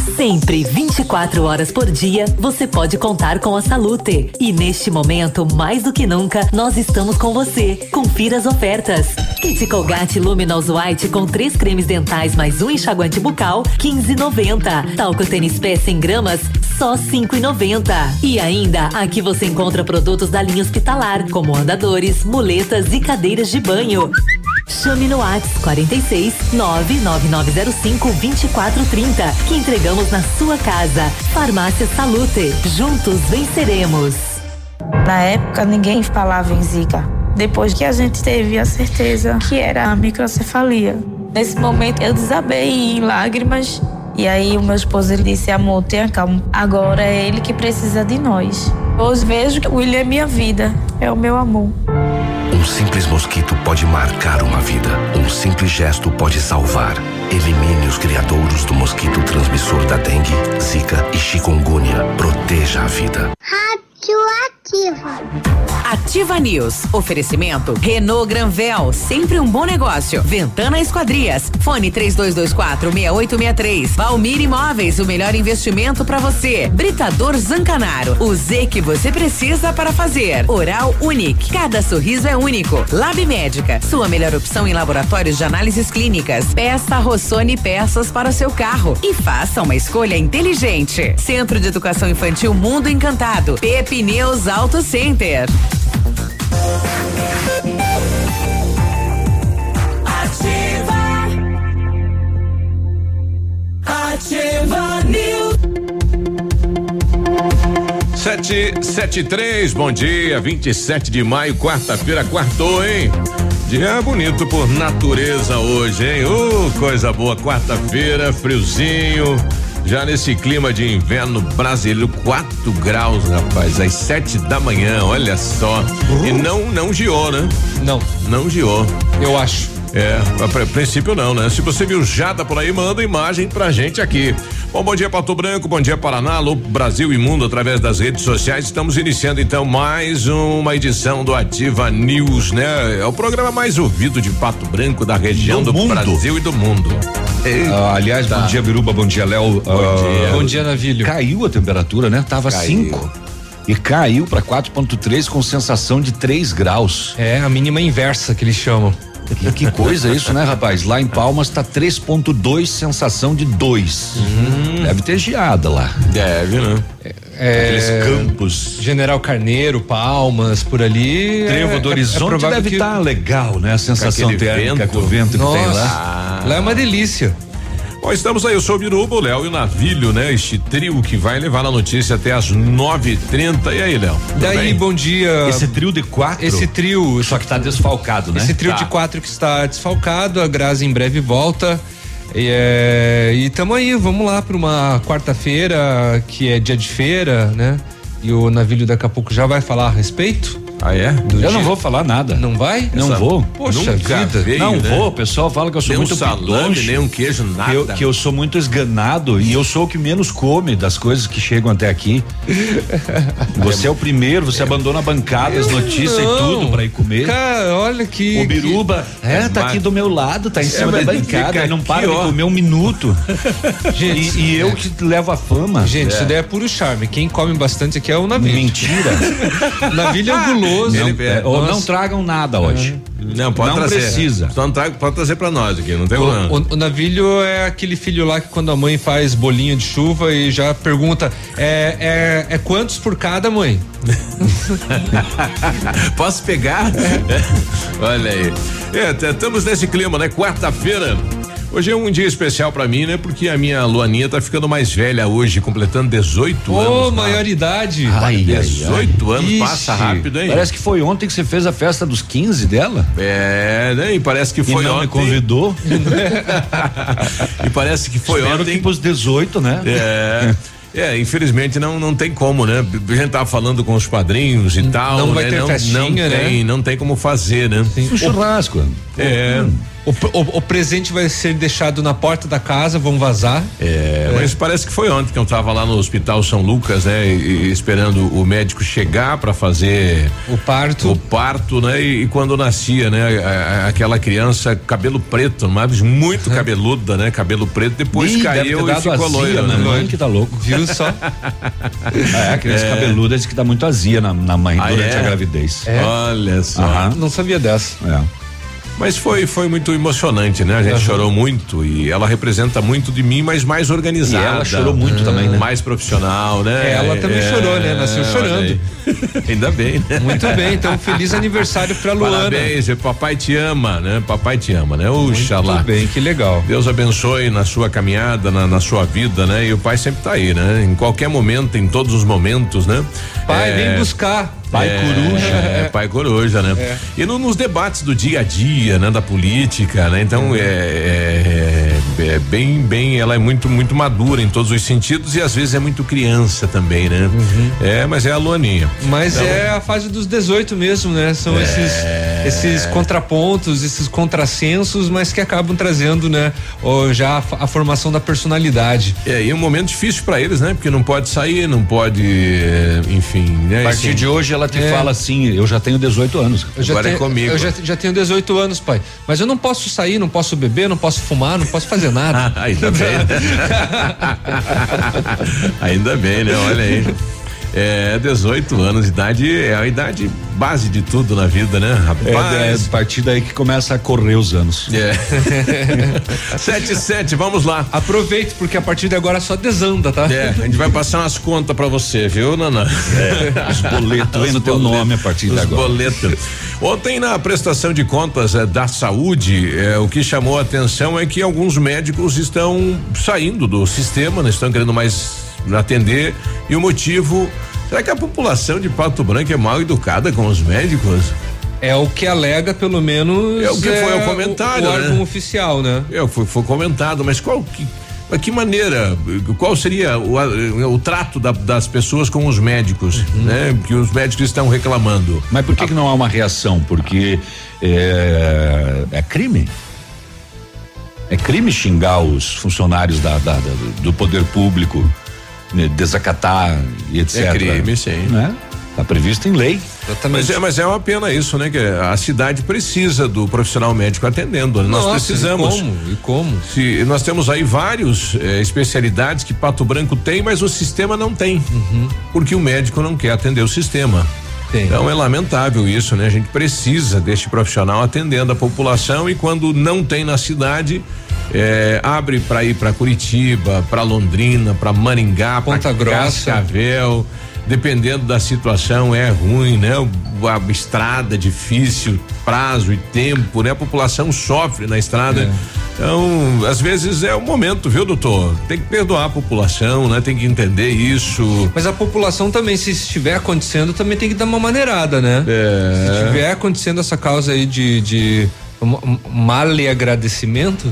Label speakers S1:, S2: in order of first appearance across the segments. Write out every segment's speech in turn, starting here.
S1: Sempre, 24 horas por dia, você pode contar com a Salute. E neste momento, mais do que nunca, nós estamos com você. Confira as ofertas. Kit Colgate Luminous White com 3 cremes dentais mais um enxaguante bucal, 15,90. Talco Tênis Pé 100 gramas, só 5,90. E ainda, aqui você encontra produtos da linha hospitalar, como andadores, muletas e cadeiras de banho. Chame no WhatsApp 46 99905 2430 que entregamos na sua casa. Farmácia Salute. Juntos venceremos.
S2: Na época ninguém falava em Zika. Depois que a gente teve a certeza que era a microcefalia. Nesse momento eu desabei em lágrimas. E aí o meu esposo ele disse: amor, tenha calma. Agora é ele que precisa de nós. Hoje vejo que o William é minha vida. É o meu amor.
S3: Um simples mosquito pode marcar uma vida. Um simples gesto pode salvar. Elimine os criadouros do mosquito transmissor da dengue, zika e chikungunya. Proteja a vida.
S4: Ativa News. Oferecimento Renault Granvel, sempre um bom negócio. Ventana Esquadrias. Fone 3224-6863. Valmir Imóveis, o melhor investimento para você. Britador Zancanaro. O Z que você precisa para fazer. Oral Unique. Cada sorriso é único. Lab Médica. Sua melhor opção em laboratórios de análises clínicas. Peça Rossoni peças para o seu carro. E faça uma escolha inteligente. Centro de Educação Infantil Mundo Encantado. Pepineus Auto Center.
S5: Ativa News. 773, bom dia, 27 de maio, quarta-feira, quartou, hein? Dia bonito por natureza hoje, hein? Coisa boa, quarta-feira, friozinho. Já nesse clima de inverno brasileiro, 4 graus, rapaz, às 7 da manhã, olha só. E não giou, né? Não giou.
S6: Eu acho.
S5: A princípio não, né? Se você viu jada por aí, manda imagem pra gente aqui. Bom dia Pato Branco, bom dia Paraná, alô Brasil e mundo através das redes sociais. Estamos iniciando então mais uma edição do Ativa News, né? É o programa mais ouvido de Pato Branco, da região do Brasil e do mundo.
S7: Aliás, bom dia Biruba, bom dia Léo.
S6: Bom dia Navilho.
S7: Caiu a temperatura, né? Tava 5. E caiu para 4,3 com sensação de 3 graus.
S6: É a mínima inversa que eles chamam.
S7: Que coisa isso, né, rapaz? Lá em Palmas tá 3,2, sensação de 2. Deve ter geada lá.
S5: Deve, né?
S7: Aqueles campos.
S6: General Carneiro, Palmas, por ali.
S7: Trevo do Horizonte deve estar legal, né? A sensação térmica com o vento que tem lá.
S6: Lá é uma delícia.
S5: Bom, estamos aí, eu sou o Biruba, o Léo e o Navilho, né? Este trio que vai levar a notícia até as 9h30. E aí, Léo?
S6: Daí, bom dia.
S7: Esse trio de 4?
S6: Esse trio.
S7: Só que tá desfalcado, né?
S6: Esse trio de 4 que está desfalcado, a Grazi em breve volta. E tamo aí, vamos lá para uma quarta-feira, que é dia de feira, né? E o Navilho daqui a pouco já vai falar a respeito.
S5: Ah, é?
S7: Eu não vou falar nada.
S6: Não vai?
S7: Não vou.
S6: Poxa vida.
S5: Veio,
S7: não
S5: né?
S7: vou, o pessoal fala que eu sou
S5: nem
S7: muito
S5: um salame, nem um queijo, nada.
S7: Que eu sou muito esganado e eu sou o que menos come das coisas que chegam até aqui. Você é o primeiro, você abandona a bancada, as notícias e tudo pra ir comer.
S6: Cara, olha que.
S7: O Biruba tá aqui do meu lado, tá em cima da bancada, ele não para de comer um minuto. Gente, e eu que levo a fama.
S6: Gente, isso daí é puro charme. Quem come bastante aqui é o Navilho.
S7: Mentira.
S6: Navilho é guloso.
S7: Não tragam nada hoje.
S5: Não, pode
S7: não
S5: trazer.
S7: Precisa.
S5: Só não pode trazer pra nós aqui, não tem problema.
S6: O Navilho é aquele filho lá que quando a mãe faz bolinho de chuva e já pergunta, é quantos por cada, mãe?
S5: Posso pegar? Olha aí. Estamos nesse clima, né? Quarta-feira. Hoje é um dia especial pra mim, né? Porque a minha Luaninha tá ficando mais velha hoje, completando 18 anos.
S6: Maioridade.
S5: 18 anos,
S6: Ixi,
S5: passa rápido, hein?
S7: Parece que foi ontem que você fez a festa dos 15 dela.
S5: Né? E parece que foi
S7: e não
S5: ontem.
S7: Me convidou.
S5: E parece que foi
S7: Espero
S5: ontem.
S7: Que pros 18, né?
S5: Infelizmente não tem como, né? A gente tava falando com os padrinhos e tal.
S6: Não vai ter festinha,
S5: né? Não tem como fazer, né?
S7: Um churrasco.
S6: O presente vai ser deixado na porta da casa, vão vazar.
S5: Mas parece que foi ontem que eu tava lá no Hospital São Lucas, né? E esperando o médico chegar pra fazer
S6: o parto,
S5: né? E quando nascia, né? Aquela criança, cabelo preto, mas muito cabeluda, né? Cabelo preto, depois caiu e ficou loira, né?
S7: Mãe que tá louco.
S6: Viu só?
S7: A criança cabeluda diz que dá muito azia na mãe durante a gravidez.
S5: Olha só.
S6: Não sabia dessa.
S5: Mas foi muito emocionante, né? A gente chorou muito e ela representa muito de mim, mas mais organizada.
S7: E ela chorou muito também, né?
S5: Mais profissional, né?
S6: Ela também chorou, né? Nasceu chorando.
S5: Ainda bem, né?
S6: Muito bem, então feliz aniversário pra Luana.
S5: Parabéns, papai te ama, né? Papai te ama, né? Oxalá.
S6: Muito bem, que legal.
S5: Deus abençoe na sua caminhada, na sua vida, né? E o pai sempre tá aí, né? Em qualquer momento, em todos os momentos, né?
S6: Pai, vem buscar.
S5: Pai coruja. Pai coruja, né? E nos debates do dia a dia, né? Da política, né? Então bem, ela é muito muito madura em todos os sentidos e às vezes é muito criança também, né? Mas é a Luaninha.
S6: Mas então, é a fase dos 18 mesmo, né? São esses contrapontos, esses contrassensos, mas que acabam trazendo, né? Já a formação da personalidade.
S5: E um momento difícil pra eles, né? Porque não pode sair, não pode, enfim, né?
S7: A partir de hoje ela te fala assim, eu já tenho 18 anos.
S5: Agora é comigo.
S6: Eu já tenho 18 anos, pai. Mas eu não posso sair, não posso beber, não posso fumar, não posso fazer nada.
S5: Ainda bem. Ainda bem, né? Olha aí. 18 anos de idade é a idade base de tudo na vida, né? Rapaz.
S7: A partir daí que começa a correr os anos.
S5: 7:07, vamos lá.
S6: Aproveite, porque a partir de agora só desanda, tá?
S5: A gente vai passar umas contas pra você, viu, Naná?
S7: Os boletos, vem no teu nome a partir de agora.
S5: Os boletos. Ontem, na prestação de contas da saúde, o que chamou a atenção é que alguns médicos estão saindo do sistema, não estão querendo mais atender, e o motivo, será que a população de Pato Branco é mal educada com os médicos?
S6: É o que alega, pelo menos.
S5: É o que foi o comentário,
S6: o órgão oficial, né?
S5: Foi comentado, mas que maneira, qual seria o trato das pessoas com os médicos, né? Que os médicos estão reclamando.
S7: Mas por que não há uma reação? Porque é crime. É crime xingar os funcionários do poder público, né, desacatar e etc.
S5: É crime, sim.
S7: Né? Tá previsto em lei.
S5: Mas é uma pena isso, né? Que a cidade precisa do profissional médico atendendo. Nós precisamos.
S6: E como?
S5: Nós temos aí vários especialidades que Pato Branco tem, mas o sistema não tem. Porque o médico não quer atender o sistema. Então é lamentável isso, né? A gente precisa deste profissional atendendo a população, e quando não tem na cidade, abre para ir para Curitiba, para Londrina, para Maringá,
S6: Ponta Grossa,
S5: Cascavel. Dependendo da situação é ruim, né? A estrada difícil, prazo e tempo, né? A população sofre na estrada. Então, às vezes é o momento, viu, doutor? Tem que perdoar a população, né? Tem que entender isso.
S6: Mas a população também, se estiver acontecendo, também tem que dar uma maneirada, né? Se estiver acontecendo essa causa aí de maleagradecimento,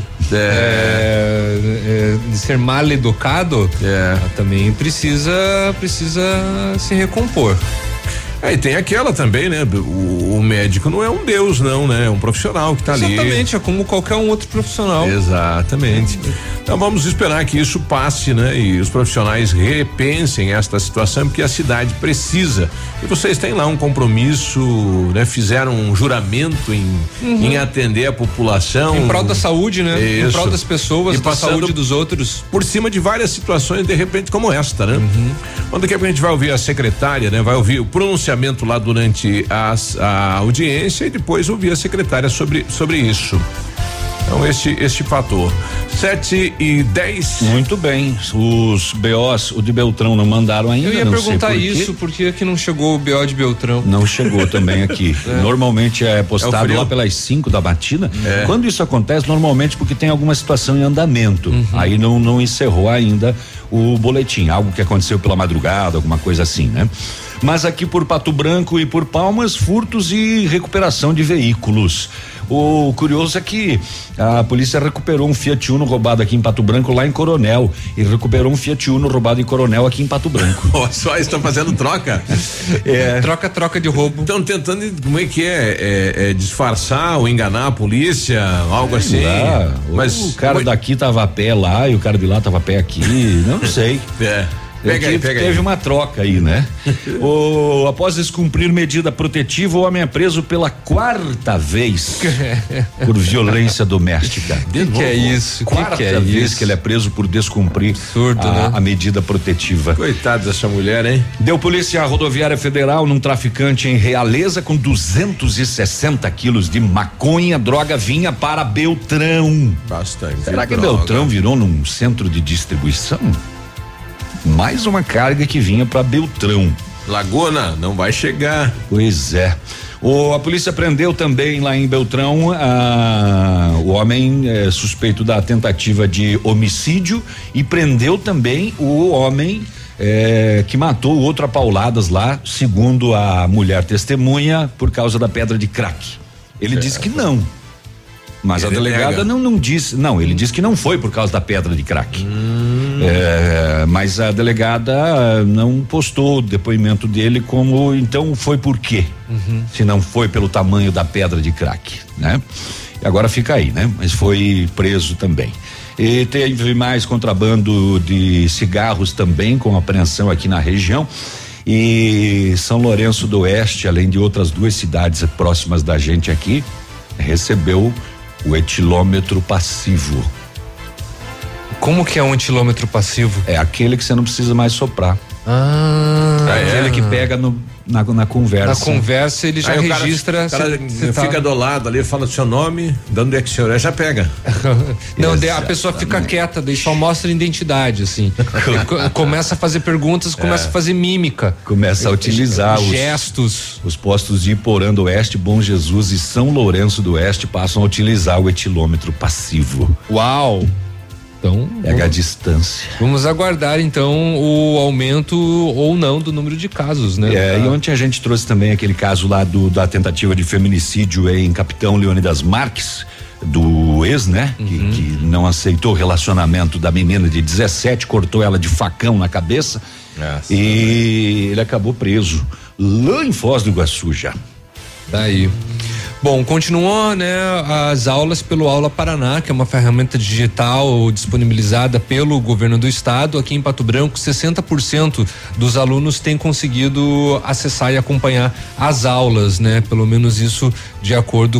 S6: de ser mal educado, também precisa se recompor.
S5: E tem aquela também, né? O médico não é um deus, não, né? É um profissional que tá ali.
S6: Exatamente, é como qualquer um outro profissional.
S5: Exatamente. Então vamos esperar que isso passe, né? E os profissionais repensem esta situação, porque a cidade precisa. E vocês têm lá um compromisso, né? Fizeram um juramento em atender a população.
S6: Em prol da saúde, né?
S5: Isso.
S6: Em prol das pessoas, da saúde dos outros.
S5: Por cima de várias situações, de repente, como esta, né? Quando daqui a pouco a gente vai ouvir a secretária, né? Vai ouvir o pronunciamento lá durante a audiência e depois ouvir a secretária sobre isso. Então este fator. 7:10.
S7: Muito bem. Os BOs, o de Beltrão não mandaram ainda.
S6: Eu ia perguntar isso, por que não chegou o BO de Beltrão?
S7: Não chegou também aqui. Normalmente é postado lá pelas 5 da matina. Quando isso acontece, normalmente porque tem alguma situação em andamento. Aí não encerrou ainda o boletim, algo que aconteceu pela madrugada, alguma coisa assim, né? Mas aqui por Pato Branco e por Palmas, furtos e recuperação de veículos. O curioso é que a polícia recuperou um Fiat Uno roubado aqui em Pato Branco, lá em Coronel, e recuperou um Fiat Uno roubado em Coronel aqui em Pato Branco.
S5: Só estão fazendo troca.
S6: Troca de roubo.
S5: Estão tentando, como é que é disfarçar ou enganar a polícia, algo assim.
S7: Mas o cara daqui tava a pé lá e o cara de lá tava a pé aqui, não sei. Pega teve uma troca aí, né? Após descumprir medida protetiva, o homem é preso pela 4ª vez por violência doméstica.
S6: Que é isso?
S7: Quarta vez que ele é preso por descumprir a medida protetiva.
S5: Coitado dessa mulher, hein?
S7: Deu polícia rodoviária federal num traficante em Realeza com 260 quilos de maconha, droga vinha para Beltrão.
S5: Bastante.
S7: Será que Beltrão virou num centro de distribuição? Mais uma carga que vinha para Beltrão.
S5: Laguna, não vai chegar.
S7: Pois é. A polícia prendeu também lá em Beltrão o homem suspeito da tentativa de homicídio e prendeu também o homem que matou o outro a pauladas lá, segundo a mulher testemunha, por causa da pedra de crack. Ele disse que não. Mas ele a delegada não disse. Não, ele disse que não foi por causa da pedra de crack. Mas a delegada não postou o depoimento dele como, então foi por quê? Se não foi pelo tamanho da pedra de crack, né? E agora fica aí, né? Mas foi preso também. E teve mais contrabando de cigarros também, com apreensão aqui na região. E São Lourenço do Oeste, além de outras 2 cidades próximas da gente aqui, recebeu o etilômetro passivo.
S6: Como que é um etilômetro passivo?
S7: É aquele que você não precisa mais soprar. Aquele que pega na conversa.
S6: Na conversa ele já registra.
S5: O cara fica do lado ali, fala o seu nome, dando que senhor já pega.
S6: Não, a pessoa fica quieta, daí só mostra identidade, assim. Começa a fazer perguntas, começa a fazer mímica.
S7: Começa a utilizar
S6: os gestos.
S7: Os postos de Iporã do Oeste, Bom Jesus e São Lourenço do Oeste passam a utilizar o etilômetro passivo.
S6: Uau! Então,
S7: pega a distância.
S6: Vamos aguardar então o aumento ou não do número de casos, né?
S7: E ontem a gente trouxe também aquele caso lá da tentativa de feminicídio em Capitão Leônidas Marques, do ex, né? Que não aceitou o relacionamento da menina de 17, cortou ela de facão na cabeça. E ele acabou preso lá em Foz do Iguaçu já.
S6: Daí. Bom, continuam, né, as aulas pelo Aula Paraná, que é uma ferramenta digital disponibilizada pelo governo do estado. Aqui em Pato Branco, 60% dos alunos têm conseguido acessar e acompanhar as aulas, né? Pelo menos isso de acordo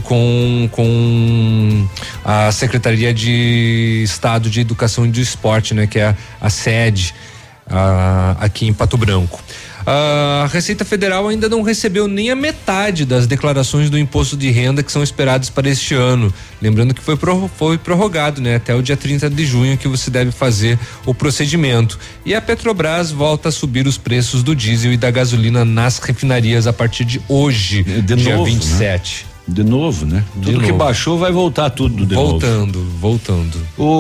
S6: com a Secretaria de Estado de Educação e do Esporte, né? Que é a sede aqui em Pato Branco. A Receita Federal ainda não recebeu nem a metade das declarações do imposto de renda que são esperadas para este ano. Lembrando que foi prorrogado, né? Até o dia 30 de junho que você deve fazer o procedimento. E a Petrobras volta a subir os preços do diesel e da gasolina nas refinarias a partir de hoje, dia 27.
S7: Né? De novo, né? Tudo que baixou vai voltar tudo de novo.
S6: Voltando.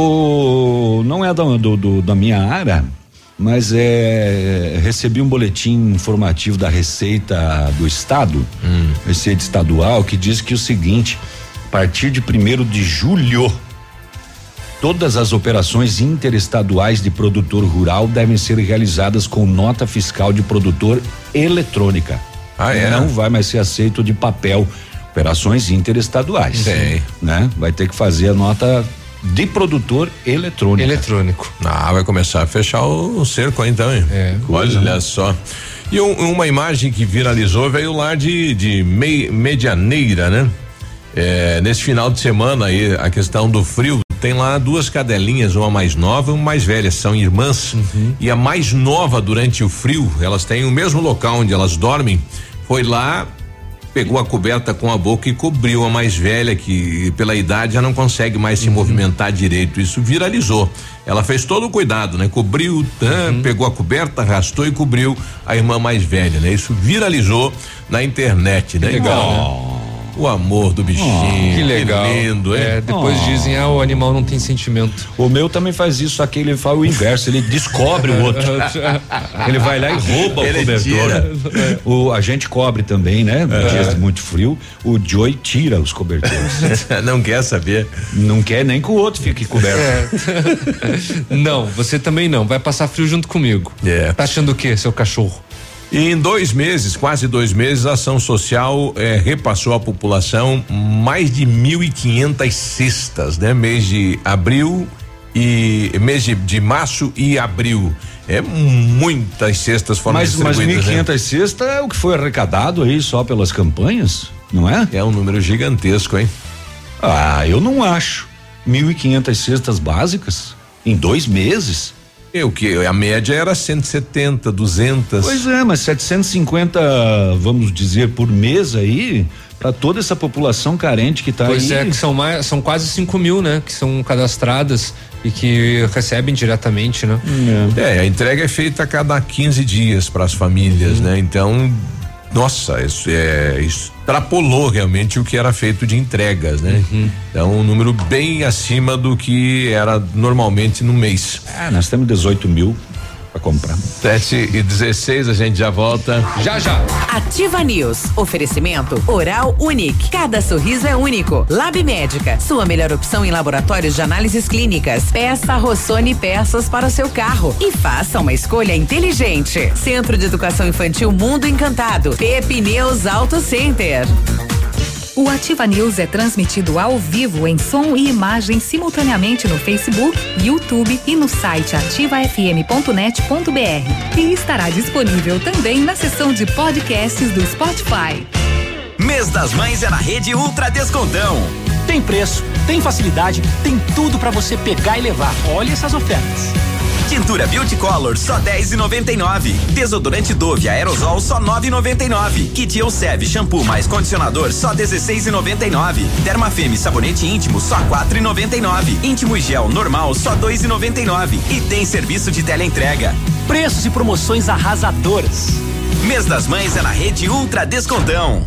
S7: Não é da minha área, mas recebi um boletim informativo da Receita do Estado, Receita Estadual, que diz que o seguinte: a partir de 1º de julho, todas as operações interestaduais de produtor rural devem ser realizadas com nota fiscal de produtor eletrônica. Não vai mais ser aceito de papel. Operações interestaduais, né? Vai ter que fazer a nota de produtor eletrônico.
S5: Vai começar a fechar o cerco aí então, hein? Olha só. E uma imagem que viralizou veio lá de Medianeira, né? Nesse final de semana aí, a questão do frio, tem lá 2 cadelinhas, uma mais nova e uma mais velha, são irmãs. E a mais nova, durante o frio, elas têm o mesmo local onde elas dormem, foi lá, pegou a coberta com a boca e cobriu a mais velha, que pela idade já não consegue mais se movimentar direito. Isso viralizou. Ela fez todo o cuidado, né? Cobriu, pegou a coberta, arrastou e cobriu a irmã mais velha, né? Isso viralizou na internet, né?
S7: Legal.
S5: O amor do bichinho.
S6: Que legal.
S5: Que lindo, hein?
S6: Depois dizem, o animal não tem sentimento.
S7: O meu também faz isso, só que ele faz o inverso, ele descobre o outro. Ele vai lá e rouba o cobertor. A gente cobre também, né? Nos dias de muito frio, o Joey tira os cobertores.
S5: Não quer saber.
S7: Não quer nem que o outro fique coberto.
S6: Não, você também não. Vai passar frio junto comigo. Tá achando o quê, seu cachorro?
S5: E em 2 meses, quase 2 meses, a ação social repassou à população mais de 1.500 cestas, né? Mês de abril e mês de março e abril. Muitas cestas foram distribuídas.
S7: Mas 1.500 cestas é o que foi arrecadado aí só pelas campanhas, não é?
S5: É um número gigantesco, hein?
S7: Eu não acho. 1.500 cestas básicas em 2 meses.
S5: A média era 170, 200.
S7: Pois é, mas 750, vamos dizer, por mês aí, para toda essa população carente que tá aí.
S6: Pois é, que são quase 5.000, né? Que são cadastradas e que recebem diretamente, né?
S5: A entrega é feita a cada 15 dias para as famílias, né? Então, nossa, isso extrapolou realmente o que era feito de entregas, né? Então, um número bem acima do que era normalmente no mês.
S7: Nós temos 18.000 para comprar.
S5: 7h16, a gente já volta.
S6: Já.
S4: Ativa News. Oferecimento Oral Unique. Cada sorriso é único. Lab Médica. Sua melhor opção em laboratórios de análises clínicas. Peça Rossoni peças para o seu carro. E faça uma escolha inteligente. Centro de Educação Infantil Mundo Encantado. Pepineus Auto Center.
S8: O Ativa News é transmitido ao vivo em som e imagem simultaneamente no Facebook, YouTube e no site ativafm.net.br. E estará disponível também na seção de podcasts do Spotify.
S9: Mês das Mães é na Rede Ultra Descontão.
S10: Tem preço, tem facilidade, tem tudo para você pegar e levar. Olha essas ofertas.
S9: Tintura Beauty Color só R$10,99. Desodorante Dove Aerosol só R$9,99. Kit Elseve shampoo mais condicionador só R$16,99. Dermafeme sabonete íntimo só R$4,99. Íntimo e gel normal só R$2,99. E tem serviço de teleentrega.
S10: Preços e promoções arrasadoras.
S9: Mês das Mães é na Rede Ultra Descontão.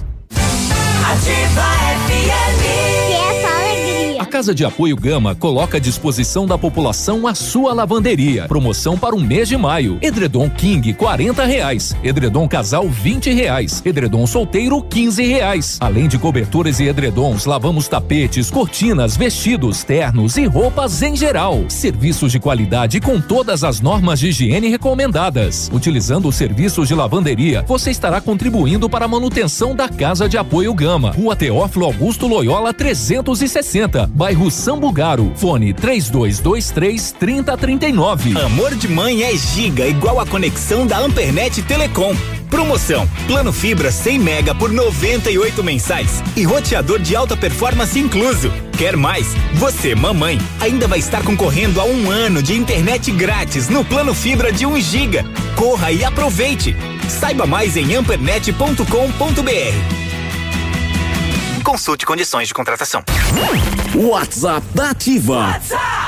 S11: Ativa FM. A Casa de Apoio Gama coloca à disposição da população a sua lavanderia. Promoção para o mês de maio. Edredom King R$40. Edredom Casal R$20. Edredom Solteiro R$15. Além de cobertores e edredons, lavamos tapetes, cortinas, vestidos, ternos e roupas em geral. Serviços de qualidade com todas as normas de higiene recomendadas. Utilizando os serviços de lavanderia, você estará contribuindo para a manutenção da Casa de Apoio Gama. Rua Teófilo Augusto Loyola 360. Bairro Sambugaro. Fone 3223-3039.
S12: Amor de mãe é giga, igual a conexão da Ampernet Telecom. Promoção: plano fibra 100 mega por 98 mensais e roteador de alta performance incluso. Quer mais? Você, mamãe, ainda vai estar concorrendo a 1 ano de internet grátis no plano fibra de 1 giga. Corra e aproveite. Saiba mais em ampernet.com.br. Consulte condições de contratação.
S13: WhatsApp da Ativa.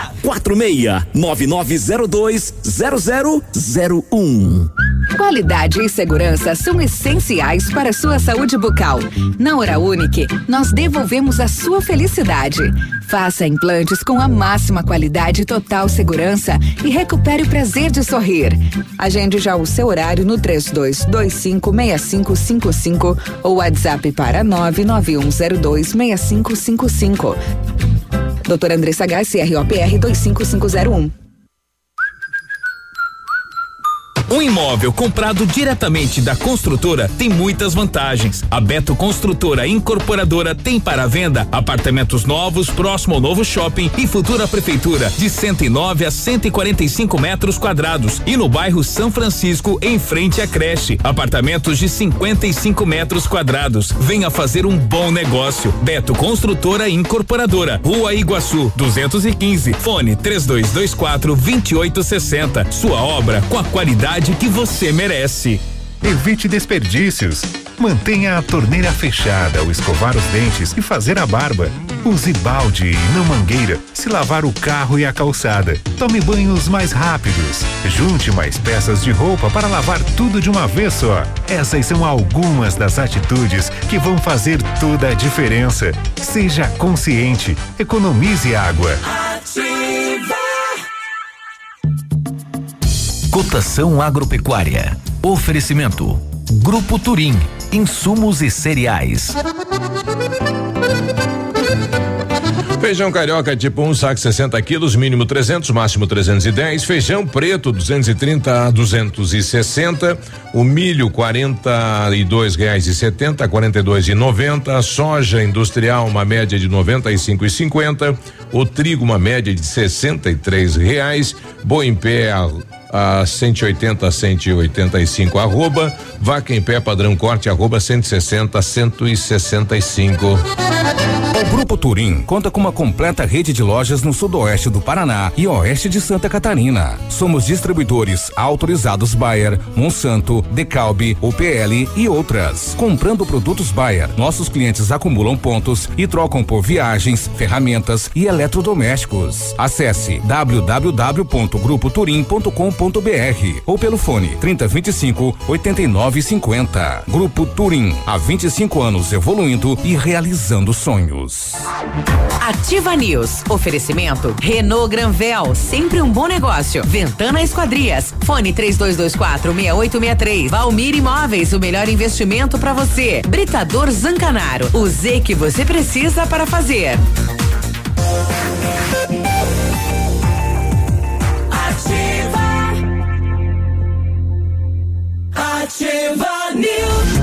S13: 46-9902-0001.
S4: Qualidade e segurança são essenciais para a sua saúde bucal. Na Oral Unique, nós devolvemos a sua felicidade. Faça implantes com a máxima qualidade e total segurança e recupere o prazer de sorrir. Agende já o seu horário no 32256555 ou WhatsApp para 991026555. Doutora Andressa Gás, CROPR 25501.
S12: Um imóvel comprado diretamente da construtora tem muitas vantagens. A Beto Construtora Incorporadora tem para venda apartamentos novos próximo ao novo shopping e futura prefeitura de 109 a 145 metros quadrados e no bairro São Francisco em frente à creche, apartamentos de 55 metros quadrados. Venha fazer um bom negócio. Beto Construtora Incorporadora, Rua Iguaçu 215, fone 3224-2860. Sua obra com a qualidade que você merece.
S14: Evite desperdícios. Mantenha a torneira fechada ao escovar os dentes e fazer a barba. Use balde e não mangueira se lavar o carro e a calçada. Tome banhos mais rápidos. Junte mais peças de roupa para lavar tudo de uma vez só. Essas são algumas das atitudes que vão fazer toda a diferença. Seja consciente. Economize água.
S15: Cotação agropecuária. Oferecimento. Grupo Turim. Insumos e cereais.
S5: Feijão carioca tipo 1, saco 60 quilos, mínimo 300, máximo 310. Feijão preto 230 a 260. O milho R$42,70 a R$42,90. Soja industrial uma média de 95,50. O trigo uma média de R$63. Boi em pé a 180 a 185 arroba. Vaca em pé padrão corte arroba 160 a 165.
S16: O Grupo Turim conta com uma completa rede de lojas no sudoeste do Paraná e oeste de Santa Catarina. Somos distribuidores autorizados Bayer, Monsanto, Decalbe, UPL e outras. Comprando produtos Bayer, nossos clientes acumulam pontos e trocam por viagens, ferramentas e eletrodomésticos. Acesse www.grupoturim.com.br ou pelo fone 3025-8950. Grupo Turim, há 25 anos evoluindo e realizando sonhos.
S4: Ativa News. Oferecimento Renault Granvel, sempre um bom negócio. Ventana Esquadrias. Fone 3224-6863. Valmir Imóveis, o melhor investimento para você. Britador Zancanaro. O Z que você precisa para fazer.
S5: Ativa News.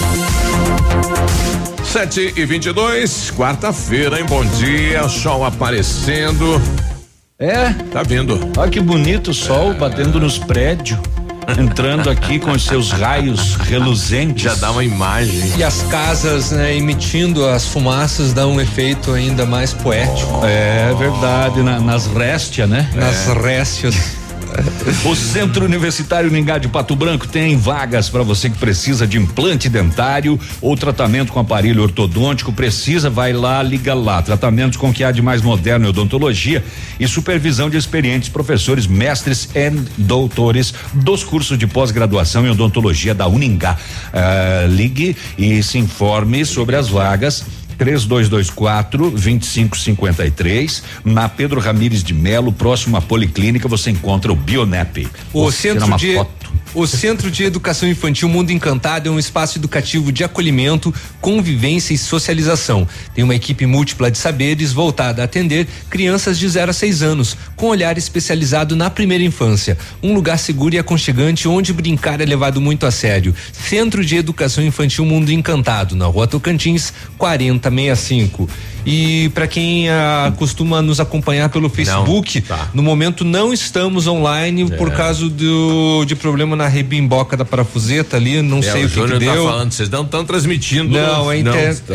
S5: 7h22, quarta-feira, hein? Bom dia, sol aparecendo. Tá vindo.
S7: Olha que bonito o sol batendo nos prédios. Entrando aqui com os seus raios reluzentes.
S5: Já dá uma imagem.
S6: E as casas, né, emitindo as fumaças, dá um efeito ainda mais poético.
S7: É verdade, nas réstias, né?
S6: Nas réstias.
S7: O Centro Universitário Ningá de Pato Branco tem vagas para você que precisa de implante dentário ou tratamento com aparelho ortodôntico. Precisa, vai lá, liga lá. Tratamentos com o que há de mais moderno em odontologia e supervisão de experientes professores, mestres e doutores dos cursos de pós-graduação em odontologia da Uningá. Ligue e se informe sobre as vagas. 3224-2553. Na Pedro Ramires de Melo, próximo à Policlínica, você encontra o Bionep.
S6: O Centro de Educação Infantil Mundo Encantado é um espaço educativo de acolhimento, convivência e socialização. Tem uma equipe múltipla de saberes voltada a atender crianças de 0 a 6 anos, com olhar especializado na primeira infância. Um lugar seguro e aconchegante onde brincar é levado muito a sério. Centro de Educação Infantil Mundo Encantado, na Rua Tocantins, 4065. E para quem costuma nos acompanhar pelo Facebook, no momento não estamos online por causa de problema na rebimboca da parafuseta ali, não sei o que deu.
S5: Tá falando, vocês não estão transmitindo.
S6: Não, a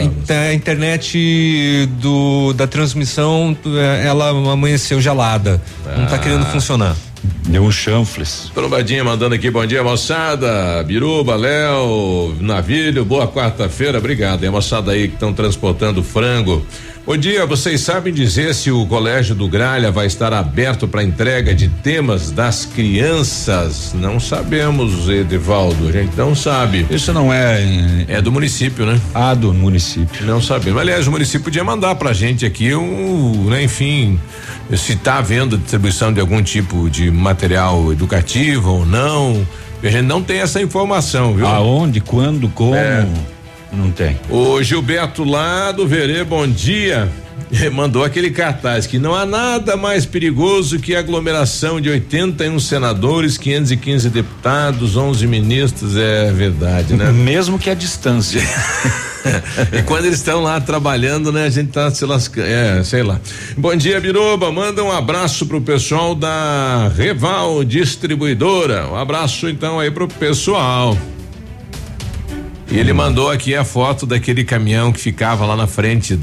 S6: internet da transmissão, ela amanheceu gelada, não tá querendo funcionar.
S7: Deu um chanfles.
S5: Trombadinha mandando aqui, bom dia, moçada. Biruba, Léo, Navilho, boa quarta-feira, obrigado. E a moçada aí que estão transportando frango. Bom dia, vocês sabem dizer se o Colégio do Gralha vai estar aberto para entrega de temas das crianças? Não sabemos, Edivaldo, a gente não sabe.
S7: Isso não é...
S5: É do município, né?
S7: Do município.
S5: Não sabemos. Aliás, o município podia mandar pra gente aqui né, enfim, se tá havendo distribuição de algum tipo de material educativo ou não. A gente não tem essa informação, viu?
S7: Aonde, quando, como? Não tem.
S5: O Gilberto lá do Verê, bom dia. Mandou aquele cartaz que não há nada mais perigoso que a aglomeração de 81 senadores, 515 deputados, 11 ministros. É verdade, né?
S7: Mesmo que a distância.
S5: E quando eles estão lá trabalhando, né? A gente tá se lascando, sei lá. Bom dia, Biruba, manda um abraço pro pessoal da Reval Distribuidora. Um abraço então aí pro pessoal. E ele mandou aqui a foto daquele caminhão que ficava lá na frente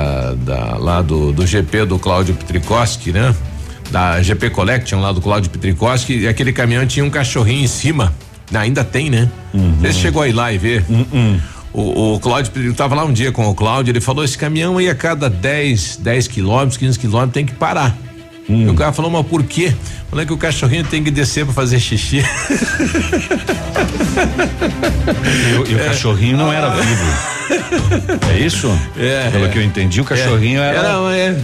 S5: lá do GP do Cláudio Petrikoski, né? Da GP Collection lá do Cláudio Petrikoski, e aquele caminhão tinha um cachorrinho em cima. Ainda tem, né? Você chegou aí lá e ver? O Cláudio estava lá um dia com o Cláudio, ele falou: esse caminhão aí a cada 10 quilômetros, 15 quilômetros tem que parar. E o cara falou: mas por quê? Falando que o cachorrinho tem que descer para fazer xixi.
S7: E o cachorrinho não era vivo. É isso? Pelo que eu entendi, o cachorrinho era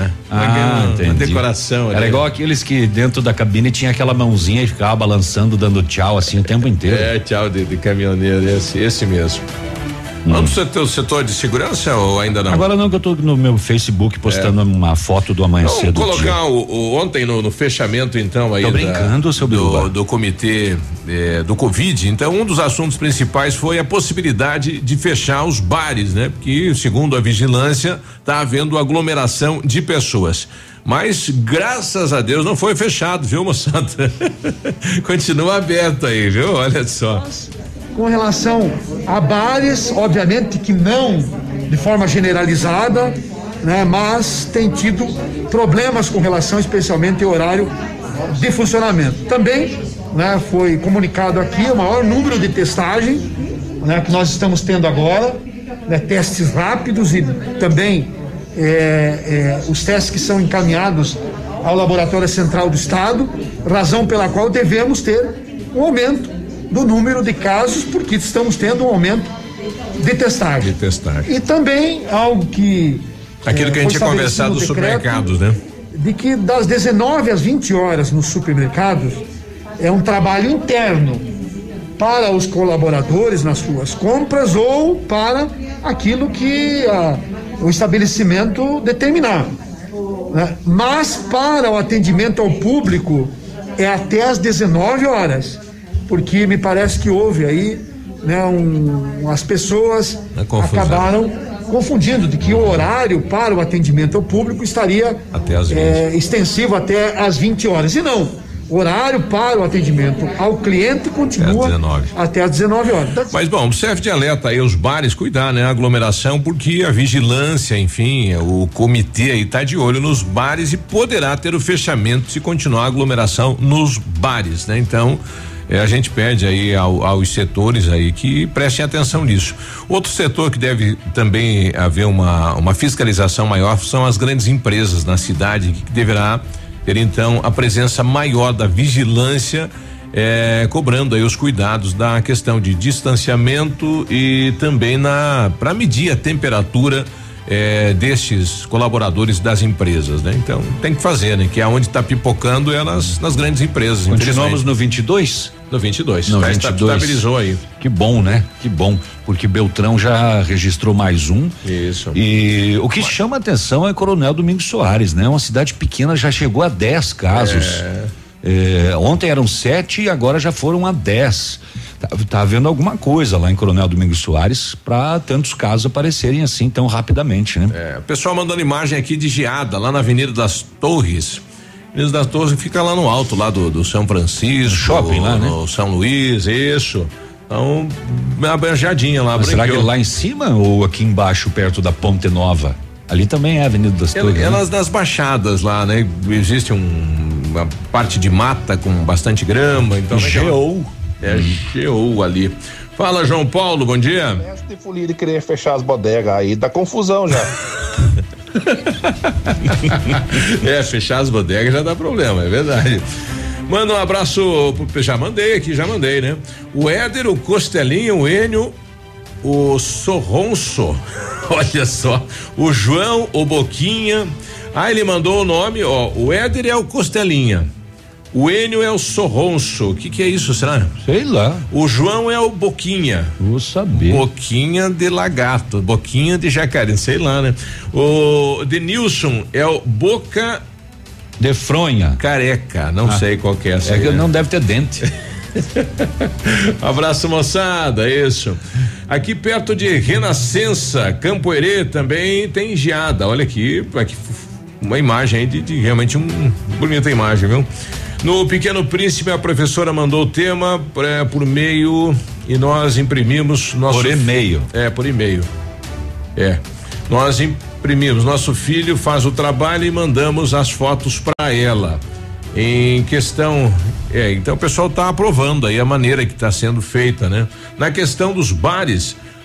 S5: uma decoração.
S7: Era igual aqueles que dentro da cabine tinha aquela mãozinha e ficava balançando, dando tchau assim o tempo inteiro.
S5: Tchau de caminhoneiro, esse mesmo. Vamos no setor de segurança ou ainda não?
S7: Agora não, que eu tô no meu Facebook postando uma foto do amanhecer do dia.
S5: Vamos colocar ontem no fechamento então aí do comitê do Covid. Então um dos assuntos principais foi a possibilidade de fechar os bares, né? Porque segundo a vigilância tá havendo aglomeração de pessoas. Mas graças a Deus não foi fechado, viu, moçada? Continua aberto aí, viu? Olha só.
S17: Com relação a bares, obviamente que não de forma generalizada, né, mas tem tido problemas com relação especialmente ao horário de funcionamento. Também, né, foi comunicado aqui o maior número de testagem, né, que nós estamos tendo agora, né, testes rápidos e também os testes que são encaminhados ao Laboratório Central do Estado, razão pela qual devemos ter um aumento do número de casos, porque estamos tendo um aumento de testagem. E também algo que
S5: aquilo que a gente tinha conversado dos supermercados, né?
S17: De que das 19 às 20 horas nos supermercados é um trabalho interno para os colaboradores nas suas compras ou para aquilo que o estabelecimento determinar, né? Mas para o atendimento ao público é até às 19 horas. Porque me parece que houve aí, né, as pessoas acabaram confundindo de que o horário para o atendimento ao público estaria extensivo até às 20 horas. E não, o horário para o atendimento ao cliente continua até às 19 horas.
S5: Mas bom, serve de alerta aí os bares cuidar, né? A aglomeração, porque a vigilância, enfim, o comitê aí tá de olho nos bares e poderá ter o fechamento se continuar a aglomeração nos bares, né? Então, a gente pede aí aos setores aí que prestem atenção nisso. Outro setor que deve também haver uma fiscalização maior são as grandes empresas na cidade, que deverá ter então a presença maior da vigilância, cobrando aí os cuidados da questão de distanciamento e também para medir a temperatura destes colaboradores das empresas, né? Então tem que fazer, né? Que é onde está pipocando nas grandes empresas.
S7: Continuamos no 22?
S5: No 22.
S7: No 22.
S5: Estabilizou aí.
S7: Que bom, né? Que bom, porque Beltrão já registrou mais um.
S5: Isso.
S7: E o que chama a atenção é Coronel Domingos Soares, né? Uma cidade pequena já chegou a 10 casos. Ontem eram 7 e agora já foram a 10. Tá havendo alguma coisa lá em Coronel Domingos Soares para tantos casos aparecerem assim tão rapidamente, né?
S5: O pessoal mandando imagem aqui de geada lá na Avenida das Torres. Avenida das Torres fica lá no alto lá do São Francisco,
S7: shopping lá, né?
S5: No São Luís, isso. Então, uma geadinha lá.
S7: Será que é lá em cima ou aqui embaixo perto da Ponte Nova? Ali também é a Avenida das Torres.
S5: Elas das baixadas lá, né? Existe uma parte de mata com bastante grama, então
S7: geou.
S5: Geou ali. Fala, João Paulo, bom dia.
S18: De folia de querer fechar as bodegas aí, dá confusão já.
S5: Fechar as bodegas já dá problema, é verdade. Manda um abraço, já mandei, né? O Éder, o Costelinha, o Enio, o Sorronço, olha só, o João, o Boquinha. Ele mandou o nome, o Éder é o Costelinha. O Enio é o Sorronço. O que é isso, será?
S7: Sei lá.
S5: O João é o Boquinha.
S7: Vou saber.
S5: Boquinha de lagarto, boquinha de jacaré, sei lá, né? O Denilson é o Boca
S7: de Fronha.
S5: Careca, não sei qual que é essa.
S7: É que não deve ter dente.
S5: Abraço, moçada, isso. Aqui perto de Renascença, Campo Herê, também tem geada. Olha aqui uma imagem aí de realmente bonita imagem, viu? No Pequeno Príncipe, a professora mandou o tema por e-mail e nós imprimimos
S7: por e-mail.
S5: Por e-mail. Nós imprimimos, nosso filho faz o trabalho e mandamos as fotos para ela. Em questão, então o pessoal tá aprovando aí a maneira que está sendo feita, né? Na questão dos bares,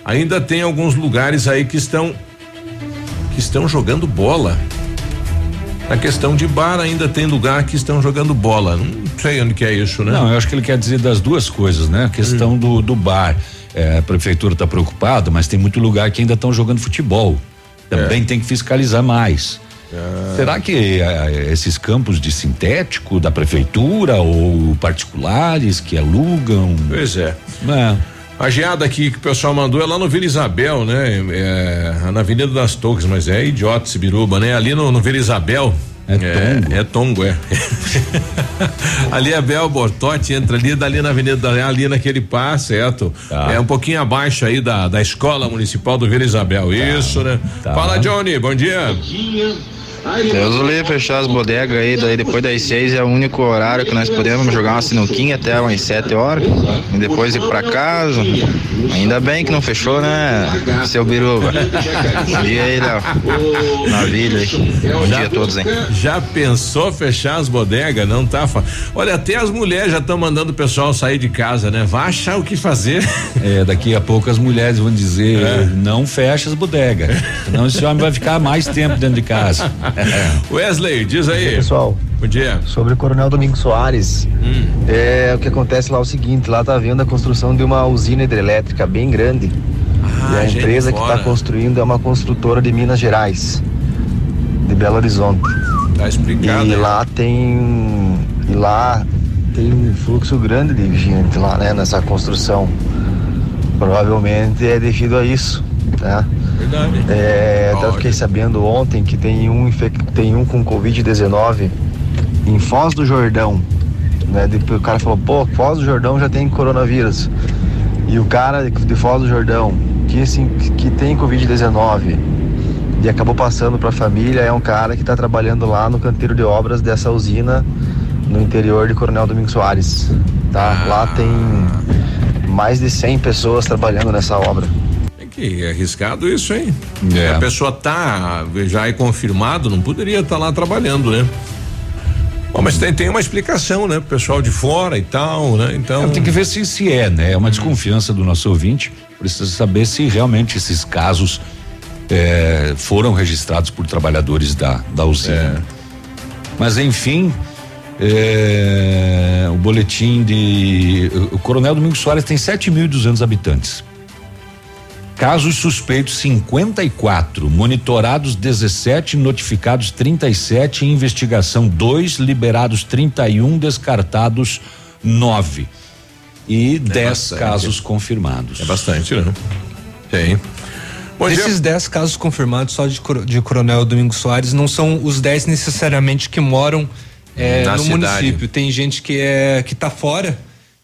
S5: ainda tem alguns lugares aí que estão jogando bola. Na questão de bar ainda tem lugar que estão jogando bola. Não sei onde que é isso, né?
S7: Não, eu acho que ele quer dizer das duas coisas, né? A questão do bar. A prefeitura está preocupada, mas tem muito lugar que ainda estão jogando futebol. Também tem que fiscalizar mais. Será que esses campos de sintético da prefeitura ou particulares que alugam?
S5: Pois é. A geada aqui que o pessoal mandou é lá no Vila Isabel, né? Na Avenida das Torres, mas é idiota esse biruba, né? Ali no Vila Isabel. É Tongo. Ali é Bel Bortotti, entra ali, dali na Avenida, ali naquele par, certo? É um pouquinho abaixo aí da Escola Municipal do Vila Isabel, isso, né? Fala, Johnny, bom dia.
S19: Deus o livre, fechar as bodegas aí, daí depois das 6 é o único horário que nós podemos jogar uma sinuquinha até umas 7 horas e depois ir pra casa. Ainda bem que não fechou, né, seu biruba? Bom dia aí, Léo. Na vida aí. Bom dia a todos, hein?
S5: Já pensou fechar as bodegas? Não tá. Olha, até as mulheres já estão mandando o pessoal sair de casa, né? Vai achar o que fazer.
S7: Daqui a pouco as mulheres vão dizer, não fecha as bodegas, senão esse homem vai ficar mais tempo dentro de casa.
S5: Wesley, diz aí.
S20: Pessoal,
S5: bom dia.
S20: Sobre o Coronel Domingos Soares, o que acontece lá é o seguinte, lá tá havendo a construção de uma usina hidrelétrica bem grande, e a empresa que está construindo é uma construtora de Minas Gerais, de Belo Horizonte.
S5: Tá explicado.
S20: E lá tem um fluxo grande de gente lá, né, nessa construção. Provavelmente é devido a isso, né?
S5: Verdade.
S20: Até eu fiquei sabendo ontem que tem um com Covid-19 em Foz do Jordão, né? O cara falou, Foz do Jordão já tem coronavírus. E o cara de Foz do Jordão, que tem Covid-19 e acabou passando para a família, é um cara que está trabalhando lá no canteiro de obras dessa usina no interior de Coronel Domingos Soares, tá? Lá tem mais de 100 pessoas trabalhando nessa obra.
S5: Que é arriscado isso, hein? A pessoa já é confirmado, não poderia estar lá trabalhando, né? Bom, mas tem uma explicação, né? O pessoal de fora e tal, né? Então.
S7: Tem que ver se é, né? É uma desconfiança do nosso ouvinte. Precisa saber se realmente esses casos foram registrados por trabalhadores da usina. Mas enfim, o boletim o Coronel Domingos Soares tem 7.200 habitantes. Casos suspeitos 54, monitorados 17, notificados 37, investigação 2, liberados 31, descartados 9 e 10 casos confirmados.
S5: É bastante, né? Tem.
S6: Esses 10 casos confirmados só de Coronel Domingos Soares não são os 10 necessariamente que moram no município. Tem gente que tá fora.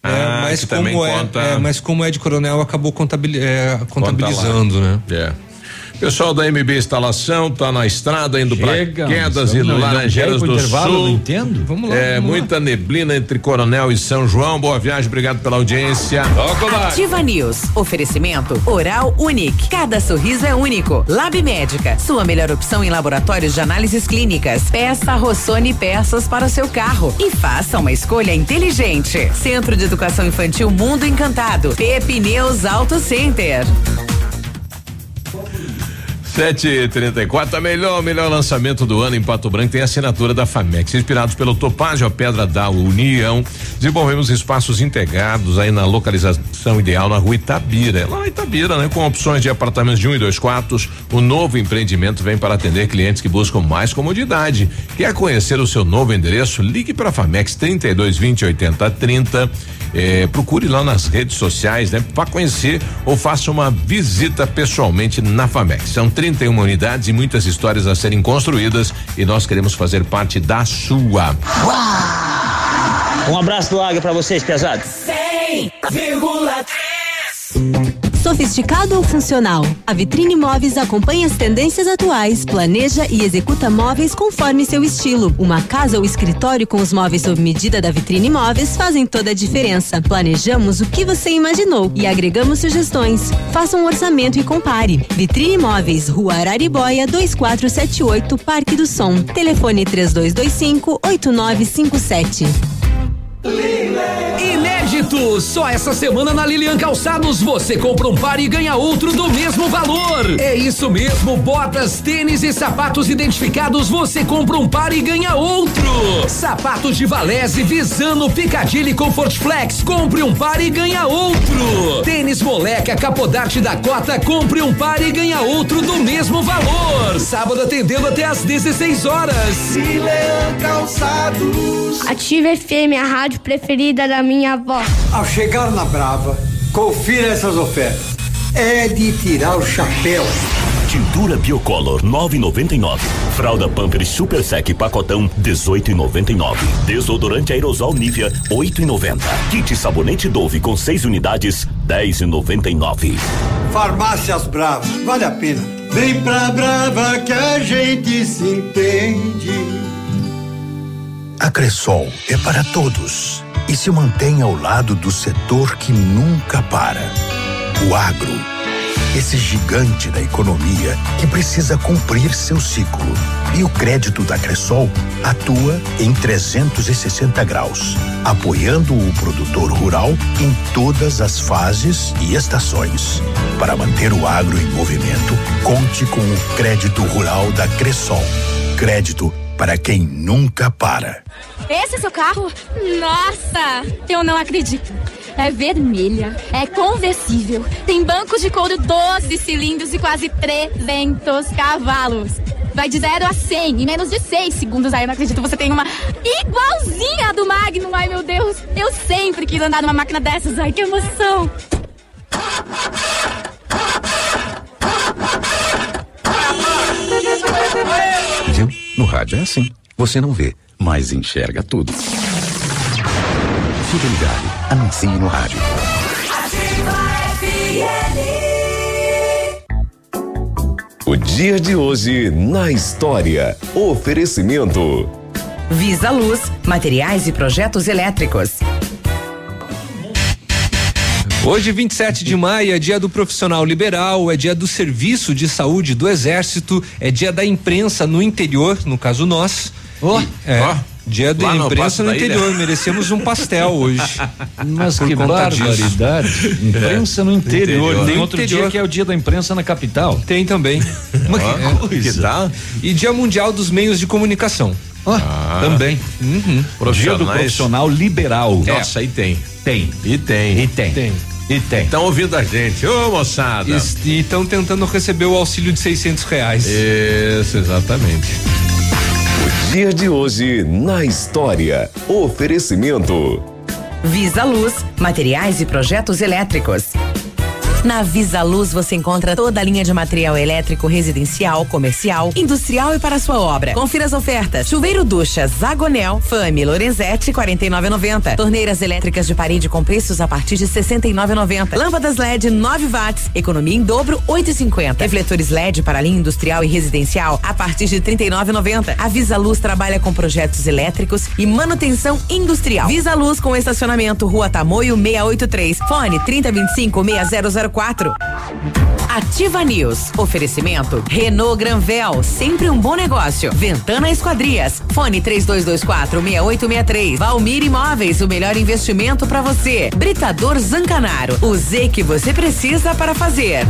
S6: Mas como é de Coronel, acabou contabilizando, né?
S5: Pessoal da MB Instalação tá na estrada indo para Quedas e Laranjeiras do Sul.
S7: Não entendo.
S5: Vamos lá. Muita neblina entre Coronel e São João. Boa viagem, obrigado pela audiência.
S4: Ativa News. Oferecimento Oral Unique. Cada sorriso é único. Lab Médica. Sua melhor opção em laboratórios de análises clínicas. Peça Rossoni peças para o seu carro e faça uma escolha inteligente. Centro de Educação Infantil Mundo Encantado. Pepineus Auto Center.
S5: 7h34, melhor lançamento do ano em Pato Branco tem a assinatura da Famex. Inspirados pelo Topázio, a Pedra da União, desenvolvemos espaços integrados aí na localização ideal na rua Itabira. Lá em Itabira, né? Com opções de apartamentos de 1 e 2 quartos, o novo empreendimento vem para atender clientes que buscam mais comodidade. Quer conhecer o seu novo endereço? Ligue para a Famex 3220-8030. Procure lá nas redes sociais, né? Para conhecer ou faça uma visita pessoalmente na Famex. São 31 unidades e muitas histórias a serem construídas e nós queremos fazer parte da sua.
S21: Um abraço do Águia pra vocês, pesados.
S22: 100,3. Sofisticado ou funcional? A Vitrine Móveis acompanha as tendências atuais, planeja e executa móveis conforme seu estilo. Uma casa ou escritório com os móveis sob medida da Vitrine Móveis fazem toda a diferença. Planejamos o que você imaginou e agregamos sugestões. Faça um orçamento e compare. Vitrine Móveis, Rua Araribóia, 2478, Parque do Som. Telefone 3225-8957.
S1: oferecimento. Só essa semana na Lilian Calçados você compra um par e ganha outro do mesmo valor. É isso mesmo, botas, tênis e sapatos identificados você compra um par e ganha outro. Sapatos de Valese, Visano, Piccadilly, Comfort Flex, compre um par e ganha outro. Tênis Moleca, Capodarte da Cota, compre um par e ganha outro do mesmo valor. Sábado atendendo até às 16 horas.
S2: Lilian Calçados.
S23: Ativa FM, a rádio preferida da minha avó.
S2: Ao chegar na Brava, confira essas ofertas. É de tirar o chapéu.
S24: Tintura Biocolor 9,99. Fralda Pampers Super Sec Pacotão 18,99. Desodorante aerosol Nivea 8,90. Kit sabonete Dove com 6 unidades 10,99.
S2: Farmácias Brava, vale a pena. Vem pra Brava que a gente se entende.
S25: A Cressol é para todos e se mantém ao lado do setor que nunca para. O agro, esse gigante da economia que precisa cumprir seu ciclo. E o crédito da Cressol atua em 360 graus, apoiando o produtor rural em todas as fases e estações. Para manter o agro em movimento, conte com o crédito rural da Cressol. Crédito para quem nunca para.
S26: Esse é seu carro? Nossa, eu não acredito. É vermelha, é conversível, tem banco de couro 12 cilindros e quase 300 cavalos. Vai de 0 a 100 em menos de 6 segundos. Ai, eu não acredito, você tem uma igualzinha a do Magnum. Ai, meu Deus, eu sempre quis andar numa máquina dessas. Ai, que emoção.
S27: Viu? No rádio é assim. Você não vê, mas enxerga tudo. Fique ligado. Anuncie no rádio.
S28: O dia de hoje na história. Oferecimento.
S4: Visa Luz, materiais e projetos elétricos.
S6: Hoje, 27 de maio, é dia do profissional liberal, é dia do serviço de saúde do Exército, é dia da imprensa no interior, no caso nós. Dia da imprensa no interior, merecemos um pastel hoje.
S7: Mas que barbaridade. Imprensa no interior. Tem outro dia que é o dia da imprensa na capital.
S6: Tem também.
S5: Que tal?
S6: E dia mundial dos meios de comunicação.
S7: Também. Dia do profissional liberal.
S5: Nossa, aí tem.
S7: Tem.
S5: E tem.
S7: E tem.
S5: Estão ouvindo a gente, ô moçada.
S6: E estão tentando receber o auxílio de R$600.
S5: Isso, exatamente.
S28: O dia de hoje na história. Oferecimento.
S4: Visa Luz, materiais e projetos elétricos. Na Visa Luz você encontra toda a linha de material elétrico residencial, comercial, industrial e para sua obra. Confira as ofertas. Chuveiro ducha Zagonel, Fame, Lorenzetti, 49,90. Torneiras elétricas de parede com preços a partir de 69,90. Lâmpadas LED 9 watts, economia em dobro 8,50. Refletores LED para linha industrial e residencial a partir de 39,90. A Visa Luz trabalha com projetos elétricos e manutenção industrial. Visa Luz com estacionamento Rua Tamoio 683. Fone 3025-6004. Ativa News. Oferecimento Renault Granvel, sempre um bom negócio. Ventana Esquadrias. Fone 3224-6863. Valmir Imóveis, o melhor investimento para você. Britador Zancanaro. O Z que você precisa para fazer.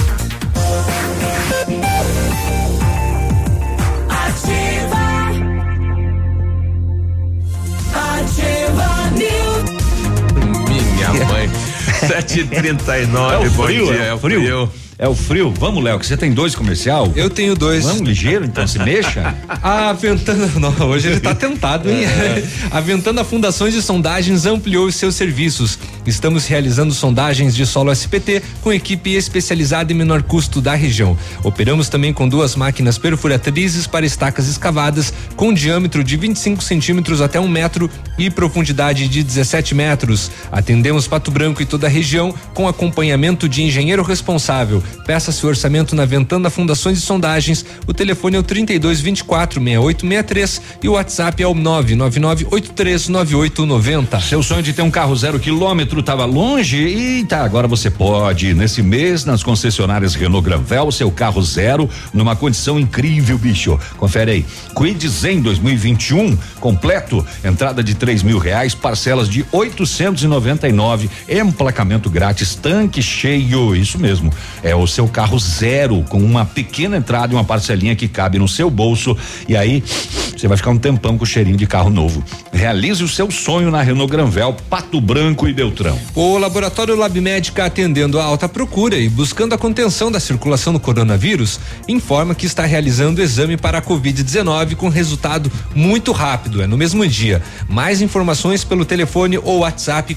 S5: Ativa News. Minha mãe. 7h39, bom dia,
S7: é o frio. É o frio. Vamos, Léo, que você tem 2 comercial?
S6: Eu tenho 2.
S7: Vamos ligeiro, então se mexa.
S6: A Ventana, não, hoje ele tá tentado, hein? A Ventana Fundações e Sondagens ampliou os seus serviços. Estamos realizando sondagens de solo SPT com equipe especializada e menor custo da região. Operamos também com 2 máquinas perfuratrizes para estacas escavadas com diâmetro de 25 centímetros até 1 metro e profundidade de 17 metros. Atendemos Pato Branco e toda a região com acompanhamento de engenheiro responsável. Peça seu orçamento na Ventana Fundações e Sondagens. O telefone é o 3224-6863 e o WhatsApp é o 999839890.
S7: Seu sonho de ter um carro 0 km outro estava longe e tá, agora você pode. Nesse mês, nas concessionárias Renault Granvel, seu carro zero numa condição incrível, bicho. Confere aí. Kwid Zen 2021 completo, entrada de R$3.000, parcelas de 899, emplacamento grátis, tanque cheio, isso mesmo. É o seu carro zero com uma pequena entrada e uma parcelinha que cabe no seu bolso, e aí você vai ficar um tempão com o cheirinho de carro novo. Realize o seu sonho na Renault Granvel, Pato Branco e Beltrão.
S6: O laboratório Lab Médica, atendendo a alta procura e buscando a contenção da circulação do coronavírus, informa que está realizando o exame para a Covid-19 com resultado muito rápido, é no mesmo dia. Mais informações pelo telefone ou WhatsApp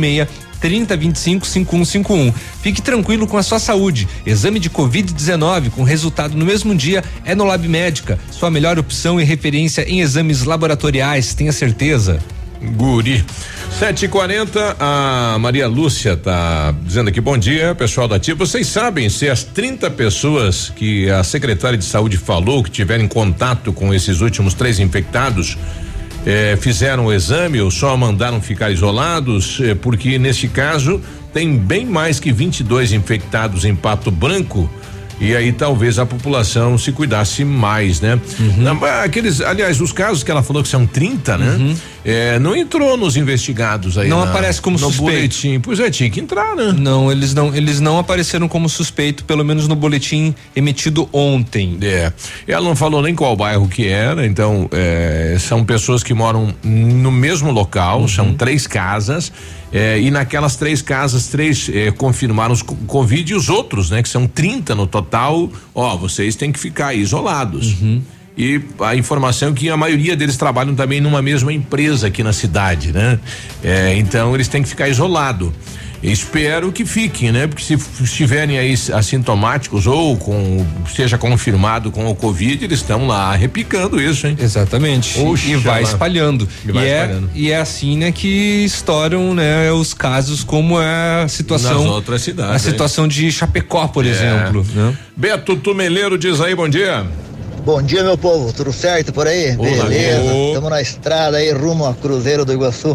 S6: 46-3025-5151. Fique tranquilo com a sua saúde. Exame de Covid-19 com resultado no mesmo dia é no Lab Médica. Sua melhor opção e referência em exames laboratoriais, tenha certeza.
S5: Guri. 7h40, a Maria Lúcia tá dizendo aqui, bom dia, pessoal da Ativa. Vocês sabem se as 30 pessoas que a secretária de saúde falou que tiveram contato com esses últimos 3 infectados fizeram o exame ou só mandaram ficar isolados? Porque neste caso tem bem mais que 22 infectados em Pato Branco. E aí talvez a população se cuidasse mais, né? Aliás, os casos que ela falou que são 30, né? Não entrou nos investigados aí.
S6: Não aparece como
S5: no
S6: suspeito.
S5: Boletim. Pois é, tinha que entrar, né?
S6: Não, eles não apareceram como suspeito, pelo menos no boletim emitido ontem.
S5: Ela não falou nem qual bairro que era, então são pessoas que moram no mesmo local, são 3 casas. E naquelas 3 casas, 3 confirmaram os Covid e os outros, né? Que são 30 no total, vocês têm que ficar isolados. E a informação é que a maioria deles trabalham também numa mesma empresa aqui na cidade, né? Então eles têm que ficar isolados. Espero que fiquem, né? Porque se estiverem aí assintomáticos ou seja confirmado com o Covid, eles estão lá replicando isso, hein?
S6: Exatamente. E vai espalhando. E é assim, né, que estouram, né, os casos, como é a situação.
S5: Nas outras cidades.
S6: A situação de Chapecó, por exemplo, né?
S5: Beto Tumeleiro diz aí, bom dia.
S3: Bom dia, meu povo, tudo certo por aí?
S5: Olá,
S3: beleza, estamos na estrada aí, rumo a Cruzeiro do Iguaçu.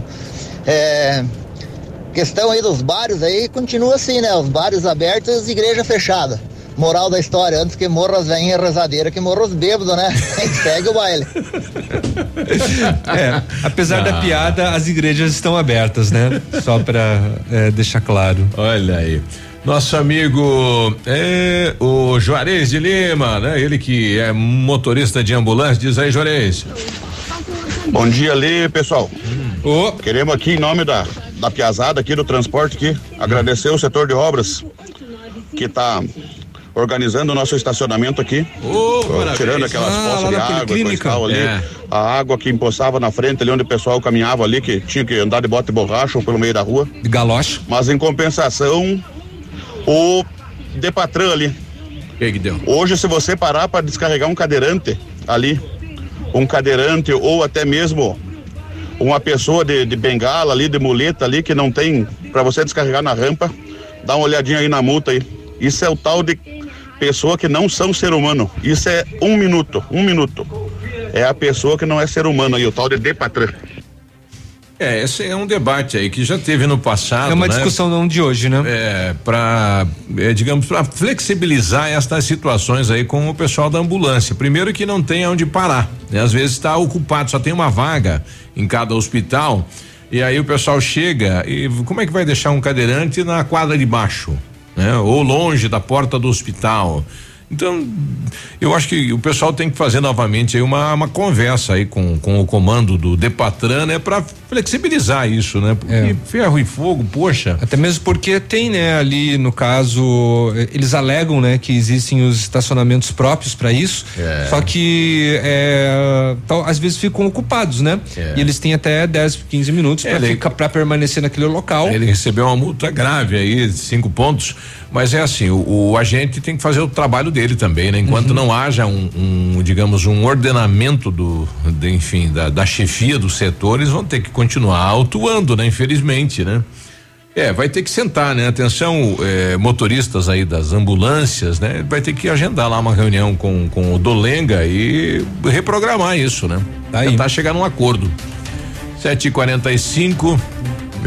S3: Questão aí dos bares aí, continua assim, né? Os bares abertos e as igrejas fechadas. Moral da história, antes que morram as velhinhas rezadeiras, que morram os bêbados, né? Segue o baile.
S6: Apesar da piada, as igrejas estão abertas, né? Só pra deixar claro.
S5: Olha aí. Nosso amigo o Juarez de Lima, né? Ele que é motorista de ambulância, diz aí, Juarez.
S8: Bom dia, Lê, pessoal. Queremos aqui, em nome da piazada aqui do transporte aqui, agradecer o setor de obras que tá organizando o nosso estacionamento aqui, tirando aquelas poças de água e tal ali, a água que empoçava na frente ali onde o pessoal caminhava ali, que tinha que andar de bota de borracha ou pelo meio da rua.
S6: De galocha.
S8: Mas em compensação, o Depatran ali.
S5: Que deu?
S8: Hoje, se você parar para descarregar um cadeirante ali, ou até mesmo uma pessoa de bengala ali, de muleta ali, que não tem para você descarregar na rampa, dá uma olhadinha aí na multa aí. Isso é o tal de pessoa que não são ser humano. Isso é 1 minuto. É a pessoa que não é ser humano aí, o tal de Depatran.
S5: Esse é um debate aí que já teve no passado.
S6: É uma discussão não de hoje, né?
S5: Para flexibilizar estas situações aí com o pessoal da ambulância. Primeiro que não tem onde parar, né? Às vezes está ocupado, só tem uma vaga em cada hospital, e aí o pessoal chega e como é que vai deixar um cadeirante na quadra de baixo, né? Ou longe da porta do hospital. Então, eu acho que o pessoal tem que fazer novamente aí uma conversa aí com o comando do Depatran, né? Pra flexibilizar isso, né? Porque ferro e fogo, poxa.
S6: Até mesmo porque tem, né, ali no caso, eles alegam, né, que existem os estacionamentos próprios para isso, só que às vezes ficam ocupados, né? E eles têm até 10, 15 minutos para permanecer naquele local.
S5: Ele recebeu uma multa grave aí, 5 pontos, mas é assim, o agente tem que fazer o trabalho dele também, né? Enquanto não haja digamos, um ordenamento da chefia do setor, eles vão ter que continuar atuando, né? Infelizmente, né? Vai ter que sentar, né? Atenção, motoristas aí das ambulâncias, né? Vai ter que agendar lá uma reunião com o Dolenga e reprogramar isso, né? Tentar chegar num acordo. 7h45.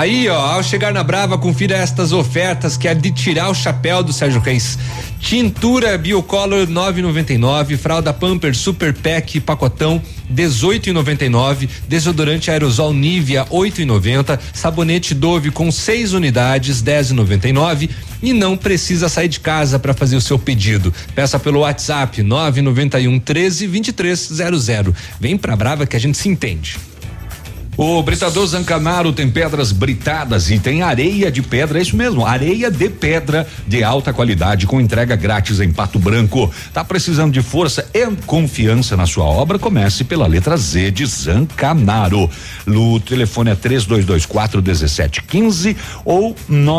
S6: Aí, ó, ao chegar na Brava, confira estas ofertas que é de tirar o chapéu do Sérgio Reis. Tintura Biocolor 9,99, fralda Pampers Super Pack pacotão 18,99, desodorante aerosol Nivea 8,90, sabonete Dove com 6 unidades 10,99 e não precisa sair de casa para fazer o seu pedido. Peça pelo WhatsApp 991 13 2300. Vem pra Brava que a gente se entende.
S7: O Britador Zancanaro tem pedras britadas e tem areia de pedra, é isso mesmo, areia de pedra de alta qualidade com entrega grátis em Pato Branco. Tá precisando de força e confiança na sua obra? Comece pela letra Z de Zancanaro. O telefone é 3224-1715 ou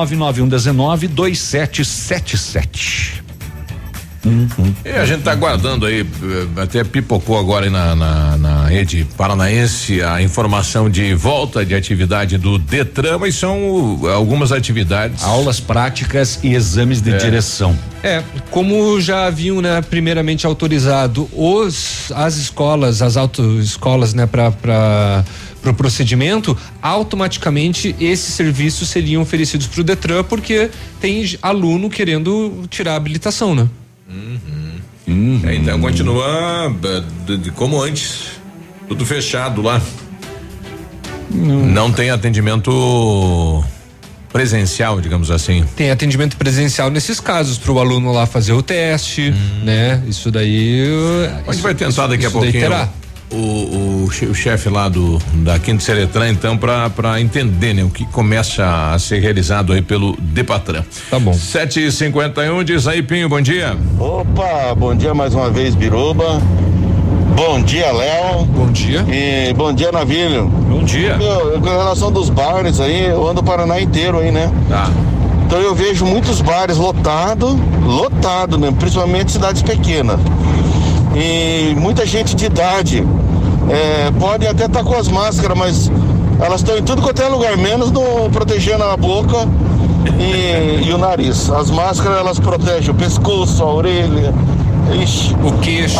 S7: 99119-2777.
S5: E a gente tá aguardando aí, até pipocou agora aí na rede paranaense a informação de volta de atividade do Detran, mas são algumas atividades.
S7: Aulas práticas e exames de direção.
S6: Como já haviam, né, primeiramente autorizado as escolas, as autoescolas, né, para o procedimento, automaticamente esses serviços seriam oferecidos para o Detran, porque tem aluno querendo tirar a habilitação, né?
S5: Então continua como antes, tudo fechado lá. Não tem atendimento presencial, digamos assim.
S6: Tem atendimento presencial nesses casos para o aluno lá fazer o teste, né? Isso daí.
S5: A gente vai tentar daqui a pouquinho o chefe lá da Quinta Seretran, então, para entender, né, o que começa a ser realizado aí pelo Depatran.
S6: Tá bom.
S5: 7h51, diz aí, Pinho, bom dia.
S12: Opa, bom dia mais uma vez, Biruba. Bom dia, Léo.
S6: Bom dia.
S12: E bom dia, Navilho.
S7: Bom dia.
S12: Com relação dos bares aí, eu ando o Paraná inteiro aí, né?
S5: Tá.
S12: Então eu vejo muitos bares lotado, né? Principalmente cidades pequenas. E muita gente de idade pode até estar com as máscaras, mas elas estão em tudo quanto é lugar, menos protegendo a boca e o nariz. As máscaras, elas protegem o pescoço, a orelha,
S6: o queixo.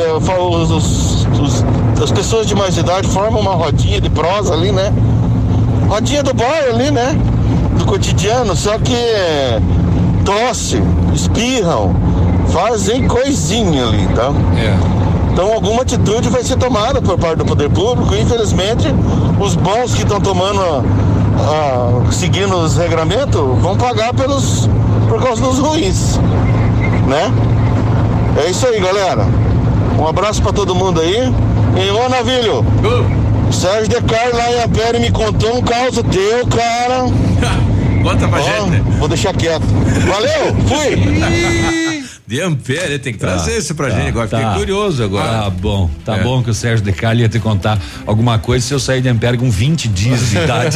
S12: As pessoas de mais idade formam uma rodinha de prosa ali, né? Rodinha do bar ali, né? Do cotidiano, só que tosse, espirram, fazem coisinha ali, tá? Então alguma atitude vai ser tomada por parte do poder público. Infelizmente, os bons que estão tomando, seguindo os regramentos, vão pagar por causa dos ruins, né? É isso aí, galera. Um abraço pra todo mundo aí. E ô, Navilho, Sérgio Decaro lá em Ampere me contou um caso teu, cara.
S5: Conta pra gente, né?
S12: Vou deixar quieto. Valeu, fui!
S5: De Ampere, tem que trazer isso pra gente agora, fiquei curioso agora.
S7: Tá bom que o Sérgio de Carli ia te contar alguma coisa se eu sair de Ampere com 20 dias de idade.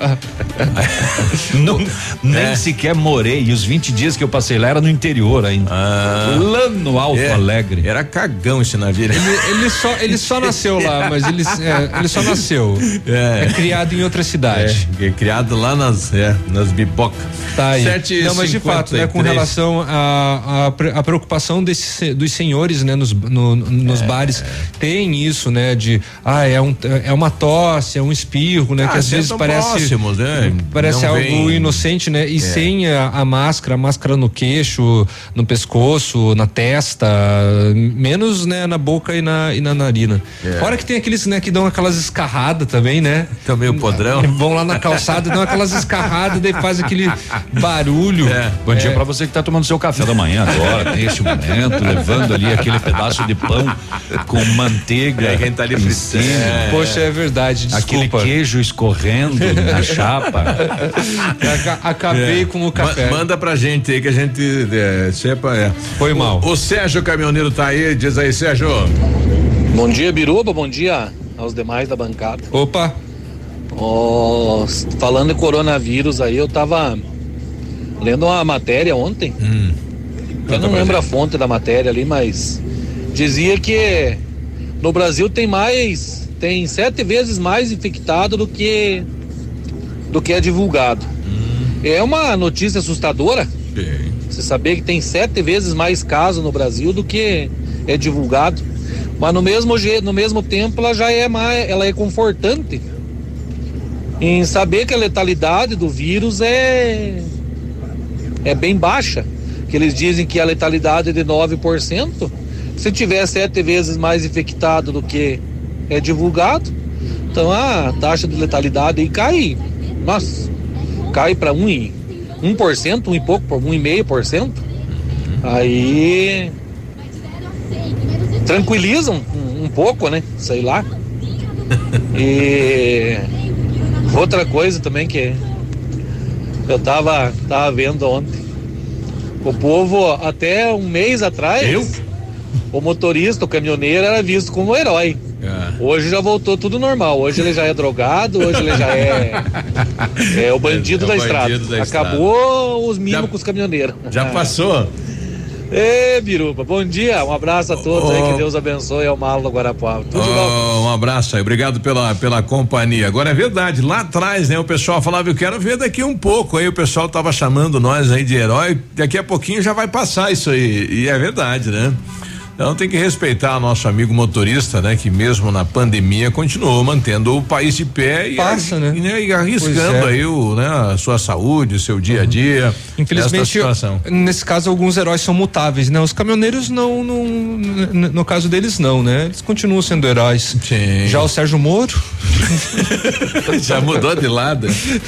S7: Nem sequer morei, e os 20 dias que eu passei lá era no interior ainda. Lá no Alto Alegre.
S5: Era cagão esse navio.
S6: Ele só nasceu lá, mas ele só nasceu. É criado em outra cidade.
S5: É criado lá nas bibocas.
S6: Tá aí. Não, mas de fato, né, com relação a preocupação dos senhores, né, nos bares, tem isso, né, de é uma tosse, é um espirro, né, que às vezes parece
S5: próximos, né?
S6: Parece
S5: não
S6: algo inocente, né, e sem a máscara no queixo, no pescoço, na testa, menos, né, na boca e na narina. Fora que tem aqueles, né, que dão aquelas escarradas também, né?
S5: Também o podrão.
S6: Vão lá na calçada e dão aquelas escarradas, daí faz aquele barulho.
S7: Bom dia pra você que tá tomando seu café da manhã agora, neste momento, levando ali aquele pedaço de pão com manteiga.
S5: Quem tá ali fritando.
S6: Poxa, é verdade, desculpa.
S7: Aquele queijo escorrendo na chapa.
S6: Acabei com o café.
S5: Manda pra gente aí que a gente sepa.
S6: Foi mal.
S5: O Sérgio Caminhoneiro tá aí, diz aí, Sérgio.
S13: Bom dia, Biruba, bom dia aos demais da bancada.
S6: Opa.
S13: Falando em coronavírus aí, eu tava lendo uma matéria ontem. Eu não lembro a fonte da matéria ali, mas dizia que no Brasil tem 7 vezes mais infectado do que é divulgado. É uma notícia assustadora. Você saber que tem 7 vezes mais casos no Brasil do que é divulgado. Mas no mesmo tempo ela é confortante. em saber que a letalidade do vírus é bem baixa, que eles dizem que a letalidade é de 9%. Se tiver 7 vezes mais infectado do que é divulgado, então a taxa de letalidade aí cai, nossa, cai para 1% e pouco, por 1,5%. Aí tranquilizam um pouco, né? Sei lá. E outra coisa também que eu tava vendo ontem, o povo até um mês atrás, o motorista, o caminhoneiro era visto como herói. Hoje já voltou tudo normal. Hoje ele já é drogado, hoje ele já é o bandido da estrada. Acabou os mimos com os caminhoneiros.
S5: Já passou?
S13: Biruba, bom dia, um abraço a todos aí, que Deus abençoe ao Malo do Guarapuava. Tudo bom?
S5: Um abraço aí, obrigado pela companhia. Agora é verdade, lá atrás, né, o pessoal falava, eu quero ver daqui um pouco, aí o pessoal tava chamando nós aí de herói, daqui a pouquinho já vai passar isso aí, e é verdade, né? Então tem que respeitar o nosso amigo motorista, né? Que mesmo na pandemia continuou mantendo o país de pé e arriscando aí a sua saúde, o seu dia a dia.
S6: Infelizmente, nesse caso, alguns heróis são mutáveis, né? Os caminhoneiros não, no caso deles não, né? Eles continuam sendo heróis.
S5: Sim.
S6: Já o Sérgio Moro
S5: já mudou de lado.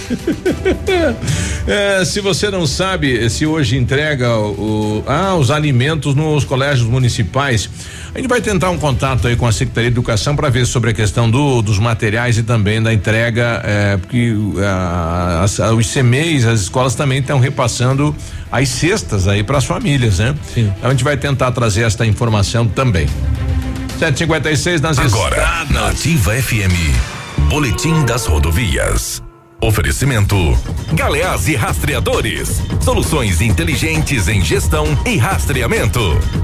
S5: Se você não sabe, se hoje entrega os alimentos nos colégios municipais, a gente vai tentar um contato aí com a Secretaria de Educação para ver sobre a questão dos materiais e também da entrega, porque os CMEs, as escolas também estão repassando as cestas aí para as famílias, né? Sim. Então a gente vai tentar trazer esta informação também. 7h56 nas
S28: Agora, na Ativa FM, Boletim das Rodovias. Oferecimento Galeás e Rastreadores, soluções inteligentes em gestão e rastreamento.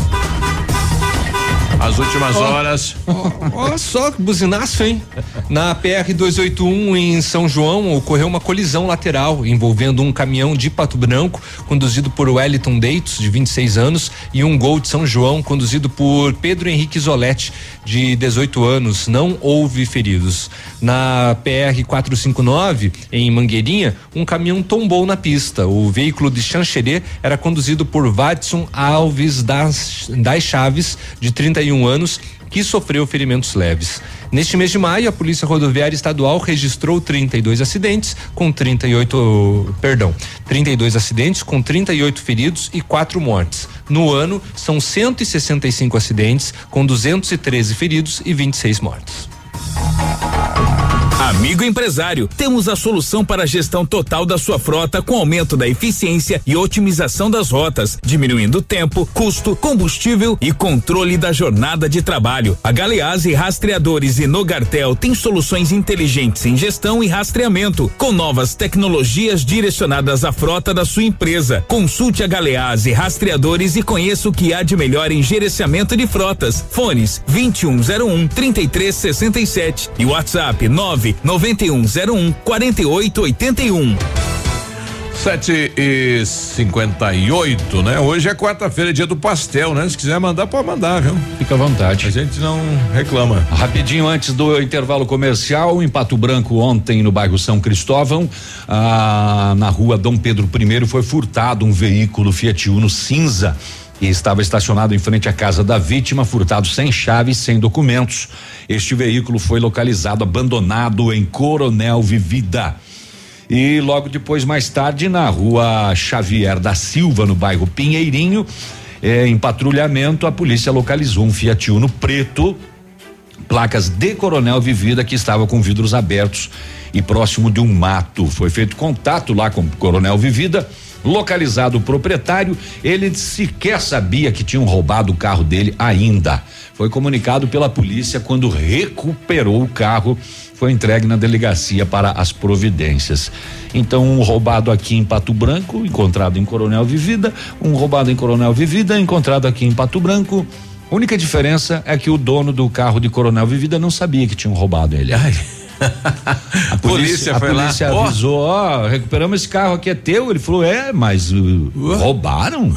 S5: As últimas horas.
S6: Olha só que buzinaço, hein? Na PR 281 em São João ocorreu uma colisão lateral envolvendo um caminhão de Pato Branco conduzido por Wellington Deitos, de 26 anos, e um Gol de São João conduzido por Pedro Henrique Zoletti, de 18 anos. Não houve feridos. Na PR 459 em Mangueirinha, um caminhão tombou na pista. O veículo de Xanxerê era conduzido por Vadson Alves das Chaves, de 31 anos, que sofreu ferimentos leves. Neste mês de maio, a Polícia Rodoviária Estadual registrou 32 acidentes com 32 acidentes com 38 feridos e 4 mortes. No ano, são 165 acidentes com 213 feridos e 26 mortes.
S14: Amigo empresário, temos a solução para a gestão total da sua frota com aumento da eficiência e otimização das rotas, diminuindo tempo, custo, combustível e controle da jornada de trabalho. A Galeás e Rastreadores e Nogartel tem soluções inteligentes em gestão e rastreamento, com novas tecnologias direcionadas à frota da sua empresa. Consulte a Galeás e Rastreadores e conheça o que há de melhor em gerenciamento de frotas. Fones 2101-3367 e WhatsApp 99101-4881.
S5: 7h58, né? Hoje é quarta-feira, dia do pastel, né? Se quiser mandar, pode mandar, viu?
S7: Fica à vontade.
S5: A gente não reclama.
S7: Rapidinho antes do intervalo comercial, em Pato Branco, ontem no bairro São Cristóvão, na rua Dom Pedro I, foi furtado um veículo Fiat Uno cinza e estava estacionado em frente à casa da vítima, furtado sem chave e sem documentos. Este veículo foi localizado abandonado em Coronel Vivida. E logo depois, mais tarde, na rua Xavier da Silva, no bairro Pinheirinho, em patrulhamento, a polícia localizou um Fiat Uno preto, placas de Coronel Vivida, que estava com vidros abertos e próximo de um mato. Foi feito contato lá com o Coronel Vivida. Localizado o proprietário, ele sequer sabia que tinham roubado o carro dele ainda. Foi comunicado pela polícia quando recuperou o carro, foi entregue na delegacia para as providências. Então, um roubado aqui em Pato Branco, encontrado em Coronel Vivida, um roubado em Coronel Vivida, encontrado aqui em Pato Branco. A única diferença é que o dono do carro de Coronel Vivida não sabia que tinham roubado ele. A polícia avisou, recuperamos esse carro aqui, é teu? Ele falou, mas roubaram?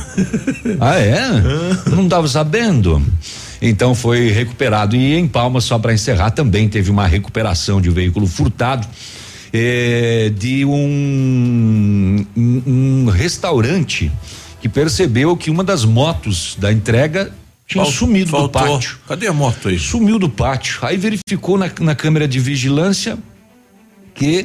S7: Não estava sabendo. Então foi recuperado. E em Palmas, só para encerrar, também teve uma recuperação de um veículo furtado de um restaurante que percebeu que uma das motos da entrega tinha sumido do pátio.
S5: Cadê a moto aí?
S7: Sumiu do pátio. Aí verificou na câmera de vigilância que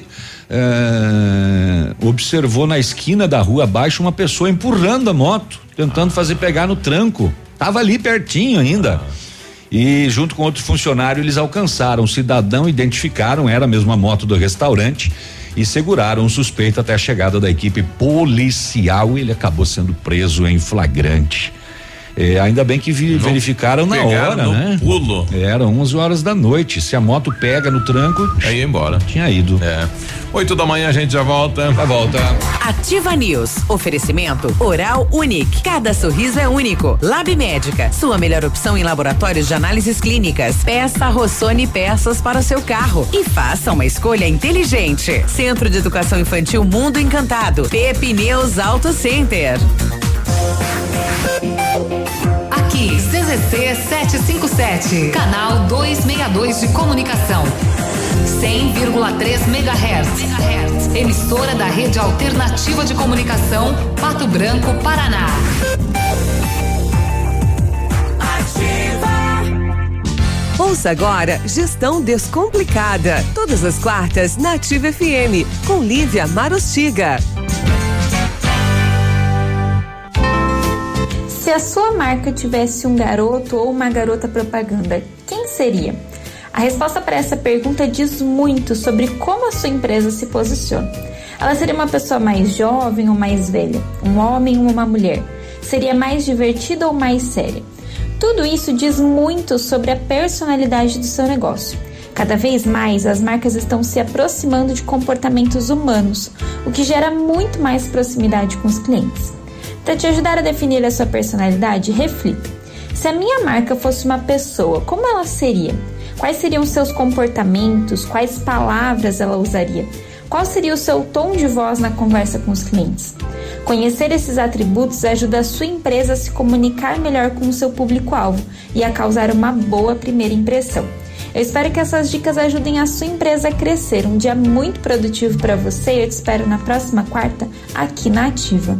S7: observou na esquina da rua abaixo uma pessoa empurrando a moto, tentando fazer pegar no tranco. Tava ali pertinho ainda. E junto com outro funcionário eles alcançaram o cidadão, identificaram, era mesmo a moto do restaurante e seguraram o suspeito até a chegada da equipe policial. Ele acabou sendo preso em flagrante. Ainda bem que verificaram na hora, né?
S5: Pulo.
S7: Eram 11 horas da noite. Se a moto pega no tranco,
S5: aí ia embora.
S7: Tinha ido.
S5: 8 da manhã a gente já volta.
S4: Ativa News. Oferecimento Oral Unique. Cada sorriso é único. Lab Médica. Sua melhor opção em laboratórios de análises clínicas. Peça Rossoni peças para o seu carro e faça uma escolha inteligente. Centro de Educação Infantil Mundo Encantado. Pepineus Auto Center.
S15: Aqui, CZC 757, canal 262 de comunicação. 100,3 MHz. Emissora da Rede Alternativa de Comunicação, Pato Branco, Paraná.
S16: Ouça agora Gestão Descomplicada. Todas as quartas na Ativa FM, com Lívia Marostiga.
S17: Se a sua marca tivesse um garoto ou uma garota propaganda, quem seria? A resposta para essa pergunta diz muito sobre como a sua empresa se posiciona. Ela seria uma pessoa mais jovem ou mais velha? Um homem ou uma mulher? Seria mais divertida ou mais séria? Tudo isso diz muito sobre a personalidade do seu negócio. Cada vez mais, as marcas estão se aproximando de comportamentos humanos, o que gera muito mais proximidade com os clientes. Para te ajudar a definir a sua personalidade, reflita. Se a minha marca fosse uma pessoa, como ela seria? Quais seriam os seus comportamentos? Quais palavras ela usaria? Qual seria o seu tom de voz na conversa com os clientes? Conhecer esses atributos ajuda a sua empresa a se comunicar melhor com o seu público-alvo e a causar uma boa primeira impressão. Eu espero que essas dicas ajudem a sua empresa a crescer. Um dia muito produtivo para você e eu te espero na próxima quarta aqui na Ativa.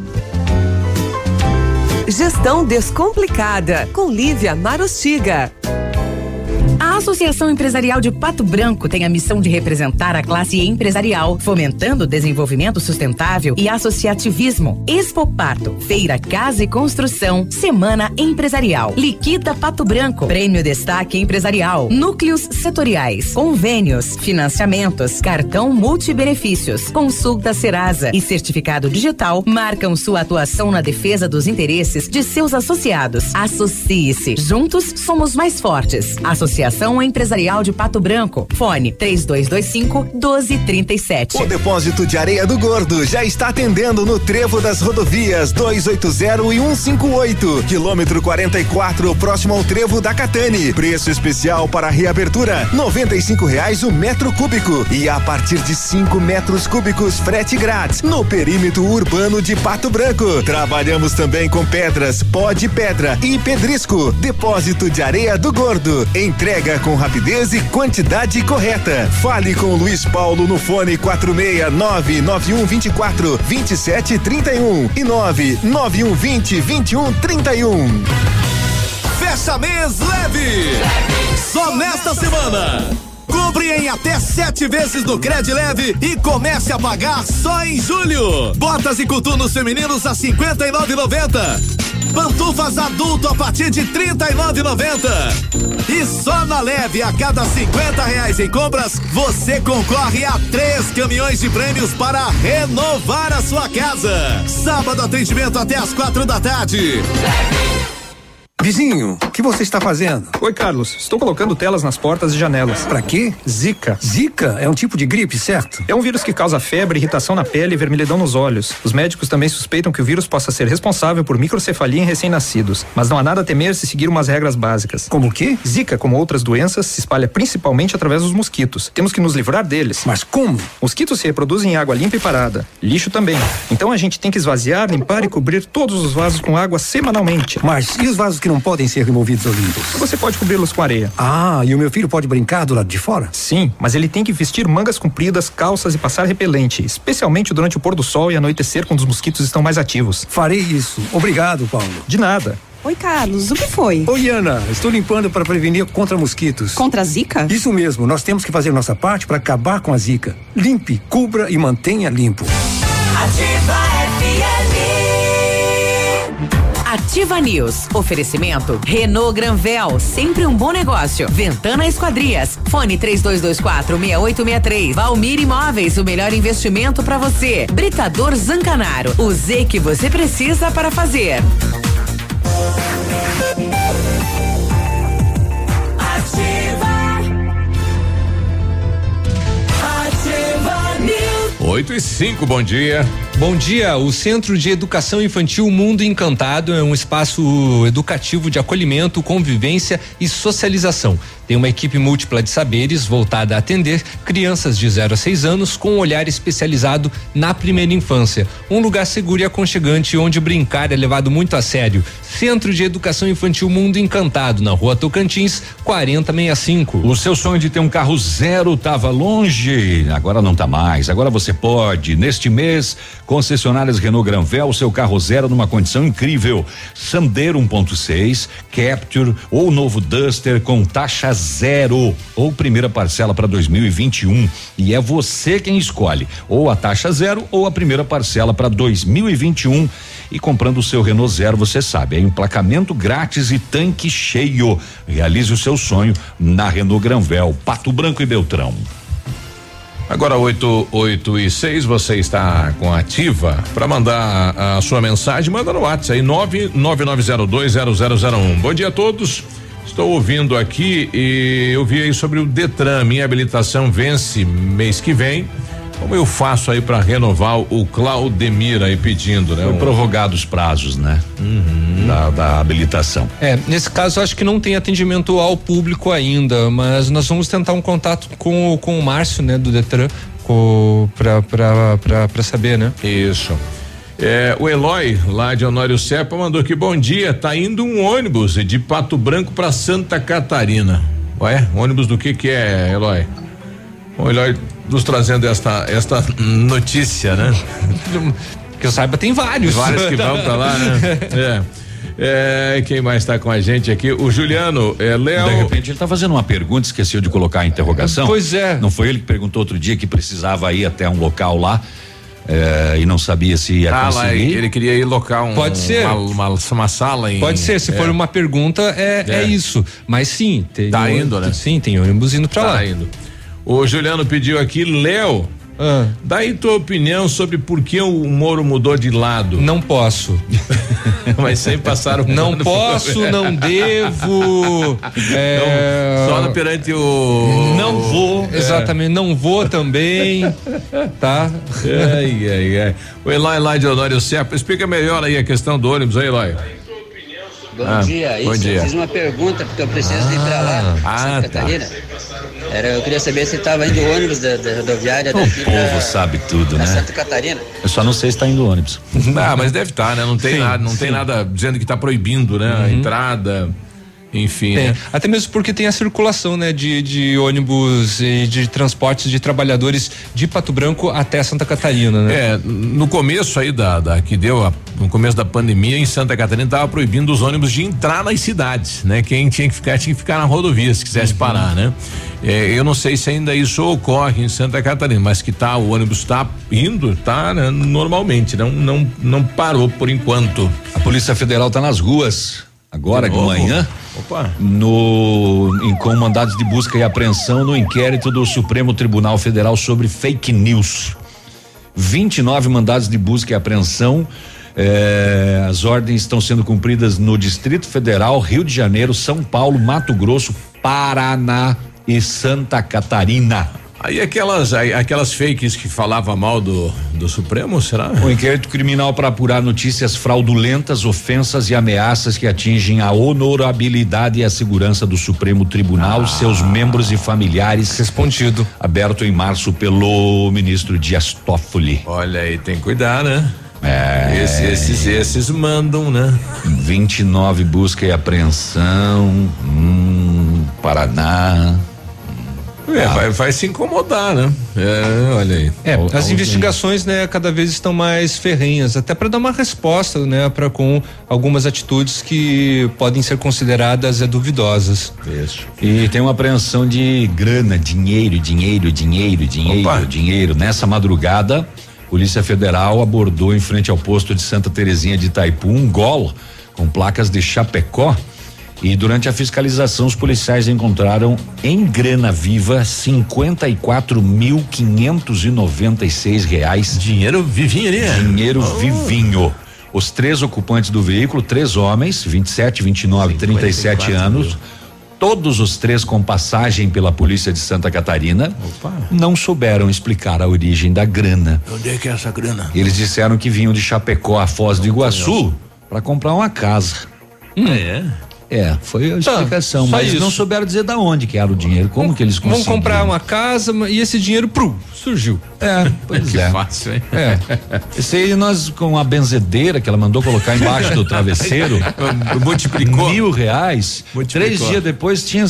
S16: Gestão Descomplicada, com Lívia Marostiga.
S4: A Associação Empresarial de Pato Branco tem a missão de representar a classe empresarial, fomentando o desenvolvimento sustentável e associativismo. Expo Pato, Feira Casa e Construção, Semana Empresarial. Liquida Pato Branco, Prêmio Destaque Empresarial, Núcleos Setoriais, Convênios, Financiamentos, Cartão Multibenefícios, Consulta Serasa e Certificado Digital marcam sua atuação na defesa dos interesses de seus associados. Associe-se. Juntos somos mais fortes. Associação Empresarial de Pato Branco. Fone 3225-1237.
S18: O depósito de areia do Gordo já está atendendo no Trevo das Rodovias 280 e 158, quilômetro 44, próximo ao Trevo da Catane. Preço especial para reabertura, R$95 o metro cúbico e a partir de 5 metros cúbicos frete grátis no perímetro urbano de Pato Branco. Trabalhamos também com pedras, pó de pedra e pedrisco. Depósito de areia do Gordo. Entrega com rapidez e quantidade correta. Fale com o Luiz Paulo no fone 469-9124-2731 e 99120-2131.
S19: Fecha mês leve. Só nesta semana. Compre em até 7 vezes no Cred Leve e comece a pagar só em julho. Botas e coturnos femininos a R$ 59,90. Pantufas adulto a partir de R$ 39,90. E só na Leve, a cada R$50 em compras, você concorre a 3 caminhões de prêmios para renovar a sua casa. Sábado, atendimento até às 4 da tarde.
S20: Vizinho, o que você está fazendo?
S21: Oi, Carlos. Estou colocando telas nas portas e janelas.
S20: Pra quê?
S21: Zika.
S20: Zika é um tipo de gripe, certo?
S21: É um vírus que causa febre, irritação na pele e vermelhidão nos olhos. Os médicos também suspeitam que o vírus possa ser responsável por microcefalia em recém-nascidos. Mas não há nada a temer se seguir umas regras básicas.
S20: Como o quê?
S21: Zika, como outras doenças, se espalha principalmente através dos mosquitos. Temos que nos livrar deles.
S20: Mas como?
S21: Mosquitos se reproduzem em água limpa e parada. Lixo também. Então a gente tem que esvaziar, limpar e cobrir todos os vasos com água semanalmente.
S20: Mas e os vasos que não não podem ser removidos ou limpos?
S21: Você pode cobri-los com areia.
S20: Ah, e o meu filho pode brincar do lado de fora?
S21: Sim, mas ele tem que vestir mangas compridas, calças e passar repelente, especialmente durante o pôr do sol e anoitecer, quando os mosquitos estão mais ativos.
S20: Farei isso. Obrigado, Paulo.
S21: De nada.
S2: Oi, Carlos, o que foi?
S20: Oi, Ana, estou limpando para prevenir contra mosquitos.
S2: Contra a zika?
S20: Isso mesmo, nós temos que fazer nossa parte para acabar com a zika. Limpe, cubra e mantenha limpo.
S4: Ativa FM. Ativa News. Oferecimento Renault Granvel, sempre um bom negócio. Ventana Esquadrias. Fone 3224-6863. Valmir Imóveis, o melhor investimento para você. Britador Zancanaro. O Z que você precisa para fazer.
S5: 8:05, bom dia.
S6: Bom dia. O Centro de Educação Infantil Mundo Encantado é um espaço educativo de acolhimento, convivência e socialização. Tem uma equipe múltipla de saberes voltada a atender crianças de 0 a 6 anos com um olhar especializado na primeira infância. Um lugar seguro e aconchegante onde brincar é levado muito a sério. Centro de Educação Infantil Mundo Encantado, na Rua Tocantins, 4065.
S7: O seu sonho de ter um carro zero estava longe, agora não tá mais. Agora você pode. Neste mês, concessionárias Renault Granvel, seu carro zero numa condição incrível. Sandero 1.6, Capture ou novo Duster com taxa zero ou primeira parcela para 2021. E é você quem escolhe, ou a taxa zero ou a primeira parcela para 2021. E comprando o seu Renault zero, você sabe, é emplacamento grátis e tanque cheio. Realize o seu sonho na Renault Granvel, Pato Branco e Beltrão.
S5: Agora 8:06, você está com a Ativa. Para mandar a sua mensagem, manda no WhatsApp aí 999020001. Bom dia a todos. Estou ouvindo aqui e eu vi aí sobre o Detran. Minha habilitação vence mês que vem. Como eu faço aí para renovar? O Claudemir aí pedindo, né?
S7: Foi prorrogado os prazos, né? Da habilitação.
S6: Nesse caso acho que não tem atendimento ao público ainda, mas nós vamos tentar um contato com o Márcio, né? Do Detran, pra saber, né?
S5: Isso. O Eloy, lá de Honório Serpa, mandou aqui: bom dia, tá indo um ônibus de Pato Branco pra Santa Catarina. Ué, ônibus do que é, Eloy? O Eloy nos trazendo esta notícia, né?
S6: Que eu saiba, tem vários.
S5: Vários que vão pra lá, né? Quem mais tá com a gente aqui? O Juliano, Léo.
S7: De repente ele tá fazendo uma pergunta, esqueceu de colocar a interrogação.
S6: Pois é.
S7: Não foi ele que perguntou outro dia que precisava ir até um local lá? E não sabia se ia conseguir.
S5: Lá, ele queria ir locar
S6: Pode ser.
S5: Uma sala em.
S6: Pode ser, se for uma pergunta, é isso. Mas sim, tem.
S5: Tá indo, né?
S6: Sim, tem ônibus indo pra lá.
S5: Tá indo. O Juliano pediu aqui, Léo, daí tua opinião sobre por que o Moro mudou de lado.
S6: Não posso.
S5: Mas sem passar o
S6: Não posso, não devo.
S5: Só perante o.
S6: Não vou, exatamente, não vou também. Tá?
S5: Ai. O Eloy lá de Honório Serpa, explica melhor aí a questão do ônibus aí, Eloy.
S3: Bom dia,
S5: bom dia.
S3: Eu fiz uma pergunta porque eu preciso ir pra lá, Santa Catarina. Eu queria saber se estava indo ônibus da rodoviária daqui.
S7: O povo sabe tudo, né?
S3: Santa Catarina.
S7: Eu só não sei se está indo ônibus.
S5: Mas deve estar, né? Não tem nada, tem nada dizendo que está proibindo, né? A entrada. Enfim, né?
S6: Até mesmo porque tem a circulação, né? De ônibus e de transportes de trabalhadores de Pato Branco até Santa Catarina, né?
S5: No começo aí no começo da pandemia em Santa Catarina tava proibindo os ônibus de entrar nas cidades, né? Quem tinha que ficar na rodovia se quisesse parar, né? Eu não sei se ainda isso ocorre em Santa Catarina, mas que o ônibus tá indo, né, normalmente, não parou por enquanto.
S7: A Polícia Federal tá nas ruas agora de manhã.
S5: Opa.
S7: Com mandados de busca e apreensão no inquérito do Supremo Tribunal Federal sobre fake news. 29 mandados de busca e apreensão. As ordens estão sendo cumpridas no Distrito Federal, Rio de Janeiro, São Paulo, Mato Grosso, Paraná e Santa Catarina.
S5: Aí aquelas fakes que falavam mal do Supremo, será?
S7: O inquérito criminal para apurar notícias fraudulentas, ofensas e ameaças que atingem a honorabilidade e a segurança do Supremo Tribunal, seus membros e familiares.
S6: Respondido.
S7: Aberto em março pelo ministro Dias Toffoli.
S5: Olha aí, tem que cuidar, né? Esses mandam, né?
S7: 29 busca e apreensão, Paraná.
S5: Vai se incomodar, né? Olha aí.
S6: As investigações, né, cada vez estão mais ferrenhas, até para dar uma resposta, né, para com algumas atitudes que podem ser consideradas duvidosas.
S7: Isso. E tem uma apreensão de grana, dinheiro. Nessa madrugada, Polícia Federal abordou em frente ao posto de Santa Terezinha de Itaipu um Gol com placas de Chapecó. E durante a fiscalização, os policiais encontraram em grana viva R$50.596.
S5: Dinheiro vivinho ali,
S7: vivinho. Os 3 ocupantes do veículo, 3 homens, 27, 29 e 37 anos. Todos os 3 com passagem pela Polícia de Santa Catarina. Não souberam explicar a origem da grana.
S5: Onde é que é essa grana?
S7: Eles disseram que vinham de Chapecó a Foz do Iguaçu para comprar uma casa. Foi a explicação, mas não souberam dizer da onde que era o dinheiro, como que eles conseguiram.
S6: Vão comprar uma casa e esse dinheiro surgiu.
S7: Pois
S5: que fácil, hein?
S7: Esse aí nós com a benzedeira que ela mandou colocar embaixo do travesseiro,
S5: multiplicou
S7: R$1.000, 3 dias depois tinha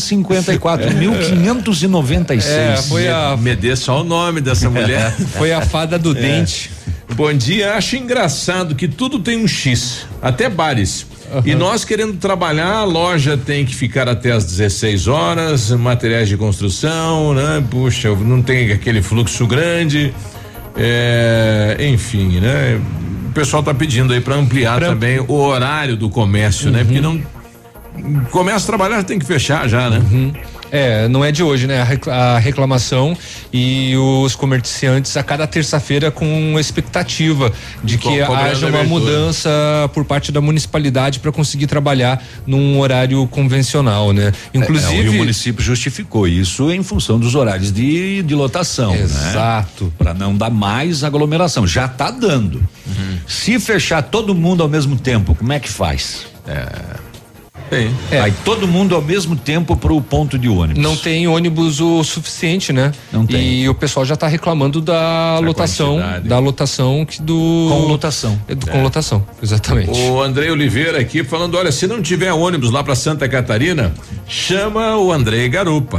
S7: 54.596.
S5: Foi me dê só o nome dessa mulher.
S6: Foi a fada do dente.
S5: Bom dia, acho engraçado que tudo tem um X, até bares. E nós querendo trabalhar, a loja tem que ficar até às 16 horas, materiais de construção, né? Puxa, não tem aquele fluxo grande, enfim, né? O pessoal tá pedindo aí para ampliar também o horário do comércio, né? Porque não começa a trabalhar, tem que fechar já, né?
S6: Não é de hoje, né? A reclamação e os comerciantes a cada terça-feira com expectativa de que haja uma mudança por parte da municipalidade para conseguir trabalhar num horário convencional, né? Inclusive
S7: o município justificou isso em função dos horários de lotação,
S6: exato,
S7: né? Para não dar mais aglomeração. Já tá dando. Se fechar todo mundo ao mesmo tempo, como é que faz? Vai todo mundo ao mesmo tempo pro ponto de ônibus.
S6: Não tem ônibus o suficiente, né?
S7: Não tem.
S6: E o pessoal já tá reclamando da lotação,
S7: com lotação.
S6: Com lotação, exatamente.
S5: O André Oliveira aqui falando, olha, se não tiver ônibus lá pra Santa Catarina, chama o André Garupa.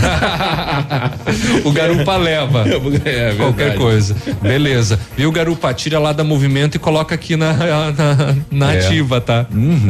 S6: O Garupa leva qualquer coisa. Beleza. Viu, Garupa? Tira lá da Movimento e coloca aqui na ativa, tá?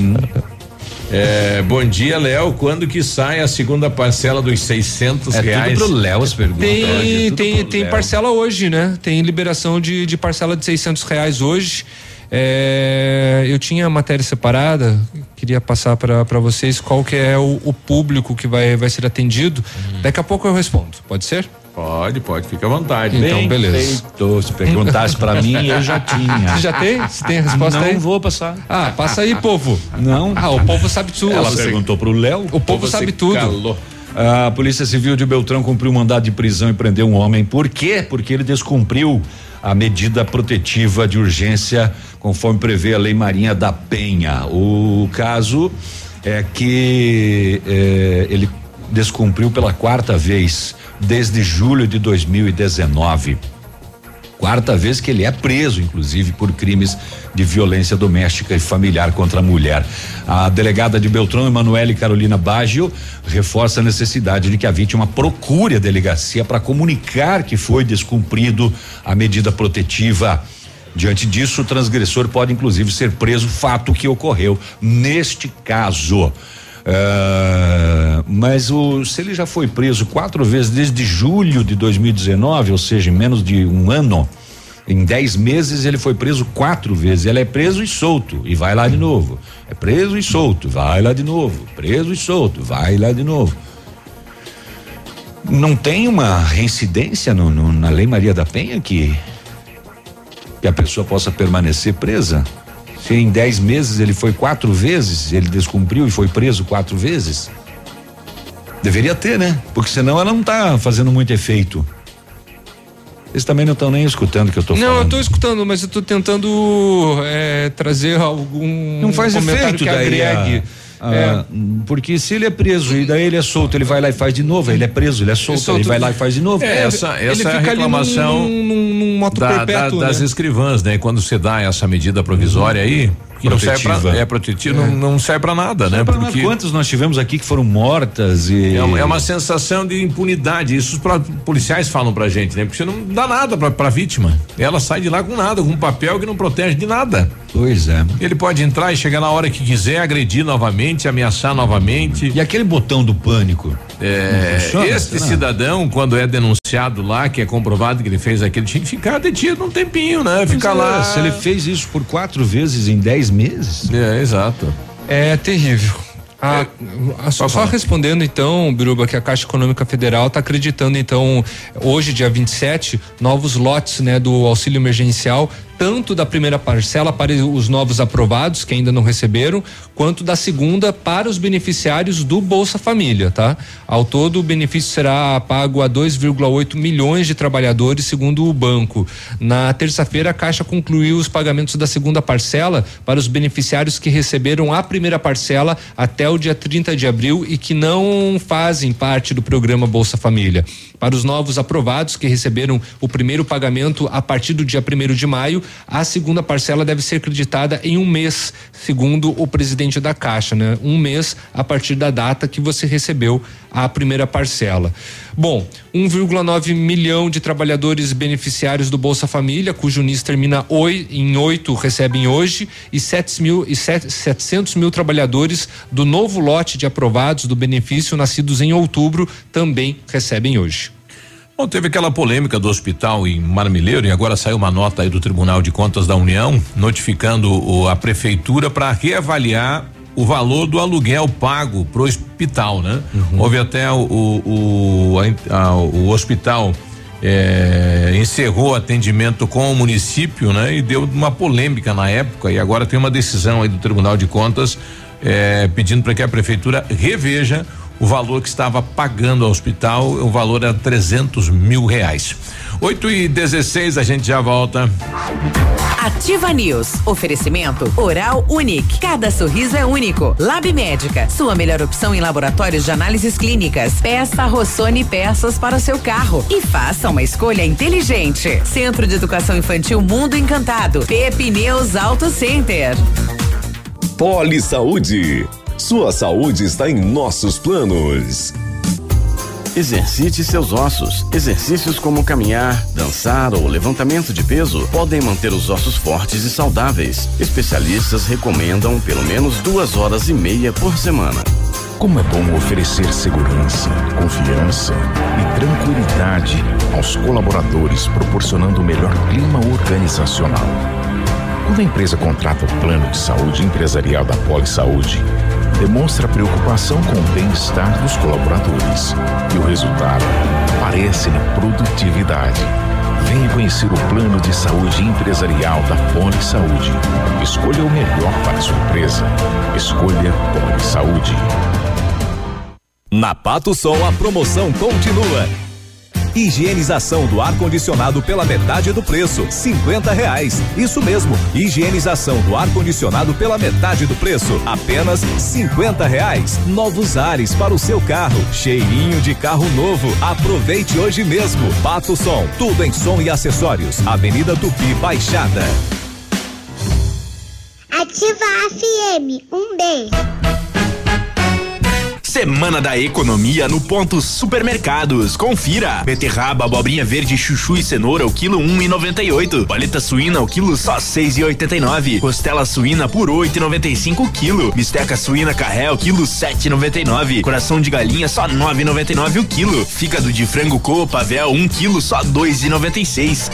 S5: Bom dia, Léo. Quando que sai a segunda parcela dos R$600?
S7: Tudo pro Léo as perguntas.
S6: Tem parcela hoje, né? Tem liberação de parcela de R$600 hoje. Eu tinha a matéria separada, queria passar para vocês qual que é o público que vai ser atendido. Daqui a pouco eu respondo, pode ser?
S5: Pode, fica à vontade.
S6: Então, beleza.
S7: Feito. Se perguntasse pra mim, eu já tinha.
S6: Você já tem? Você tem a resposta aí?
S7: Não vou passar.
S6: Passa aí, povo.
S7: Não.
S6: O povo sabe tudo.
S7: Ela perguntou pro Léo.
S6: O povo sabe tudo.
S5: Calou.
S7: A Polícia Civil de Beltrão cumpriu um mandado de prisão e prendeu um homem. Por quê? Porque ele descumpriu a medida protetiva de urgência, conforme prevê a Lei Marinha da Penha. O caso é que ele descumpriu pela 4ª vez desde julho de 2019. 4ª vez que ele é preso, inclusive, por crimes de violência doméstica e familiar contra a mulher. A delegada de Beltrão, Emanuele Carolina Baggio, reforça a necessidade de que a vítima procure a delegacia para comunicar que foi descumprido a medida protetiva. Diante disso, o transgressor pode, inclusive, ser preso, fato que ocorreu neste caso. Mas se ele já foi preso 4 vezes desde julho de 2019, ou seja, em menos de um ano, em 10 meses ele foi preso 4 vezes. Ele é preso e solto e vai lá de novo. É preso e solto, vai lá de novo. Preso e solto, vai lá de novo. Não tem uma reincidência na Lei Maria da Penha que a pessoa possa permanecer presa? Se em 10 meses ele foi 4 vezes, ele descumpriu e foi preso 4 vezes? Deveria ter, né? Porque senão ela não tá fazendo muito efeito. Vocês também não estão nem escutando o que eu tô falando.
S6: Não, eu tô escutando, mas eu tô tentando trazer algum
S7: não faz
S6: comentário
S7: efeito
S6: que
S7: daí
S6: agregue.
S7: Porque se ele é preso e daí ele é solto, ele vai lá e faz de novo, ele é preso, ele é solto, ele vai lá e faz de novo.
S5: Essa é a reclamação das escrivãs, né? Quando você dá essa medida provisória aí, que não serve pra, protetiva, não serve pra nada, né?
S7: Porque quantos nós tivemos aqui que foram mortas e...
S5: É uma sensação de impunidade, isso os policiais falam pra gente, né? Porque você não dá nada pra vítima, ela sai de lá com nada, com um papel que não protege de nada.
S7: Pois é.
S5: Ele pode entrar e chegar na hora que quiser, agredir novamente, ameaçar novamente.
S7: E aquele botão do pânico?
S5: Este cidadão, quando é denunciado lá, que é comprovado que ele fez aquilo, tinha que ficar detido um tempinho, né? Ficar lá.
S7: Se ele fez isso por 4 vezes em 10 meses.
S5: Exato.
S6: É terrível. Só respondendo então, Biruba, que a Caixa Econômica Federal está acreditando então, hoje dia 27, novos lotes, né, do auxílio emergencial, tanto da primeira parcela para os novos aprovados que ainda não receberam, quanto da segunda para os beneficiários do Bolsa Família, tá? Ao todo, o benefício será pago a 2,8 milhões de trabalhadores, segundo o banco. Na terça-feira, a Caixa concluiu os pagamentos da segunda parcela para os beneficiários que receberam a primeira parcela até o dia 30 de abril e que não fazem parte do programa Bolsa Família. Para os novos aprovados que receberam o primeiro pagamento a partir do dia 1º de maio, a segunda parcela deve ser creditada em um mês, segundo o presidente da Caixa, né? Um mês a partir da data que você recebeu a primeira parcela. Bom, 1,9 milhão de trabalhadores beneficiários do Bolsa Família, cujo NIS termina em 8, recebem hoje, e 700 mil trabalhadores do novo lote de aprovados do benefício nascidos em outubro também recebem hoje.
S5: Bom, teve aquela polêmica do hospital em Marmeleiro e agora saiu uma nota aí do Tribunal de Contas da União notificando a prefeitura para reavaliar o valor do aluguel pago pro hospital, né? Houve até o hospital encerrou atendimento com o município, né? E deu uma polêmica na época e agora tem uma decisão aí do Tribunal de Contas pedindo para que a prefeitura reveja o valor que estava pagando ao hospital, o valor era 300 mil reais. 8h16, a gente já volta.
S4: Ativa News. Oferecimento Oral Unique. Cada sorriso é único. Lab Médica. Sua melhor opção em laboratórios de análises clínicas. Peça Rossoni peças para o seu carro. E faça uma escolha inteligente. Centro de Educação Infantil Mundo Encantado. Pepineus Auto Center.
S8: Poli Saúde. Sua saúde está em nossos planos.
S10: Exercite seus ossos. Exercícios como caminhar, dançar ou levantamento de peso podem manter os ossos fortes e saudáveis. Especialistas recomendam pelo menos 2h30 por semana.
S11: Como é bom oferecer segurança, confiança e tranquilidade aos colaboradores, proporcionando o melhor clima organizacional. Quando a empresa contrata o plano de saúde empresarial da Poli Saúde, demonstra preocupação com o bem-estar dos colaboradores e o resultado aparece na produtividade. Venha conhecer o plano de saúde empresarial da Poli Saúde. Escolha o melhor para a sua empresa. Escolha Poli Saúde.
S8: Na Pato Sol a promoção continua. Higienização do ar-condicionado pela metade do preço, R$50. Isso mesmo, higienização do ar-condicionado pela metade do preço, apenas R$50. Novos ares para o seu carro, cheirinho de carro novo. Aproveite hoje mesmo. Pato Som, tudo em som e acessórios. Avenida Tupi, Baixada.
S23: Ativa a FM, um beijo.
S22: Semana da Economia no Ponto Supermercados. Confira. Beterraba, abobrinha verde, chuchu e cenoura, o quilo 1,98. Paleta suína, o quilo só 6,89. Costela suína por 8,95 o quilo. Bisteca suína carré, o quilo 7,99. Coração de galinha só 9,99 o quilo. Fígado de frango coa pavel, 1 quilo só 2,96.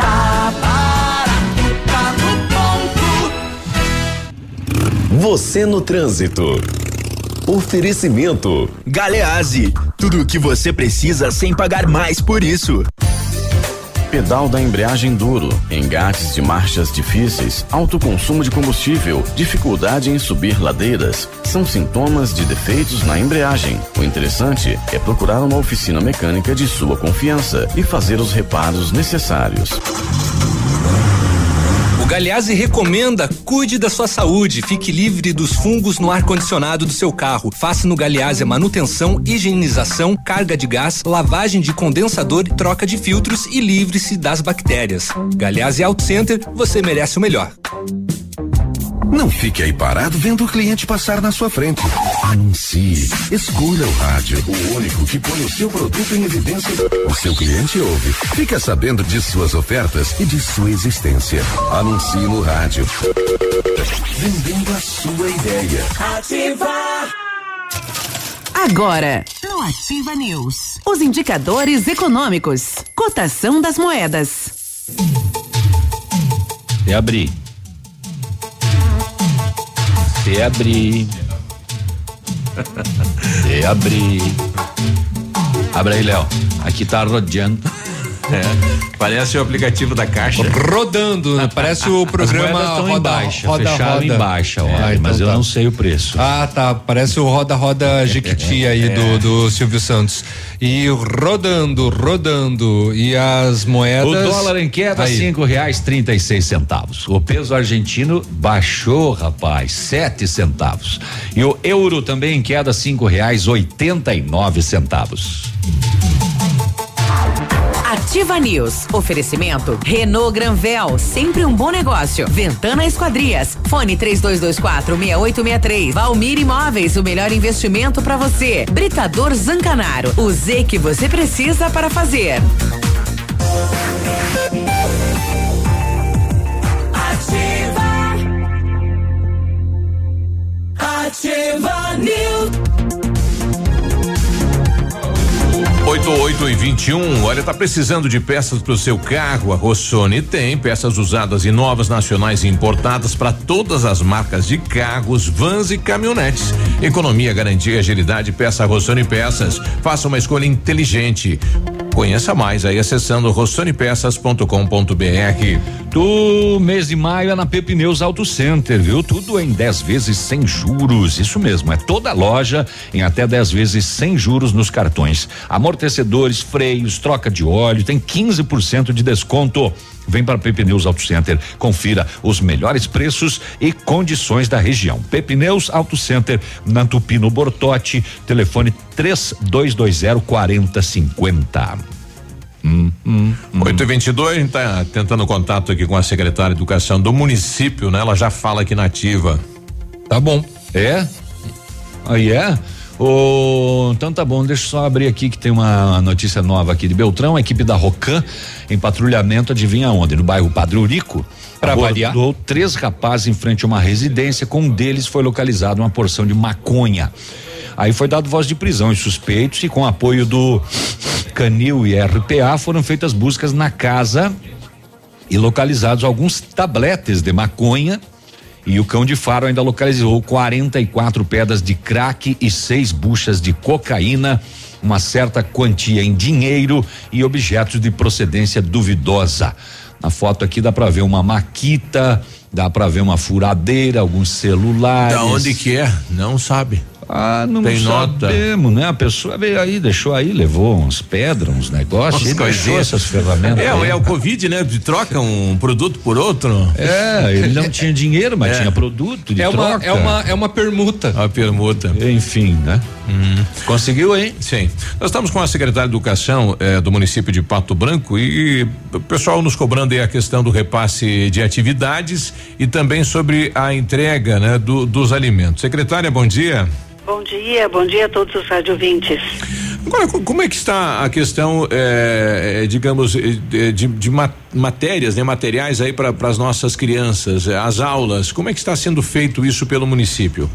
S8: Você no trânsito. Oferecimento
S22: Galeazzi, tudo o que você precisa sem pagar mais por isso.
S10: Pedal da embreagem duro, engates de marchas difíceis, alto consumo de combustível, dificuldade em subir ladeiras, são sintomas de defeitos na embreagem. O interessante é procurar uma oficina mecânica de sua confiança e fazer os reparos necessários.
S1: O
S9: Galeazzi recomenda: cuide da sua saúde, fique livre dos fungos no ar-condicionado do seu carro. Faça no Galeazzi a manutenção, higienização, carga de gás, lavagem de condensador, troca de filtros e livre-se das bactérias. Galeazzi Auto Center, você merece o melhor.
S12: Não fique aí parado vendo o cliente passar na sua frente. Anuncie. Escolha o rádio, o único que põe o seu produto em evidência. O seu cliente ouve. Fica sabendo de suas ofertas e de sua existência. Anuncie no rádio. Vendendo a sua ideia.
S4: Ativa! Agora, no Ativa News, os indicadores econômicos, cotação das moedas.
S7: Se abrir. Abre aí, Léo. Aqui tá rodeando.
S5: Parece o aplicativo da Caixa.
S6: Rodando, né? Parece o programa
S7: Roda, fecharam em baixa, olha, mas então eu não sei o preço.
S6: Ah, tá, parece o Roda Jequiti aí do Silvio Santos. E rodando, e as moedas.
S7: O dólar em queda, R$5,36. O peso argentino baixou, rapaz, 7 centavos. E o euro também em queda, R$5,89.
S4: Ativa News. Oferecimento Renault Granvel, sempre um bom negócio. Ventana Esquadrias. Fone 3224-6863. Valmir Imóveis, o melhor investimento para você. Britador Zancanaro. O Z que você precisa para fazer.
S1: Ativa News.
S5: 8:21. Olha, tá precisando de peças para o seu carro? A Rossoni tem peças usadas e novas, nacionais e importadas para todas as marcas de carros, vans e caminhonetes. Economia, garantia, agilidade. Peça Rossoni Peças. Faça uma escolha inteligente. Conheça mais aí acessando rossonepeças.com.br.
S7: Do mês de maio é na Pepineus Auto Center, viu? Tudo em 10 vezes sem juros. Isso mesmo, é toda loja em até 10 vezes sem juros nos cartões. Amortecedores, freios, troca de óleo, tem 15% de desconto. Vem para Pepineus Auto Center, confira os melhores preços e condições da região. Pepineus Auto Center, na Tupino Bortote, telefone 3220-4050.
S5: 8:22, a gente tá tentando contato aqui com a secretária de Educação do município, né? Ela já fala aqui na Ativa.
S6: Tá bom.
S7: É? Aí é? Então tá bom, deixa eu só abrir aqui que tem uma notícia nova aqui de Beltrão. A equipe da Rocan em patrulhamento, adivinha onde? No bairro Padre Eurico.
S6: Pra variar,
S7: abordou 3 rapazes em frente a uma residência. Com um deles foi localizado uma porção de maconha. Aí foi dado voz de prisão em suspeitos e com apoio do Canil e RPA foram feitas buscas na casa e localizados alguns tabletes de maconha. E o cão de faro ainda localizou 44 pedras de crack e 6 buchas de cocaína, uma certa quantia em dinheiro e objetos de procedência duvidosa. Na foto aqui dá pra ver uma maquita, dá pra ver uma furadeira, alguns celulares.
S5: Da onde que é? Não sabe.
S7: Não
S5: tem
S7: sabemos,
S5: nota.
S7: né? A pessoa veio aí, deixou aí, levou umas pedras, uns negócios, e deixou essas ferramentas.
S5: É o Covid, né? Troca um produto por outro.
S7: Ele não tinha dinheiro, mas tinha produto de troca.
S6: É uma permuta.
S5: Uma permuta.
S7: Enfim, né? Conseguiu, hein?
S5: Sim. Nós estamos com a secretária de Educação do município de Pato Branco e o pessoal nos cobrando aí a questão do repasse de atividades e também sobre a entrega, né? Dos alimentos. Secretária, bom dia.
S13: Bom dia a todos os radiovintes.
S5: Agora, como é que está a questão, digamos, de matérias, né? Materiais aí para as nossas crianças, as aulas, como é que está sendo feito isso pelo município?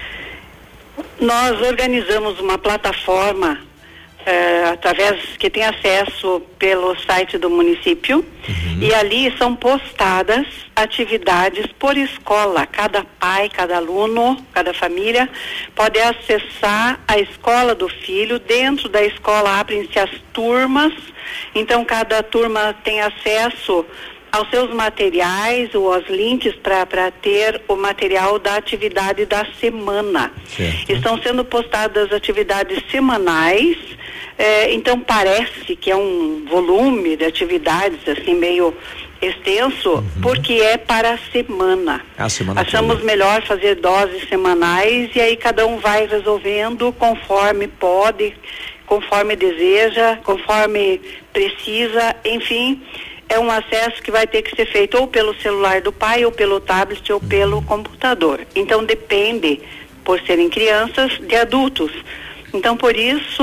S13: Nós organizamos uma plataforma através que tem acesso pelo site do município e ali são postadas atividades por escola. Cada pai, cada aluno, cada família pode acessar a escola do filho. Dentro da escola abrem-se as turmas, então cada turma tem acesso aos seus materiais ou aos links para ter o material da atividade da semana. Certo. Estão sendo postadas atividades semanais, então parece que é um volume de atividades assim meio extenso, porque é para a semana. Achamos melhor fazer doses semanais e aí cada um vai resolvendo conforme pode, conforme deseja, conforme precisa, enfim, é um acesso que vai ter que ser feito ou pelo celular do pai, ou pelo tablet, ou pelo computador. Então depende, por serem crianças, de adultos. Então por isso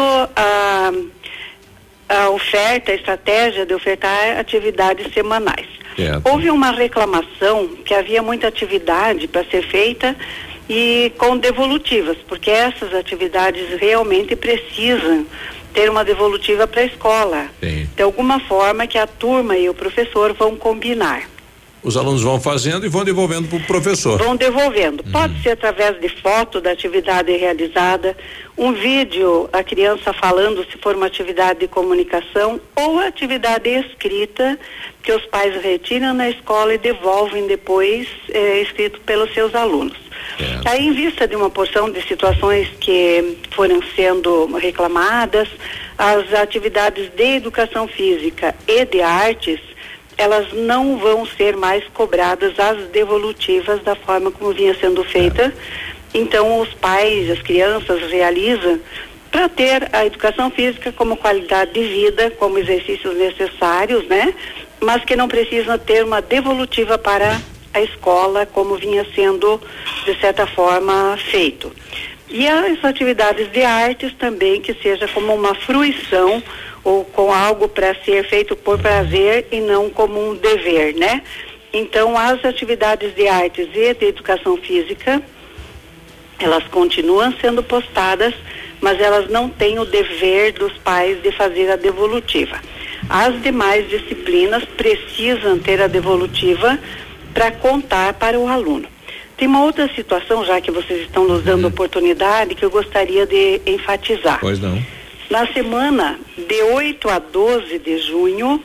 S13: a oferta, a estratégia de ofertar atividades semanais. Houve uma reclamação que havia muita atividade para ser feita e com devolutivas, porque essas atividades realmente precisam ter uma devolutiva para a escola. De alguma forma que a turma e o professor vão combinar.
S5: Os alunos vão fazendo e vão devolvendo para o professor.
S13: Vão devolvendo. Pode ser através de foto da atividade realizada, um vídeo, a criança falando se for uma atividade de comunicação, ou atividade escrita que os pais retiram na escola e devolvem depois, escrito pelos seus alunos. Aí, em vista de uma porção de situações que foram sendo reclamadas, as atividades de educação física e de artes, elas não vão ser mais cobradas as devolutivas da forma como vinha sendo feita. Então os pais, as crianças realizam para ter a educação física como qualidade de vida, como exercícios necessários, né? Mas que não precisam ter uma devolutiva para a escola como vinha sendo de certa forma feito. E as atividades de artes também, que seja como uma fruição ou com algo para ser feito por prazer e não como um dever, né? Então, as atividades de artes e de educação física, elas continuam sendo postadas, mas elas não têm o dever dos pais de fazer a devolutiva. As demais disciplinas precisam ter a devolutiva para contar para o aluno. Tem uma outra situação, já que vocês estão nos dando oportunidade, que eu gostaria de enfatizar.
S5: Pois não.
S13: Na semana de 8 a 12 de junho,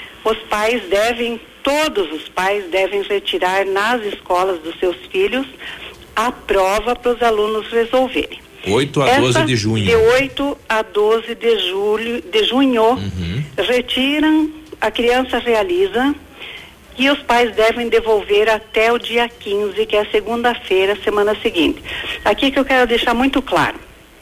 S13: todos os pais devem retirar nas escolas dos seus filhos a prova para os alunos resolverem.
S5: 8 a 12 de junho.
S13: De 8 a 12 de junho, retiram, a criança realiza e os pais devem devolver até o dia 15, que é a segunda-feira, semana seguinte. Aqui que eu quero deixar muito claro.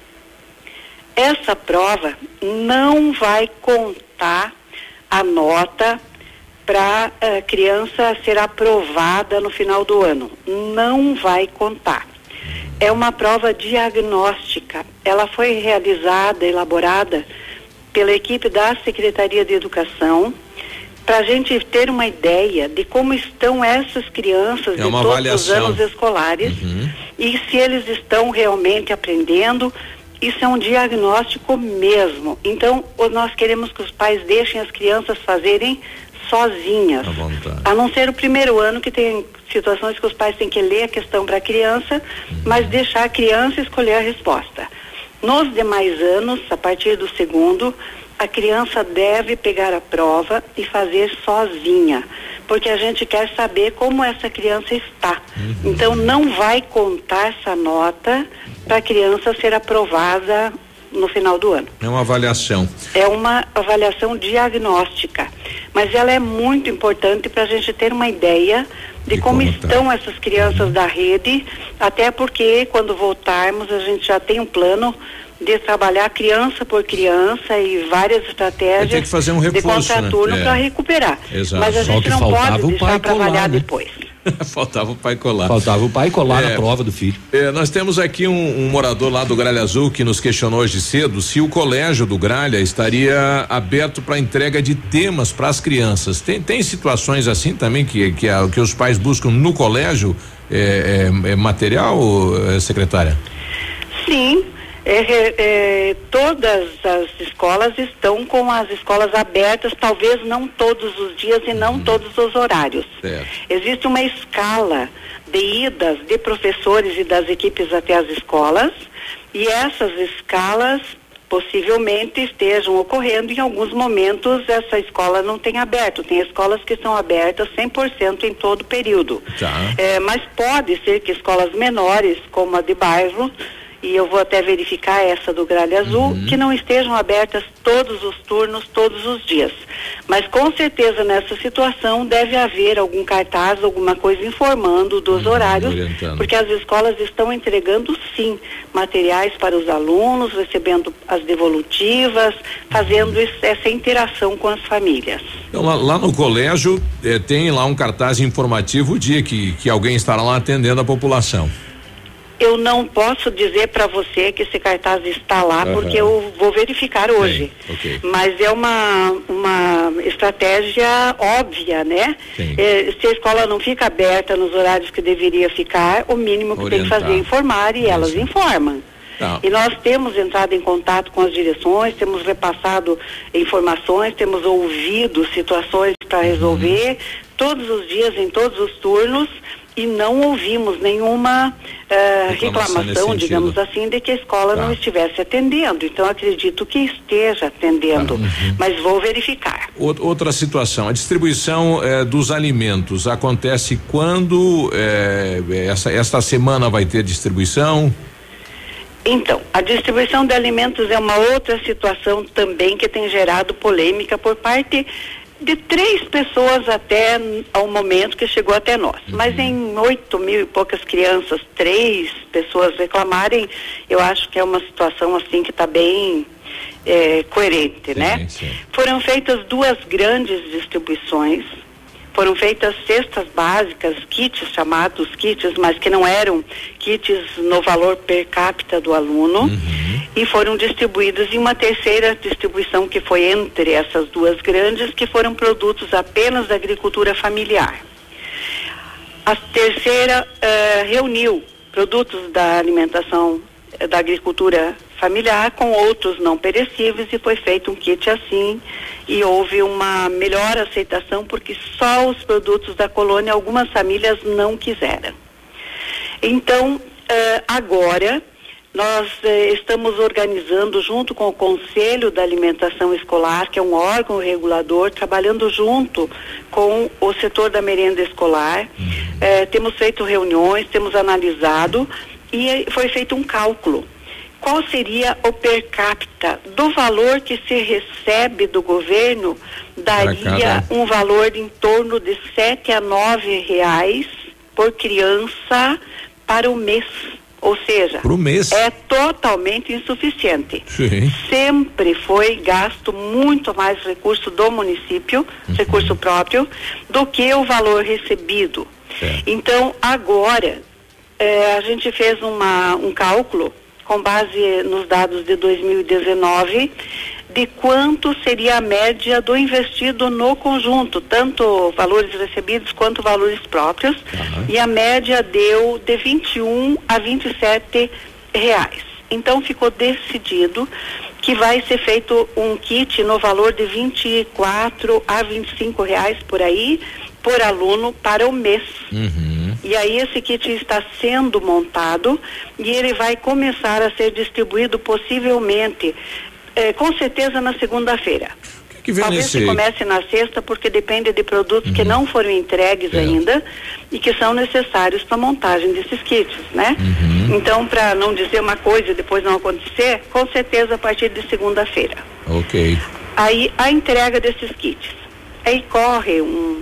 S13: Essa prova não vai contar a nota para a criança ser aprovada no final do ano. Não vai contar. É uma prova diagnóstica. Ela foi realizada, elaborada pela equipe da Secretaria de Educação, para a gente ter uma ideia de como estão essas crianças de todos os anos escolares e se eles estão realmente aprendendo. Isso é um diagnóstico mesmo. Então, nós queremos que os pais deixem as crianças fazerem sozinhas. A não ser o primeiro ano, que tem situações que os pais têm que ler a questão para a criança, mas deixar a criança escolher a resposta. Nos demais anos, a partir do segundo, a criança deve pegar a prova e fazer sozinha, porque a gente quer saber como essa criança está. Então não vai contar essa nota para a criança ser aprovada no final do ano.
S5: É uma avaliação.
S13: É uma avaliação diagnóstica, mas ela é muito importante para a gente ter uma ideia de como estão essas crianças da rede, até porque quando voltarmos a gente já tem um plano de trabalhar criança por criança e várias estratégias
S5: tem que fazer um reforço,
S13: de contraturno, né? Para recuperar.
S5: Exato.
S13: Mas a gente não pode deixar para avaliar depois.
S5: Faltava o pai colar.
S7: Faltava o pai colar na prova do filho.
S5: Nós temos aqui um morador lá do Gralha Azul que nos questionou hoje cedo se o colégio do Gralha estaria aberto para entrega de temas para as crianças. Tem situações assim também que os pais buscam no colégio material, secretária?
S13: Sim. Todas as escolas estão com as escolas abertas, talvez não todos os dias e não todos os horários. Existe uma escala de idas de professores e das equipes até as escolas, e essas escalas possivelmente estejam ocorrendo em alguns momentos. Essa escola não tem aberto, tem escolas que são abertas 100% em todo o período. Mas pode ser que escolas menores, como a de bairro, e eu vou até verificar essa do Gralha Azul, que não estejam abertas todos os turnos, todos os dias. Mas com certeza nessa situação deve haver algum cartaz, alguma coisa informando dos horários,
S5: orientando.
S13: porque as escolas estão entregando sim materiais para os alunos, recebendo as devolutivas, fazendo essa interação com as famílias.
S5: Então, lá no colégio tem lá um cartaz informativo o dia que alguém estará lá atendendo a população.
S13: Eu não posso dizer para você que esse cartaz está lá, porque eu vou verificar hoje.
S5: Okay.
S13: Mas é uma estratégia óbvia, né? Se a escola não fica aberta nos horários que deveria ficar, o mínimo que tem que fazer é informar, e elas informam.
S5: Tá.
S13: E nós temos entrado em contato com as direções, temos repassado informações, temos ouvido situações para resolver todos os dias, em todos os turnos, e não ouvimos nenhuma reclamação, digamos assim, de que a escola não estivesse atendendo. Então acredito que esteja atendendo, mas vou verificar.
S5: Outra situação, a distribuição dos alimentos acontece quando esta semana vai ter distribuição?
S13: Então, a distribuição de alimentos é uma outra situação também que tem gerado polêmica por parte de 3 pessoas até ao momento que chegou até nós. Mas em 8.000 e poucas crianças, 3 pessoas reclamarem, eu acho que é uma situação assim que está bem coerente, né?
S5: Sim.
S13: Foram feitas 2 grandes distribuições. Foram feitas cestas básicas, kits chamados kits, mas que não eram kits no valor per capita do aluno, e foram distribuídos em uma terceira distribuição que foi entre essas 2 grandes, que foram produtos apenas da agricultura familiar. A terceira reuniu produtos da alimentação da agricultura familiar com outros não perecíveis, e foi feito um kit assim, e houve uma melhor aceitação, porque só os produtos da colônia algumas famílias não quiseram. Então, agora nós estamos organizando junto com o Conselho da Alimentação Escolar, que é um órgão regulador, trabalhando junto com o setor da merenda escolar. Temos feito reuniões, temos analisado, e foi feito um cálculo. Qual seria o per capita do valor que se recebe do governo? Daria um valor em torno de 7 a 9 reais por criança para o mês. Ou seja,
S5: pro mês
S13: é totalmente insuficiente.
S5: Sim.
S13: Sempre foi gasto muito mais recurso do município, recurso próprio, do que o valor recebido. Então, agora, a gente fez um cálculo com base nos dados de 2019, de quanto seria a média do investido no conjunto, tanto valores recebidos quanto valores próprios, e a média deu de 21 a 27 reais. Então ficou decidido que vai ser feito um kit no valor de 24 a 25 reais por aí, por aluno para o mês. E aí esse kit está sendo montado e ele vai começar a ser distribuído possivelmente, com certeza na segunda-feira. Talvez se comece na sexta, porque depende de produtos que não foram entregues ainda e que são necessários para a montagem desses kits, né? Então, para não dizer uma coisa e depois não acontecer, com certeza a partir de segunda-feira.
S5: Ok.
S13: Aí a entrega desses kits. Aí corre um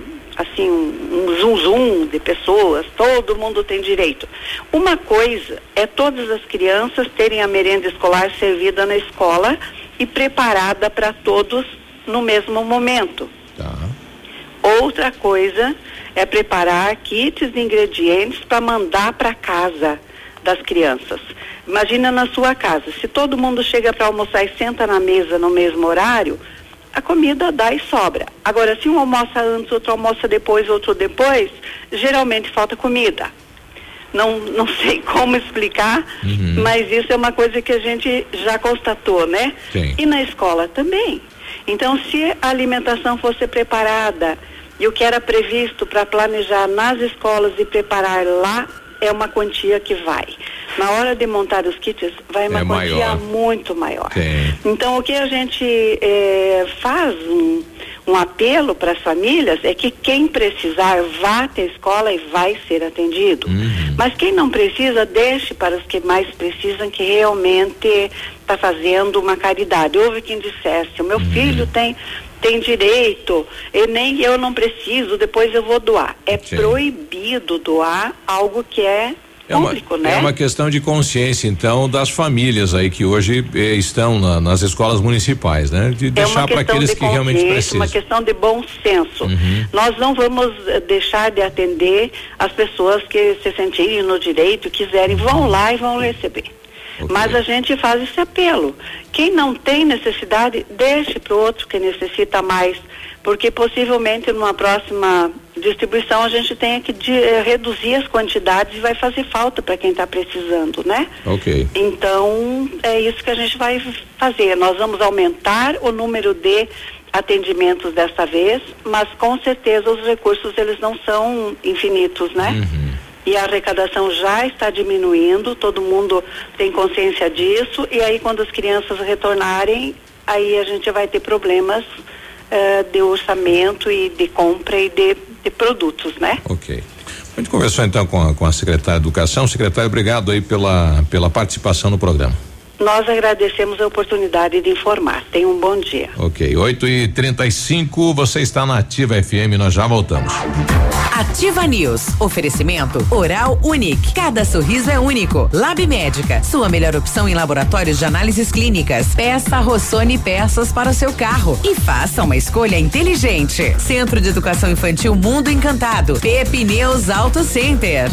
S13: zoom de pessoas, todo mundo tem direito. Uma coisa é todas as crianças terem a merenda escolar servida na escola e preparada para todos no mesmo momento. Outra coisa é preparar kits de ingredientes para mandar para casa das crianças. Imagina na sua casa, se todo mundo chega para almoçar e senta na mesa no mesmo horário, a comida dá e sobra. Agora, se um almoça antes, outro almoça depois, outro depois, geralmente falta comida. Não sei como explicar, mas isso é uma coisa que a gente já constatou, né?
S5: Sim.
S13: E na escola também. Então, se a alimentação fosse preparada e o que era previsto para planejar nas escolas e preparar lá, é uma quantia que vai. Na hora de montar os kits, vai uma quantia muito maior. Então, o que a gente faz um apelo para as famílias é que quem precisar vá até a escola e vai ser atendido. Mas quem não precisa, deixe para os que mais precisam, que realmente está fazendo uma caridade. Houve quem dissesse, o meu filho tem direito, e nem eu não preciso, depois eu vou doar. É proibido doar algo que é público, né?
S5: É uma questão de consciência, então, das famílias aí que hoje estão nas escolas municipais, né? De deixar para aqueles que realmente precisam.
S13: É uma questão de bom senso. Nós não vamos deixar de atender as pessoas que se sentirem no direito, quiserem, vão lá e vão receber. Mas a gente faz esse apelo. Quem não tem necessidade, deixe para o outro que necessita mais, porque possivelmente numa próxima distribuição a gente tenha que reduzir as quantidades e vai fazer falta para quem está precisando, né?
S5: Ok.
S13: Então, é isso que a gente vai fazer. Nós vamos aumentar o número de atendimentos desta vez, mas com certeza os recursos eles não são infinitos, né? E a arrecadação já está diminuindo, todo mundo tem consciência disso, e aí quando as crianças retornarem, aí a gente vai ter problemas de orçamento e de compra e de produtos, né?
S5: Ok. A gente conversou então com a secretária de Educação. Secretária, obrigado aí pela participação no programa.
S13: Nós agradecemos a oportunidade de informar. Tenha um bom dia.
S5: Ok, 8h35, você está na Ativa FM, nós já voltamos.
S4: Ativa News. Oferecimento Oral Unique. Cada sorriso é único. Lab Médica. Sua melhor opção em laboratórios de análises clínicas. Peça Rossoni peças para o seu carro e faça uma escolha inteligente. Centro de Educação Infantil Mundo Encantado. Pepineus Auto Center.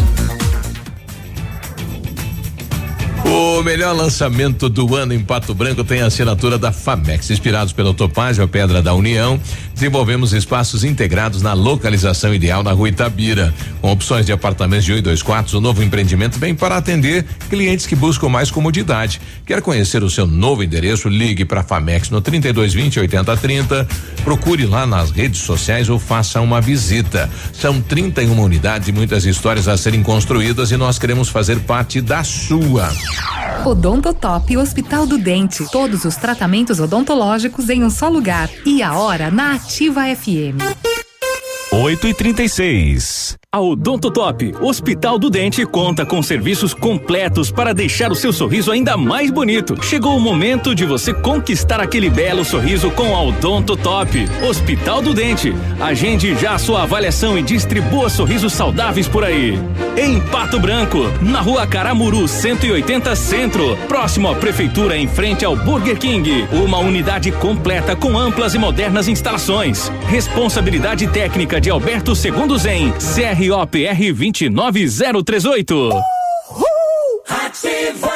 S5: O melhor lançamento do ano em Pato Branco tem a assinatura da Famex. Inspirados pelo Topázio, a Pedra da União, desenvolvemos espaços integrados na localização ideal na Rua Itabira. Com opções de apartamentos de 1 e 2 quartos, o novo empreendimento vem para atender clientes que buscam mais comodidade. Quer conhecer o seu novo endereço? Ligue para a Famex no 3220-8030. Procure lá nas redes sociais ou faça uma visita. São 31 unidades e muitas histórias a serem construídas e nós queremos fazer parte da sua.
S14: Odontotop Hospital do Dente. Todos os tratamentos odontológicos em um só lugar. E a hora na Ativa FM.
S15: 8h36. A Odontotop Hospital do Dente conta com serviços completos para deixar o seu sorriso ainda mais bonito. Chegou o momento de você conquistar aquele belo sorriso com a Odontotop Hospital do Dente. Agende já a sua avaliação e distribua sorrisos saudáveis por aí. Em Pato Branco, na Rua Caramuru 180 Centro, próximo à Prefeitura, em frente ao Burger King. Uma unidade completa com amplas e modernas instalações. Responsabilidade técnica de Alberto Segundo Zen, CROPR 29038.
S17: Ativa!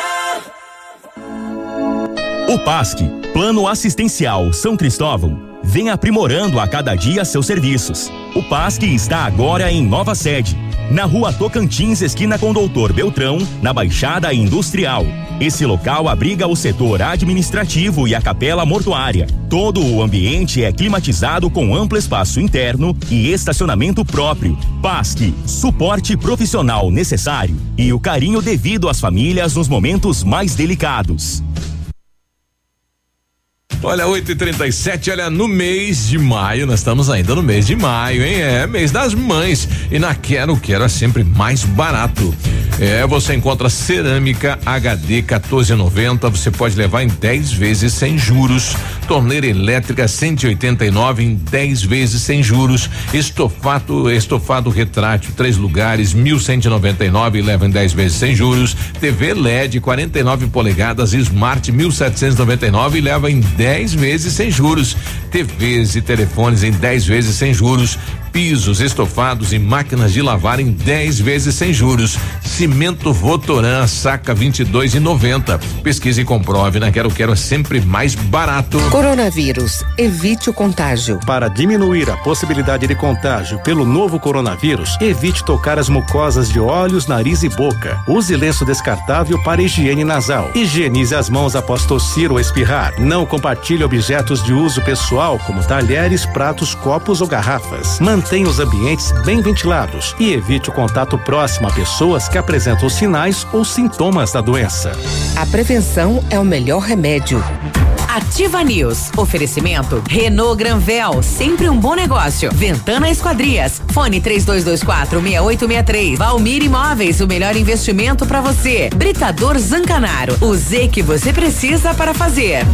S17: O PASC, Plano Assistencial São Cristóvão, vem aprimorando a cada dia seus serviços. O PASC está agora em nova sede, na Rua Tocantins, esquina com Doutor Beltrão, na Baixada Industrial. Esse local abriga o setor administrativo e a capela mortuária. Todo o ambiente é climatizado com amplo espaço interno e estacionamento próprio. PASC, suporte profissional necessário e o carinho devido às famílias nos momentos mais delicados.
S5: Olha, 8h37, olha, no mês de maio, nós estamos ainda no mês de maio, hein? É mês das mães. E na Quero é sempre mais barato. Você encontra cerâmica HD 14,90, você pode levar em 10 vezes sem juros. Torneira elétrica 189 em 10 vezes sem juros. Estofado retrátil 3 lugares 1.199 e leva em 10 vezes sem juros. TV LED 49 polegadas Smart 1.799 e leva em 10 vezes sem juros. TVs e telefones em 10 vezes sem juros. Pisos, estofados e máquinas de lavar em 10 vezes sem juros. Cimento Votoran, saca 22,90. Pesquise e comprove, na Quero é sempre mais barato.
S16: Coronavírus, evite o contágio.
S24: Para diminuir a possibilidade de contágio pelo novo coronavírus, evite tocar as mucosas de olhos, nariz e boca. Use lenço descartável para higiene nasal. Higienize as mãos após tossir ou espirrar. Não compartilhe objetos de uso pessoal, como talheres, pratos, copos ou garrafas. Mantenha os ambientes bem ventilados e evite o contato próximo a pessoas que apresentam sinais ou sintomas da doença.
S16: A prevenção é o melhor remédio.
S4: Ativa News. Oferecimento Renault Granvel, sempre um bom negócio. Ventana Esquadrias. Fone 3224-6863. Valmir Imóveis, o melhor investimento para você. Britador Zancanaro. O Z que você precisa para fazer.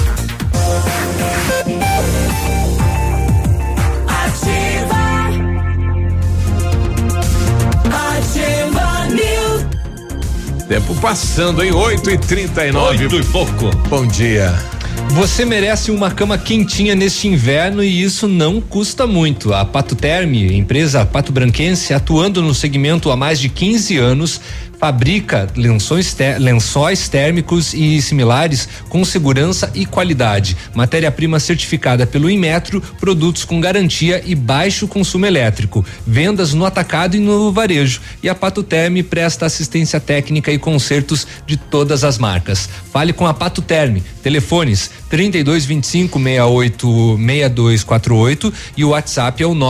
S1: Ativa News.
S5: Tempo passando, hein? 8h39.
S7: 8 e pouco.
S5: Bom dia.
S6: Você merece uma cama quentinha neste inverno e isso não custa muito. A Pato Terme, empresa pato-branquense, atuando no segmento há mais de 15 anos, fabrica lençóis térmicos e similares com segurança e qualidade. Matéria-prima certificada pelo Inmetro, produtos com garantia e baixo consumo elétrico. Vendas no atacado e no varejo. E a Pato Terme presta assistência técnica e consertos de todas as marcas. Fale com a Pato Terme. Telefones 3225-686248 e o WhatsApp é o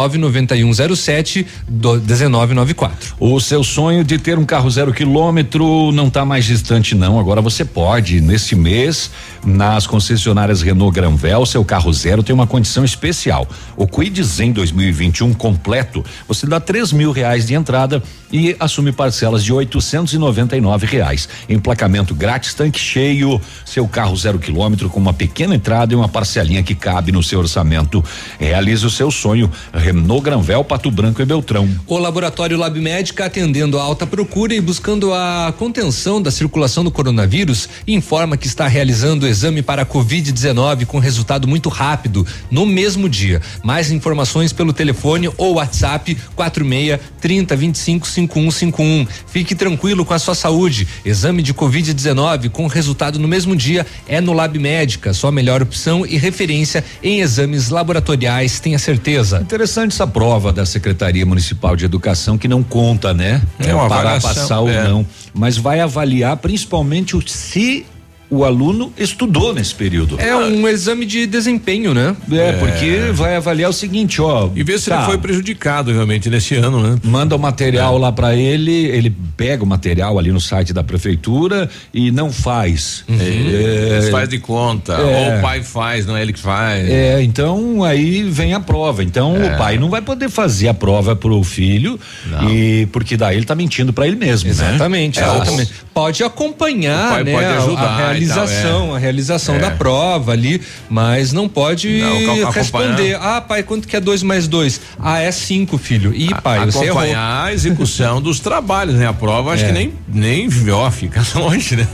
S6: 99107-1994.
S7: O seu sonho de ter um carro 0 quilômetro não está mais distante, não. Agora você pode. Nesse mês, nas concessionárias Renault Granvel, seu carro zero tem uma condição especial. O Kwid Zen 2021 completo, você dá R$3.000 de entrada e assume parcelas de R$899. Emplacamento grátis, tanque cheio, seu carro 0 quilômetro com uma pequena entrada e uma parcelinha que cabe no seu orçamento. Realize o seu sonho. Renault Granvel, Pato Branco e Beltrão.
S6: O Laboratório Lab Médica, atendendo a alta procura e buscando a contenção da circulação do coronavírus, informa que está realizando o exame para a Covid-19 com resultado muito rápido, no mesmo dia. Mais informações pelo telefone ou WhatsApp 46-30-25-5151. Fique tranquilo com a sua saúde. Exame de Covid-19 com resultado no mesmo dia é no Lab Médica, sua melhor opção e referência em exames laboratoriais, tenha certeza.
S7: Interessante essa prova da Secretaria Municipal de Educação, que não conta, né?
S5: É uma
S7: para
S5: avaliação,
S7: passar ou não, mas vai avaliar principalmente se o aluno estudou nesse período.
S6: É um exame de desempenho, né?
S7: Porque vai avaliar o seguinte, ó.
S5: E ver se ele foi prejudicado realmente nesse ano, né?
S7: Manda o material lá pra ele pega o material ali no site da prefeitura e não faz.
S5: Faz de conta, ou o pai faz, não é ele que faz.
S7: Então aí vem a prova. Então o pai não vai poder fazer a prova pro filho, e porque daí ele tá mentindo pra ele mesmo,
S6: exatamente,
S7: né?
S6: Exatamente. Pode acompanhar,
S7: o pai
S6: né?
S7: Pode ajudar.
S6: A realização da prova ali, mas não pode responder. Pai, quanto que é 2 mais 2? É 5, filho. E pai, você errou.
S5: Acompanhar a execução dos trabalhos, né? A prova acho que nem fica longe, né?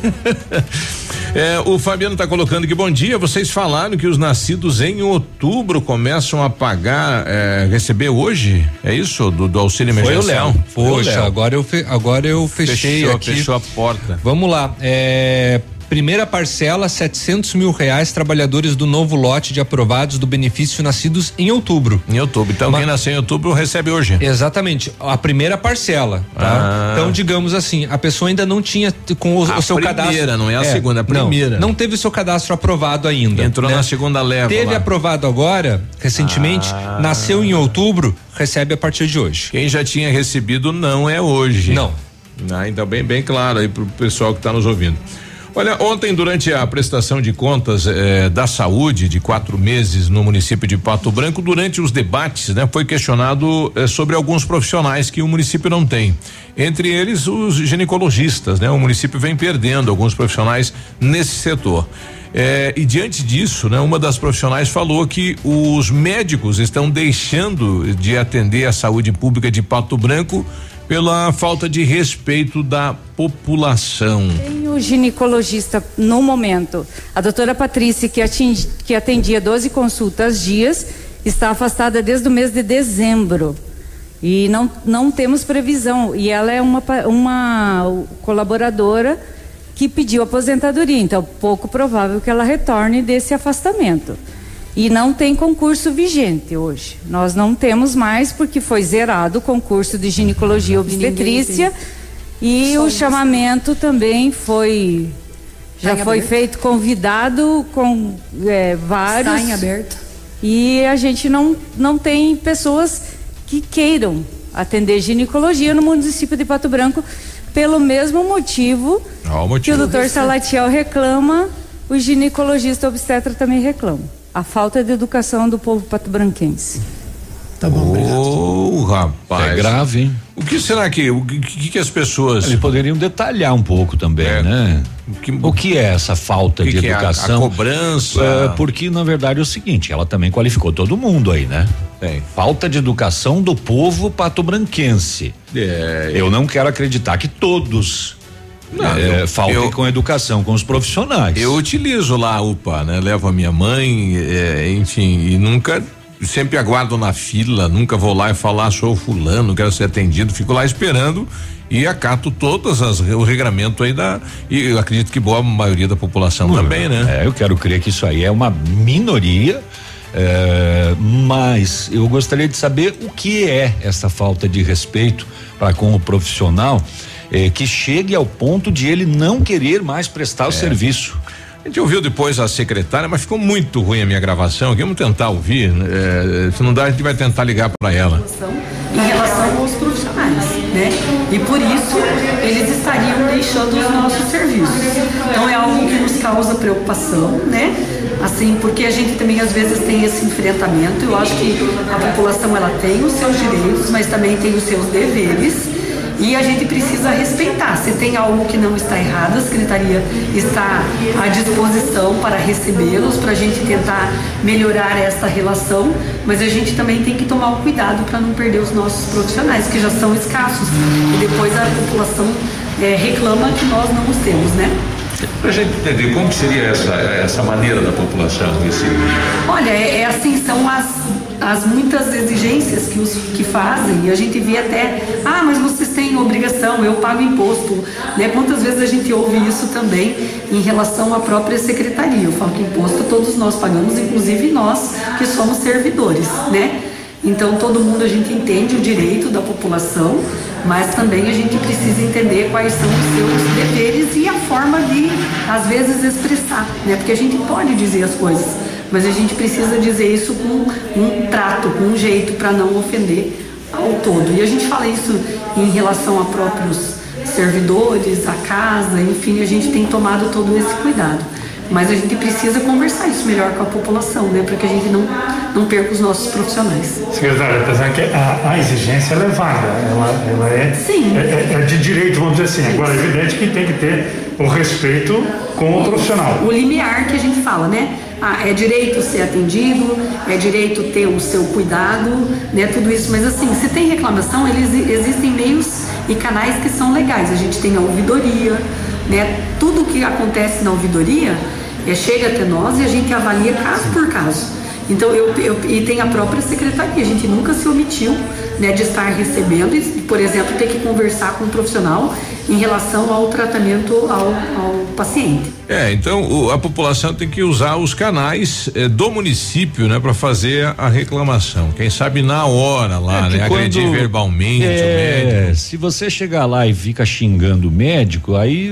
S5: O Fabiano tá colocando que bom dia, vocês falaram que os nascidos em outubro começam a pagar, receber hoje, é isso? Do auxílio emergencial?
S6: Poxa, agora eu fechei aqui.
S5: Fechou a porta.
S6: Vamos lá, primeira parcela, R$700 mil, trabalhadores do novo lote de aprovados do benefício nascidos em outubro.
S5: Então quem nasceu em outubro recebe hoje.
S6: Exatamente, a primeira parcela, tá? Então, digamos assim, a pessoa ainda não tinha com o seu cadastro. A primeira,
S5: não é a segunda, a primeira.
S6: Não teve o seu cadastro aprovado ainda.
S5: Entrou na segunda leva.
S6: Teve aprovado agora, recentemente, nasceu em outubro, recebe a partir de hoje.
S5: Quem já tinha recebido não é hoje.
S6: Não.
S5: Então bem claro aí pro pessoal que tá nos ouvindo. Olha, ontem durante a prestação de contas da saúde de 4 meses no município de Pato Branco, durante os debates, né, foi questionado sobre alguns profissionais que o município não tem. Entre eles os ginecologistas, né? O município vem perdendo alguns profissionais nesse setor. E diante disso, né, uma das profissionais falou que os médicos estão deixando de atender a saúde pública de Pato Branco pela falta de respeito da população.
S2: Tem o ginecologista no momento. A doutora Patrícia, que atendia 12 consultas dias, está afastada desde o mês de dezembro. E não temos previsão. E ela é uma colaboradora que pediu aposentadoria. Então, pouco provável que ela retorne desse afastamento. E não tem concurso vigente hoje. Nós não temos mais porque foi zerado o concurso de ginecologia e obstetrícia e o chamamento também foi feito, convidado com vários.
S18: Está em aberto.
S2: E a gente não tem pessoas que queiram atender ginecologia no município de Pato Branco pelo mesmo motivo que o Dr. Salatiel reclama O ginecologista obstetra também reclama. A falta de educação do povo patobranquense.
S18: Tá bom, obrigado.
S5: Rapaz.
S7: É grave, hein?
S5: O que será que as pessoas...
S7: Eles poderiam detalhar um pouco também, né? O que é essa falta de educação?
S5: A cobrança.
S7: Porque, na verdade, é o seguinte, ela também qualificou todo mundo aí, né? Falta de educação do povo patobranquense. Eu não quero acreditar que todos faltem com educação, com os profissionais.
S5: Eu utilizo lá a UPA, né? Levo a minha mãe, enfim, e nunca... Sempre aguardo na fila, nunca vou lá e falar, sou fulano, quero ser atendido, fico lá esperando e acato todas o regramento aí e eu acredito que boa maioria da população também, né?
S7: Eu quero crer que isso aí é uma minoria, mas eu gostaria de saber o que é essa falta de respeito para com o profissional, que chegue ao ponto de ele não querer mais prestar o serviço.
S5: A gente ouviu depois a secretária, mas ficou muito ruim a minha gravação aqui. Vamos tentar ouvir. Se não dá, a gente vai tentar ligar para ela.
S19: Em relação aos profissionais, né? E por isso eles estariam deixando os nossos serviços. Então é algo que nos causa preocupação, né? Assim, porque a gente também às vezes tem esse enfrentamento. Eu acho que a população ela tem os seus direitos, mas também tem os seus deveres. E a gente precisa respeitar. Se tem algo que não está errado, a secretaria está à disposição para recebê-los, para a gente tentar melhorar essa relação, mas a gente também tem que tomar o cuidado para não perder os nossos profissionais, que já são escassos. E depois a população reclama que nós não os temos, né?
S5: Para a gente entender como seria essa maneira da população receber.
S19: Olha, assim, são as muitas exigências que fazem, e a gente vê até, mas vocês têm obrigação, eu pago imposto, né? Quantas vezes a gente ouve isso também em relação à própria secretaria? Eu falo que imposto todos nós pagamos, inclusive nós que somos servidores, né? Então todo mundo, a gente entende o direito da população, mas também a gente precisa entender quais são os seus deveres e a forma de, às vezes, expressar, né? Porque a gente pode dizer as coisas, mas a gente precisa dizer isso com um trato, com um jeito para não ofender ao todo. E a gente fala isso em relação a próprios servidores, a casa, enfim, a gente tem tomado todo esse cuidado. Mas a gente precisa conversar isso melhor com a população, né? Para que a gente não perca os nossos profissionais.
S20: Secretária, apesar que a exigência é elevada, ela é de direito, vamos dizer assim. Agora, é evidente que tem que ter o respeito com o profissional.
S19: O limiar que a gente fala, né? É direito ser atendido, é direito ter o seu cuidado, né? Tudo isso, mas assim, se tem reclamação, existem meios e canais que são legais. A gente tem a ouvidoria, né? Tudo que acontece na ouvidoria chega até nós e a gente avalia caso por caso. Então e tem a própria secretaria, a gente nunca se omitiu, né, de estar recebendo e, por exemplo, ter que conversar com um profissional em relação ao tratamento ao paciente.
S5: Então a população tem que usar os canais do município, né, para fazer a reclamação. Quem sabe na hora lá, né, agredir verbalmente o médico.
S7: Se você chegar lá e fica xingando o médico, aí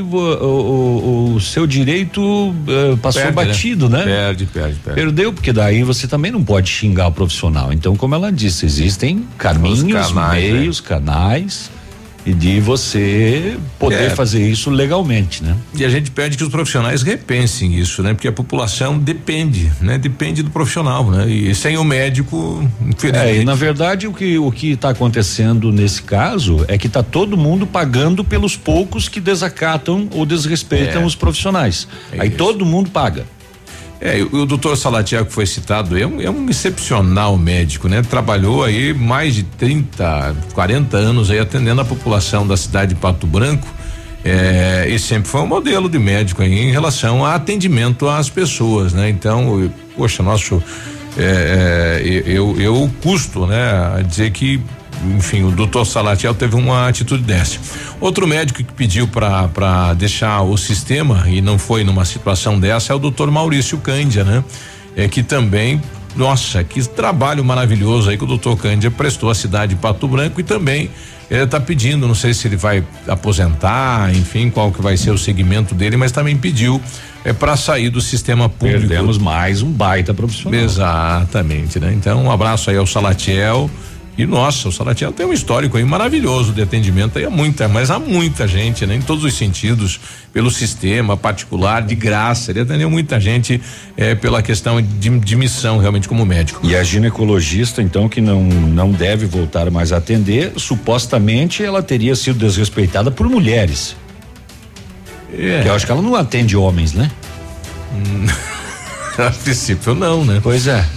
S7: o seu direito passou perde, batido, né?
S5: Perde.
S7: Perdeu, porque daí você também não pode xingar o profissional. Então, como ela disse, existem caminhos, meios, canais, e de você poder fazer isso legalmente, né?
S5: E a gente pede que os profissionais repensem isso, né? Porque a população depende, né? Depende do profissional, né? E sem o médico, infelizmente.
S7: E na verdade o que está acontecendo nesse caso é que está todo mundo pagando pelos poucos que desacatam ou desrespeitam os profissionais. Aí todo mundo paga.
S5: O doutor Salatiel, que foi citado, é um excepcional médico, né? Trabalhou aí mais de 30, 40 anos aí atendendo a população da cidade de Pato Branco, e sempre foi um modelo de médico aí em relação a atendimento às pessoas, né? Então, poxa, eu custo, né, a dizer que, enfim, o doutor Salatiel teve uma atitude dessa. Outro médico que pediu para deixar o sistema e não foi numa situação dessa é o doutor Maurício Cândia, né? Que também, nossa, que trabalho maravilhoso aí que o doutor Cândia prestou à cidade de Pato Branco e também ele está pedindo, não sei se ele vai aposentar, enfim, qual que vai ser o segmento dele, mas também pediu para sair do sistema público.
S7: Perdemos mais um baita profissional.
S5: Exatamente, né? Então, um abraço aí ao Salatiel, E nossa, o Salatiel tem um histórico aí maravilhoso de atendimento aí, há muita gente, né? Em todos os sentidos, pelo sistema particular, de graça, ele atendeu muita gente pela questão de missão realmente como médico.
S7: E a ginecologista então que não deve voltar mais a atender, supostamente ela teria sido desrespeitada por mulheres. Porque eu acho que ela não atende homens, né?
S5: A princípio não, né?
S7: Pois é.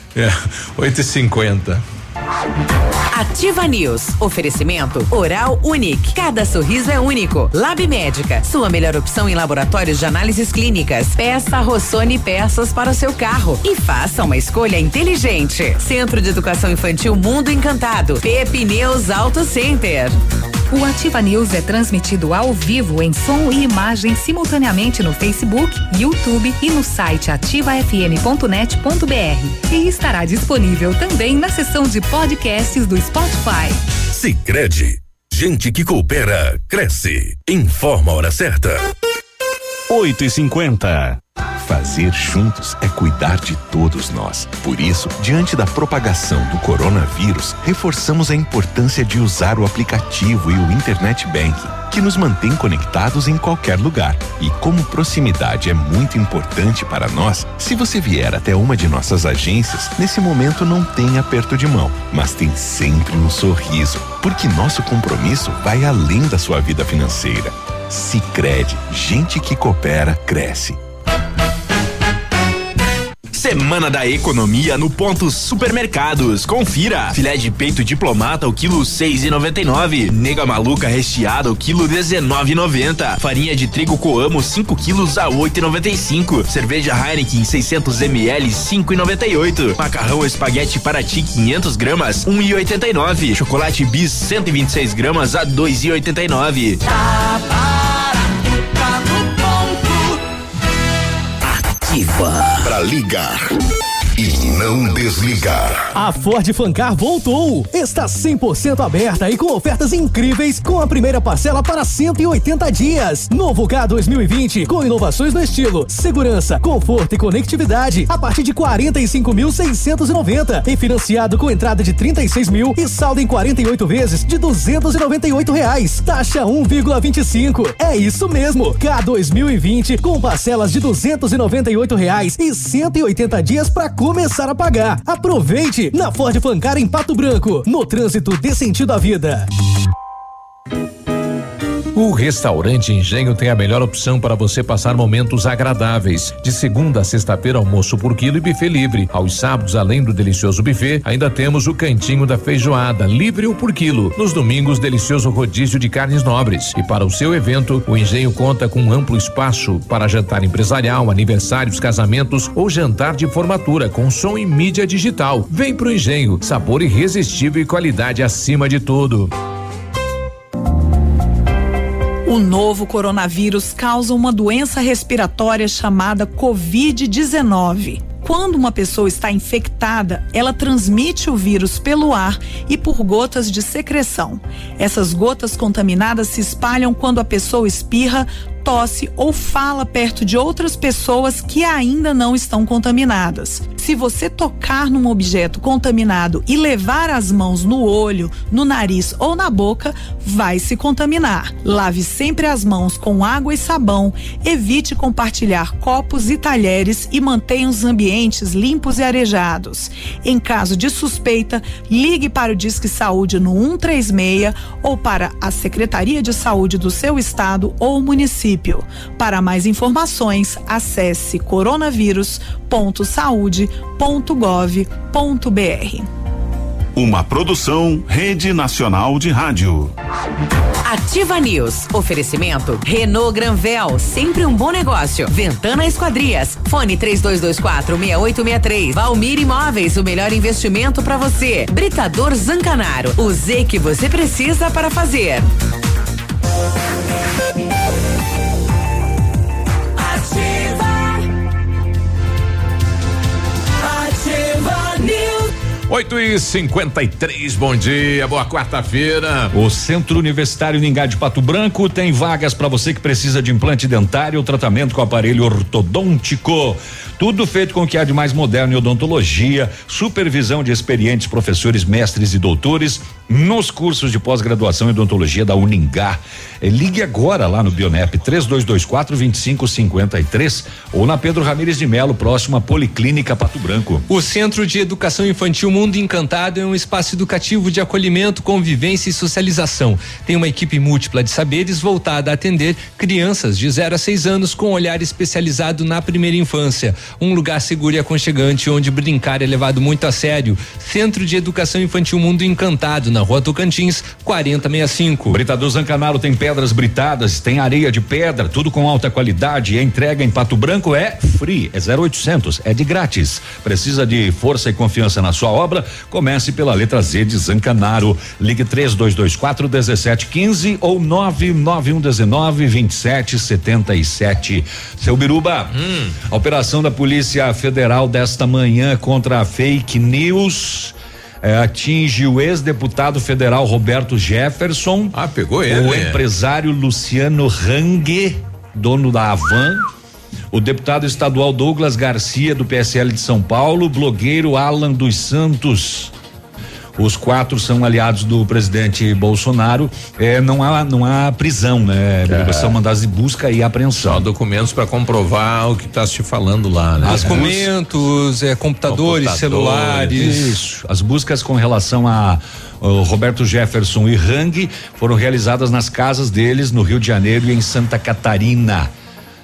S5: 8h50.
S4: Ativa News. Oferecimento Oral Unique. Cada sorriso é único. Lab Médica. Sua melhor opção em laboratórios de análises clínicas. Peça Rossoni peças para o seu carro e faça uma escolha inteligente. Centro de Educação Infantil Mundo Encantado. Pepineus Auto Center.
S14: O Ativa News é transmitido ao vivo em som e imagem simultaneamente no Facebook, YouTube e no site ativafm.net.br. E estará disponível também na seção de podcasts do Spotify.
S12: Sicredi, gente que coopera, cresce. Informa a hora certa.
S8: 8h50.
S12: Fazer juntos é cuidar de todos nós. Por isso, diante da propagação do coronavírus, reforçamos a importância de usar o aplicativo e o Internet Banking, que nos mantém conectados em qualquer lugar. E como proximidade é muito importante para nós, se você vier até uma de nossas agências, nesse momento não tem aperto de mão, mas tem sempre um sorriso, porque nosso compromisso vai além da sua vida financeira. Sicredi, gente que coopera, cresce.
S22: Semana da Economia no Ponto Supermercados. Confira. Filé de peito diplomata o quilo 6,99. Nega maluca recheada o quilo 19,90. Farinha de trigo Coamo 5 quilos a 8,95. Cerveja Heineken 600 ml 5,98. Macarrão espaguete Paraty 500 gramas 1,89. Chocolate Bis 126 gramas a 2,89.
S12: Para ligar e não desligar.
S3: A Ford Fancar voltou. Está 100% aberta e com ofertas incríveis, com a primeira parcela para 180 dias. Novo K 2020 com inovações no estilo, segurança, conforto e conectividade a partir de 45.690 e financiado com entrada de 36 mil e saldo em 48 vezes de R$298. Taxa 1,25. É isso mesmo. K 2020 com parcelas de R$298 e 180 dias para começar a pagar. Aproveite na Ford Fancar em Pato Branco, no trânsito dê sentido à vida.
S1: O Restaurante Engenho tem a melhor opção para você passar momentos agradáveis. De segunda a sexta-feira, almoço por quilo e buffet livre. Aos sábados, além do delicioso buffet, ainda temos o cantinho da feijoada, livre ou por quilo. Nos domingos, delicioso rodízio de carnes nobres. E para o seu evento, o Engenho conta com um amplo espaço para jantar empresarial, aniversários, casamentos ou jantar de formatura com som e mídia digital. Vem pro Engenho, sabor irresistível e qualidade acima de tudo.
S11: O novo coronavírus causa uma doença respiratória chamada Covid-19. Quando uma pessoa está infectada, ela transmite o vírus pelo ar e por gotas de secreção. Essas gotas contaminadas se espalham quando a pessoa espirra, tosse ou fala perto de outras pessoas que ainda não estão contaminadas. Se você tocar num objeto contaminado e levar as mãos no olho, no nariz ou na boca, vai se contaminar. Lave sempre as mãos com água e sabão, evite compartilhar copos e talheres e mantenha os ambientes limpos e arejados. Em caso de suspeita, ligue para o Disque Saúde no 136 ou para a Secretaria de Saúde do seu estado ou município. Para mais informações, acesse coronavírus.saude.gov.br.
S12: Uma produção Rede Nacional de Rádio.
S4: Ativa News. Oferecimento Renault Granvel, sempre um bom negócio. Ventana Esquadrias. Fone 3224-6863. Valmir Imóveis, o melhor investimento para você. Britador Zancanaro. O Z que você precisa para fazer.
S1: Ativa News. 8h53, bom dia, boa quarta-feira.
S7: O Centro Universitário Ningá de Pato Branco tem vagas para você que precisa de implante dentário ou tratamento com aparelho ortodôntico. Tudo feito com o que há de mais moderno em odontologia, supervisão de experientes professores, mestres e doutores nos cursos de pós-graduação em odontologia da Uningá. Ligue agora lá no Bionep 3224-2553 ou na Pedro Ramires de Melo, próximo à Policlínica Pato Branco.
S6: O Centro de Educação Infantil Mundo Encantado é um espaço educativo de acolhimento, convivência e socialização. Tem uma equipe múltipla de saberes voltada a atender crianças de 0 a 6 anos com olhar especializado na primeira infância. Um lugar seguro e aconchegante onde brincar é levado muito a sério. Centro de Educação Infantil Mundo Encantado, na Rua Tocantins, 4065.
S7: Britador Zancanaro tem pedras britadas, tem areia de pedra, tudo com alta qualidade. E a entrega em Pato Branco é free, é 0800, é de grátis. Precisa de força e confiança na sua obra? Comece pela letra Z de Zancanaro. Ligue 3224-1715 ou 99119-2777. Seu Biruba, a operação da Polícia Federal desta manhã contra a fake news atinge o ex-deputado federal Roberto Jefferson.
S5: Pegou ele.
S7: O empresário Luciano Hang, dono da Avan. O deputado estadual Douglas Garcia, do PSL de São Paulo. O blogueiro Alan dos Santos. Os 4 são aliados do presidente Bolsonaro. Não há prisão, né? São mandados de busca e apreensão.
S5: Só documentos para comprovar o que está se falando lá, né?
S6: Documentos, computadores, celulares.
S7: Isso. As buscas com relação a Roberto Jefferson e Hang foram realizadas nas casas deles no Rio de Janeiro e em Santa Catarina.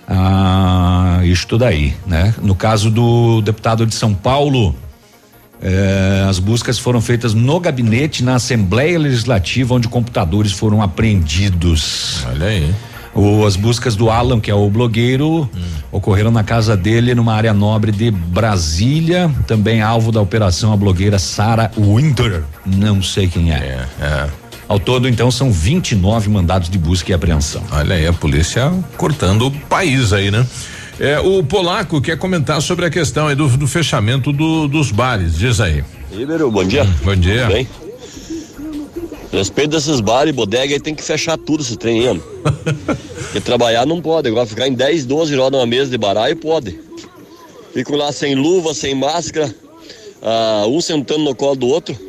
S7: Isto daí, né? No caso do deputado de São Paulo, as buscas foram feitas no gabinete, na Assembleia Legislativa, onde computadores foram apreendidos.
S5: Olha aí.
S7: As buscas do Alan, que é o blogueiro, ocorreram na casa dele, numa área nobre de Brasília. Também alvo da operação a blogueira Sarah Winter. Não sei quem é. Ao todo, então, são 29 mandados de busca e apreensão.
S5: Olha aí, a polícia cortando o país aí, né? O Polaco quer comentar sobre a questão aí do fechamento dos bares, diz aí.
S9: Ibero, bom dia.
S5: Bom dia.
S9: Tudo bem? Respeito desses bares e bodega aí, tem que fechar tudo esse trem aí. Porque trabalhar não pode, agora ficar em 10, 12 horas numa mesa de baralho pode. Ficam lá sem luva, sem máscara, um sentando no colo do outro.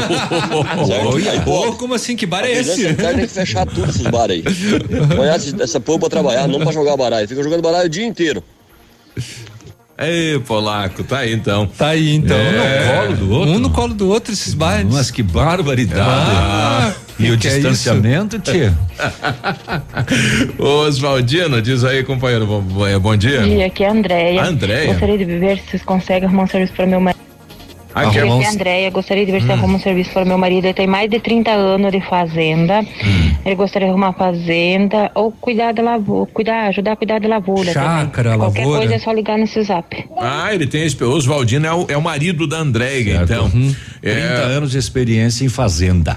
S6: Como assim? Que bar é esse?
S9: Tem que fechar tudo esses bares aí. Conhece essa povo pra trabalhar, não pra jogar baralho. Fica jogando baralho o dia inteiro.
S5: Ei, Polaco, tá aí então.
S6: No colo do outro. Um no colo do outro, esses bares.
S7: Mas que barbaridade. E o distanciamento, tia?
S5: Ô, Oswaldino, diz aí, companheiro, bom dia.
S10: Bom dia, aqui é a Andréia.
S5: Andréia.
S10: Gostaria de ver se vocês conseguem arrumar um serviço para meu marido. Aqui é a Andréia, gostaria de ver se arruma um serviço para meu marido. Ele tem mais de 30 anos de fazenda. Ele gostaria de arrumar fazenda ou cuidar da lavoura, ajudar a cuidar da lavoura.
S6: Chácara,
S10: qualquer
S6: lavoura.
S10: coisa é só ligar nesse zap.
S5: Ele tem esse. O Oswaldino é o marido da Andréia, então.
S7: 30 anos de experiência em fazenda.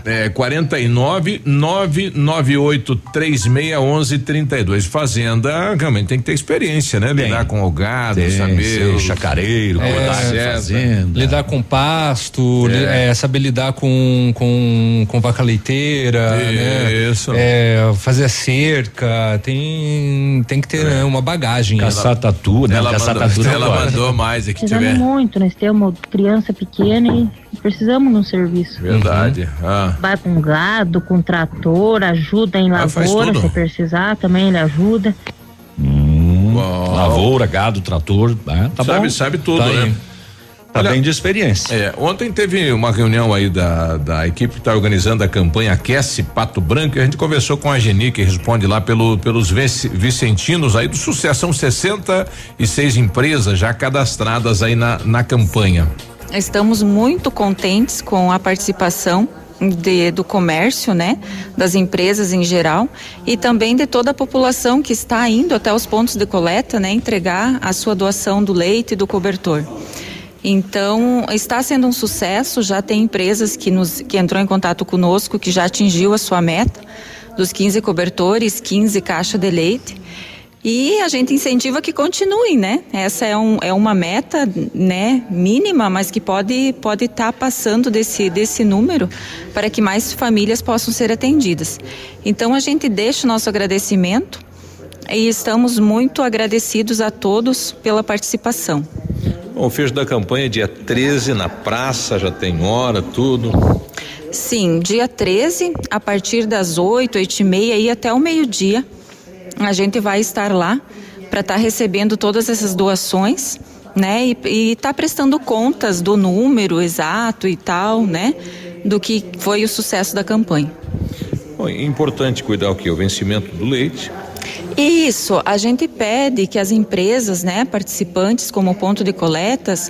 S5: 49-998-3611-32. Fazenda, realmente tem que ter experiência, né? Lidar com o gado, saber.
S7: Chacareiro, fazenda.
S6: Lidar com pasto, saber lidar com vaca leiteira, né?
S5: Isso.
S6: Fazer a cerca, tem que ter uma bagagem.
S7: Caçar tatu, né?
S5: Ela mandou mais aqui.
S10: Precisamos muito, nós temos criança pequena e precisamos de um serviço.
S5: Verdade.
S10: Vai com gado, com trator, ajuda em lavoura, se precisar também ele ajuda.
S7: Lavoura, gado, trator,
S5: sabe tudo, né?
S7: Tá bem de experiência.
S5: Ontem teve uma reunião aí da equipe que está organizando a campanha Aquece Pato Branco, e a gente conversou com a Geni, que responde lá pelos vicentinos aí do sucesso. São 66 empresas já cadastradas aí na campanha.
S21: Estamos muito contentes com a participação do comércio, né? Das empresas em geral e também de toda a população que está indo até os pontos de coleta, né? Entregar a sua doação do leite e do cobertor. Então, está sendo um sucesso, já tem empresas que entrou em contato conosco, que já atingiu a sua meta, dos 15 cobertores, 15 caixas de leite, e a gente incentiva que continuem, né? Essa é uma meta, né, mínima, mas que pode estar passando desse número para que mais famílias possam ser atendidas. Então, a gente deixa o nosso agradecimento e estamos muito agradecidos a todos pela participação.
S5: O fecho da campanha é dia 13 na praça, já tem hora, tudo.
S21: Sim, dia 13, a partir das 8, 8h30 e até o meio-dia, a gente vai estar lá para estar recebendo todas essas doações, né? E tá prestando contas do número exato e tal, né? Do que foi o sucesso da campanha.
S5: Bom, é importante cuidar o quê? O vencimento do leite.
S21: Isso, a gente pede que as empresas, né, participantes como ponto de coletas,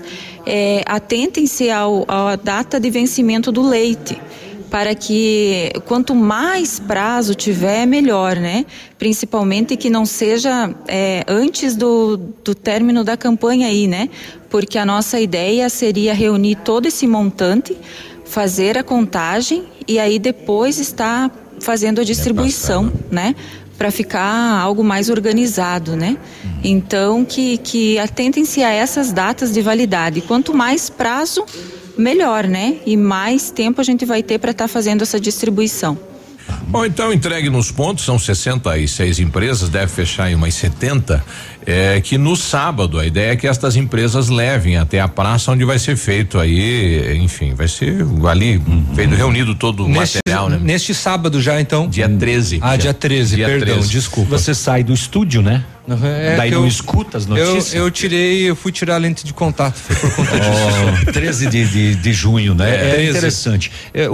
S21: atentem-se à data de vencimento do leite, para que quanto mais prazo tiver, melhor, né? Principalmente que não seja antes do término da campanha aí, né? Porque a nossa ideia seria reunir todo esse montante, fazer a contagem e aí depois estar fazendo a distribuição, né? Para ficar algo mais organizado, né? Então, que atentem-se a essas datas de validade. Quanto mais prazo, melhor, né? E mais tempo a gente vai ter para estar fazendo essa distribuição.
S5: Bom, então entregue nos pontos, são 66 empresas, deve fechar em umas 70, que no sábado a ideia é que estas empresas levem até a praça onde vai ser feito aí, enfim, vai ser ali feito, reunido todo o material, né?
S6: Neste sábado já, então?
S5: Dia 13.
S6: Dia 13, perdão, 13. Desculpa.
S7: Você sai do estúdio, né? Daí não escuta as notícias?
S6: Eu fui tirar a lente de contato, foi por conta disso.
S7: 13 de junho, né? É interessante.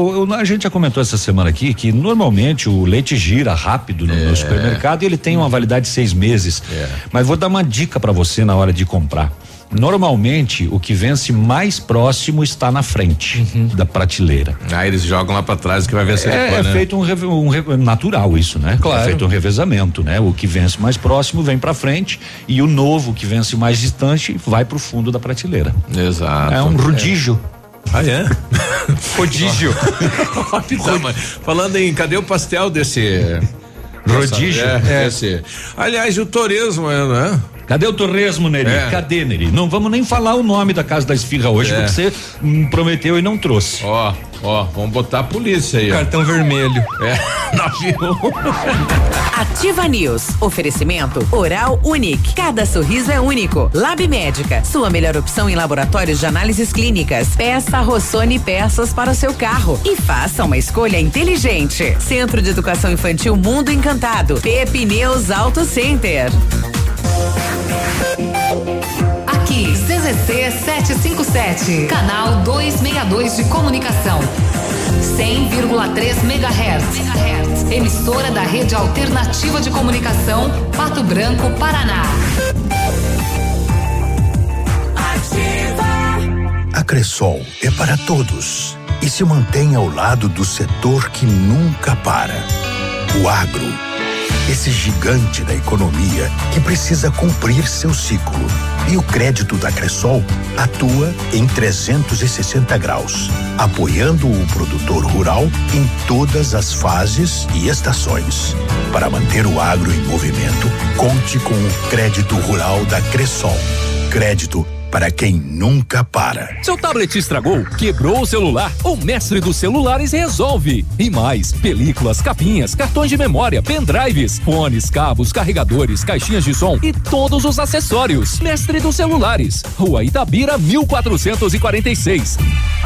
S7: A gente já comentou essa semana aqui que normalmente o leite gira rápido no supermercado e ele tem uma validade de 6 meses. Mas vou dar uma dica para você na hora de comprar. Normalmente o que vence mais próximo está na frente da prateleira.
S5: Eles jogam lá para trás que vai vencer depois, né?
S7: Feito natural isso, né?
S6: Claro.
S7: É feito um revezamento, né? O que vence mais próximo vem para frente e o novo que vence mais distante vai pro fundo da prateleira.
S5: Exato.
S7: É um rodízio.
S6: Rodízio.
S5: Falando em, cadê o pastel desse
S7: rodízio?
S5: Aliás, o torresmo, né?
S7: Cadê o torresmo, Neri? Cadê, Neri? Não vamos nem falar o nome da casa da esfirra hoje, porque você prometeu e não trouxe.
S5: Vamos botar a polícia aí.
S6: Cartão vermelho.
S4: Ativa News. Oferecimento Oral Unique. Cada sorriso é único. Lab Médica. Sua melhor opção em laboratórios de análises clínicas. Peça Rossoni peças para o seu carro. E faça uma escolha inteligente. Centro de Educação Infantil Mundo Encantado. Pepineus Auto Center.
S14: Aqui, CZC 757, canal 262 de comunicação. 100,3 MHz. Emissora da Rede Alternativa de Comunicação, Pato Branco, Paraná.
S13: A Cressol é para todos e se mantém ao lado do setor que nunca para. O agro. Esse gigante da economia que precisa cumprir seu ciclo. E o crédito da Cressol atua em 360 graus, apoiando o produtor rural em todas as fases e estações. Para manter o agro em movimento, conte com o crédito rural da Cressol. Crédito para quem nunca para.
S1: Seu tablet estragou? Quebrou o celular? O Mestre dos Celulares resolve. E mais, películas, capinhas, cartões de memória, pendrives, fones, cabos, carregadores, caixinhas de som e todos os acessórios. Mestre dos Celulares, Rua Itabira, 1446.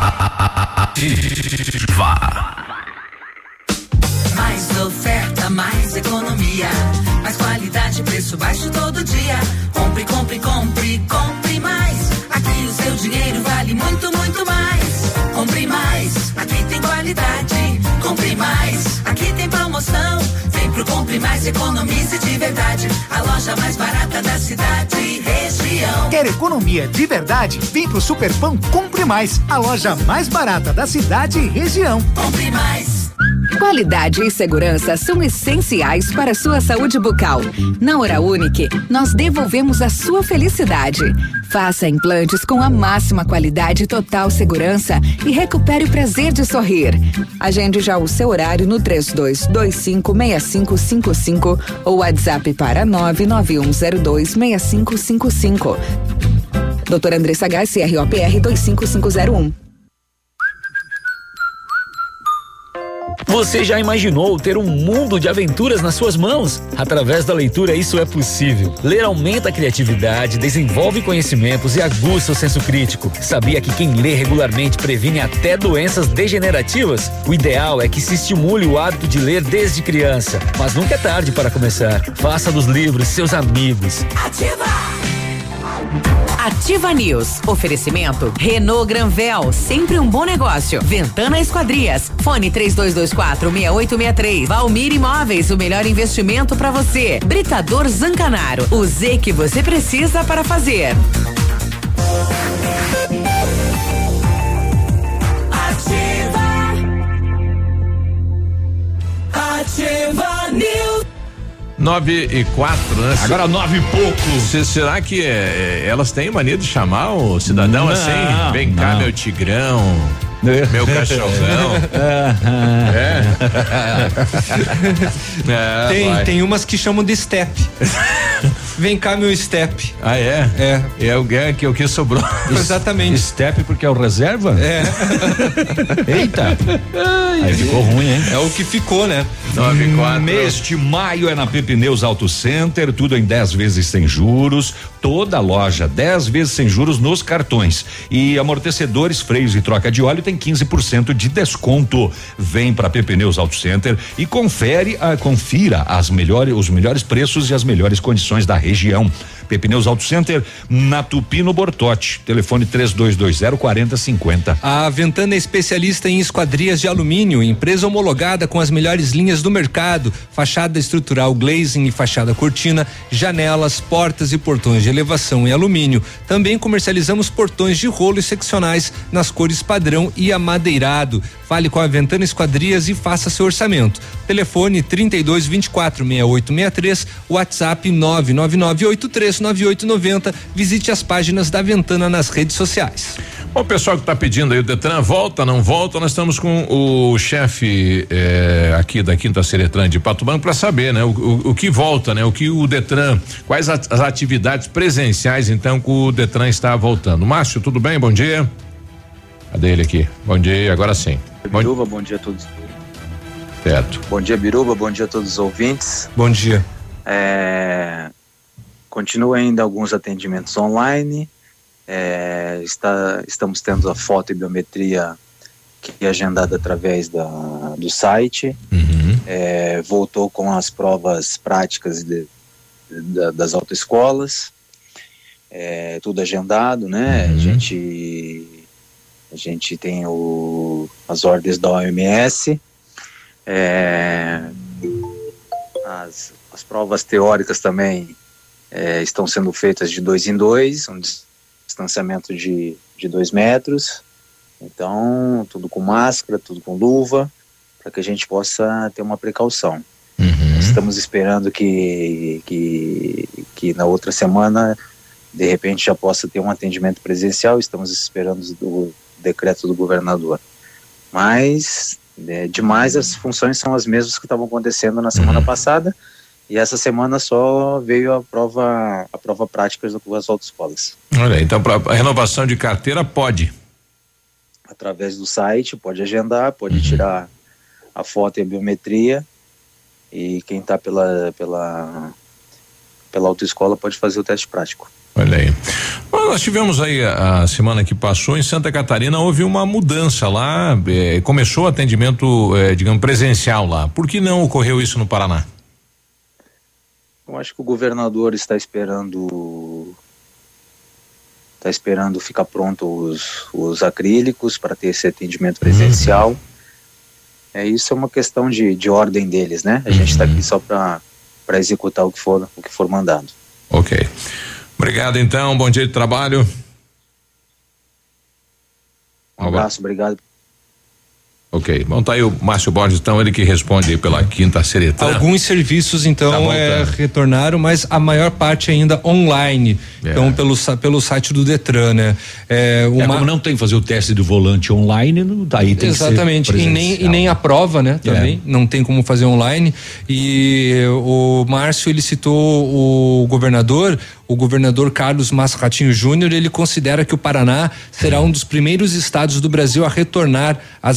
S15: Mais oferta, mais economia, mais qualidade, preço baixo todo dia. Compre, compre, compre, compre mais. Aqui o seu dinheiro vale muito, muito mais. Compre mais, aqui tem qualidade. Compre mais, aqui tem promoção. Vem pro Compre Mais, economize de verdade. A loja mais barata da cidade e região.
S17: Quer economia de verdade? Vem pro Superpão Compre Mais, a loja mais barata da cidade e região.
S15: Compre Mais.
S23: Qualidade e segurança são essenciais para a sua saúde bucal. Na Oral Unique, nós devolvemos a sua felicidade. Faça implantes com a máxima qualidade e total segurança e recupere o prazer de sorrir. Agende já o seu horário no 32256555 ou WhatsApp para 991026555. Doutora Andressa Gás, CROPR 25501.
S2: Você já imaginou ter um mundo de aventuras nas suas mãos? Através da leitura isso é possível. Ler aumenta a criatividade, desenvolve conhecimentos e aguça o senso crítico. Sabia que quem lê regularmente previne até doenças degenerativas? O ideal é que se estimule o hábito de ler desde criança. Mas nunca é tarde para começar. Faça dos livros seus amigos.
S4: Ativa News. Oferecimento Renault Granvel, sempre um bom negócio. Ventana Esquadrias. Fone 3224-6863. Valmir Imóveis, o melhor investimento para você. Britador Zancanaro. O Z que você precisa para fazer.
S15: Ativa News.
S5: 9:04, né?
S7: Agora 9 e pouco.
S5: Será que elas têm mania de chamar o cidadão assim? Vem cá, meu tigrão. Meu cachorrão.
S6: Tem umas que chamam de step. Vem cá, meu step.
S5: Ah, é? É o que sobrou.
S6: Exatamente.
S7: Step porque é o reserva?
S6: É.
S7: Eita. Aí ficou ruim, hein?
S6: É o que ficou, né?
S5: 9:04.
S7: Mês de maio é na Pepineus Auto Center, tudo em 10 vezes sem juros, toda loja 10 vezes sem juros nos cartões. E amortecedores, freios e troca de óleo tem 15% de desconto. Vem pra Pepineus Auto Center e confira os melhores preços e as melhores condições da região. Pepineus Auto Center, na Tupi, no Bortote. Telefone 3220-4050.
S6: A Ventana é especialista em esquadrias de alumínio, empresa homologada com as melhores linhas do mercado, fachada estrutural, glazing e fachada cortina, janelas, portas e portões de elevação em alumínio. Também comercializamos portões de rolo e seccionais nas cores padrão e amadeirado. Fale com a Ventana Esquadrias e faça seu orçamento. Telefone 3224-6863, WhatsApp 999839890. Visite as páginas da Ventana nas redes sociais.
S5: Bom, o pessoal que está pedindo aí o Detran, volta, não volta, nós estamos com o chefe aqui da Quinta Seretran de Pato Branco para saber, né? O que volta, né? O que o Detran, quais as atividades presenciais então que o Detran está voltando. Márcio, tudo bem? Bom dia. Cadê ele aqui? Bom dia, agora sim.
S16: Biruba, bom dia a todos.
S5: Certo.
S16: Bom dia, Biruba, bom dia a todos os ouvintes.
S6: Bom dia.
S16: Continua ainda alguns atendimentos online. Estamos tendo a foto e biometria que é agendada através do site.
S5: Uhum.
S16: Voltou com as provas práticas das autoescolas. Tudo agendado, né?
S5: Uhum.
S16: A gente tem as ordens da OMS. As provas teóricas também estão sendo feitas de 2 em 2, um distanciamento de 2 metros. Então, tudo com máscara, tudo com luva, para que a gente possa ter uma precaução.
S5: Uhum.
S16: Estamos esperando que na outra semana, de repente, já possa ter um atendimento presencial. Estamos esperando o decreto do governador. Mas, demais, as funções são as mesmas que estavam acontecendo na semana passada, e essa semana só veio a prova prática das autoescolas.
S5: Olha, então para a renovação de carteira pode?
S16: Através do site, pode agendar, pode tirar a foto e a biometria, e quem está pela autoescola pode fazer o teste prático.
S5: Olha aí. Bom, nós tivemos aí a semana que passou em Santa Catarina, houve uma mudança lá, começou o atendimento, digamos, presencial lá. Por que não ocorreu isso no Paraná?
S16: Eu acho que o governador está esperando ficar pronto os acrílicos para ter esse atendimento presencial. Isso é uma questão de ordem deles, né? A gente está aqui só para executar o que for mandado.
S5: Ok. Obrigado então, bom dia de trabalho.
S16: Um abraço, obrigado.
S5: Ok, bom, tá aí o Márcio Borges, então, ele que responde aí pela Quinta Seretran.
S6: Alguns serviços, então, retornaram, mas a maior parte ainda online. Então, pelo site do Detran, né?
S7: Como não tem que fazer o teste do volante online, daí tem
S6: exatamente,
S7: que ser
S6: e nem a prova, né? Também, não tem como fazer online. E o Márcio, ele citou o governador Carlos Massa Ratinho Júnior. Ele considera que o Paraná será um dos primeiros estados do Brasil a retornar às atividades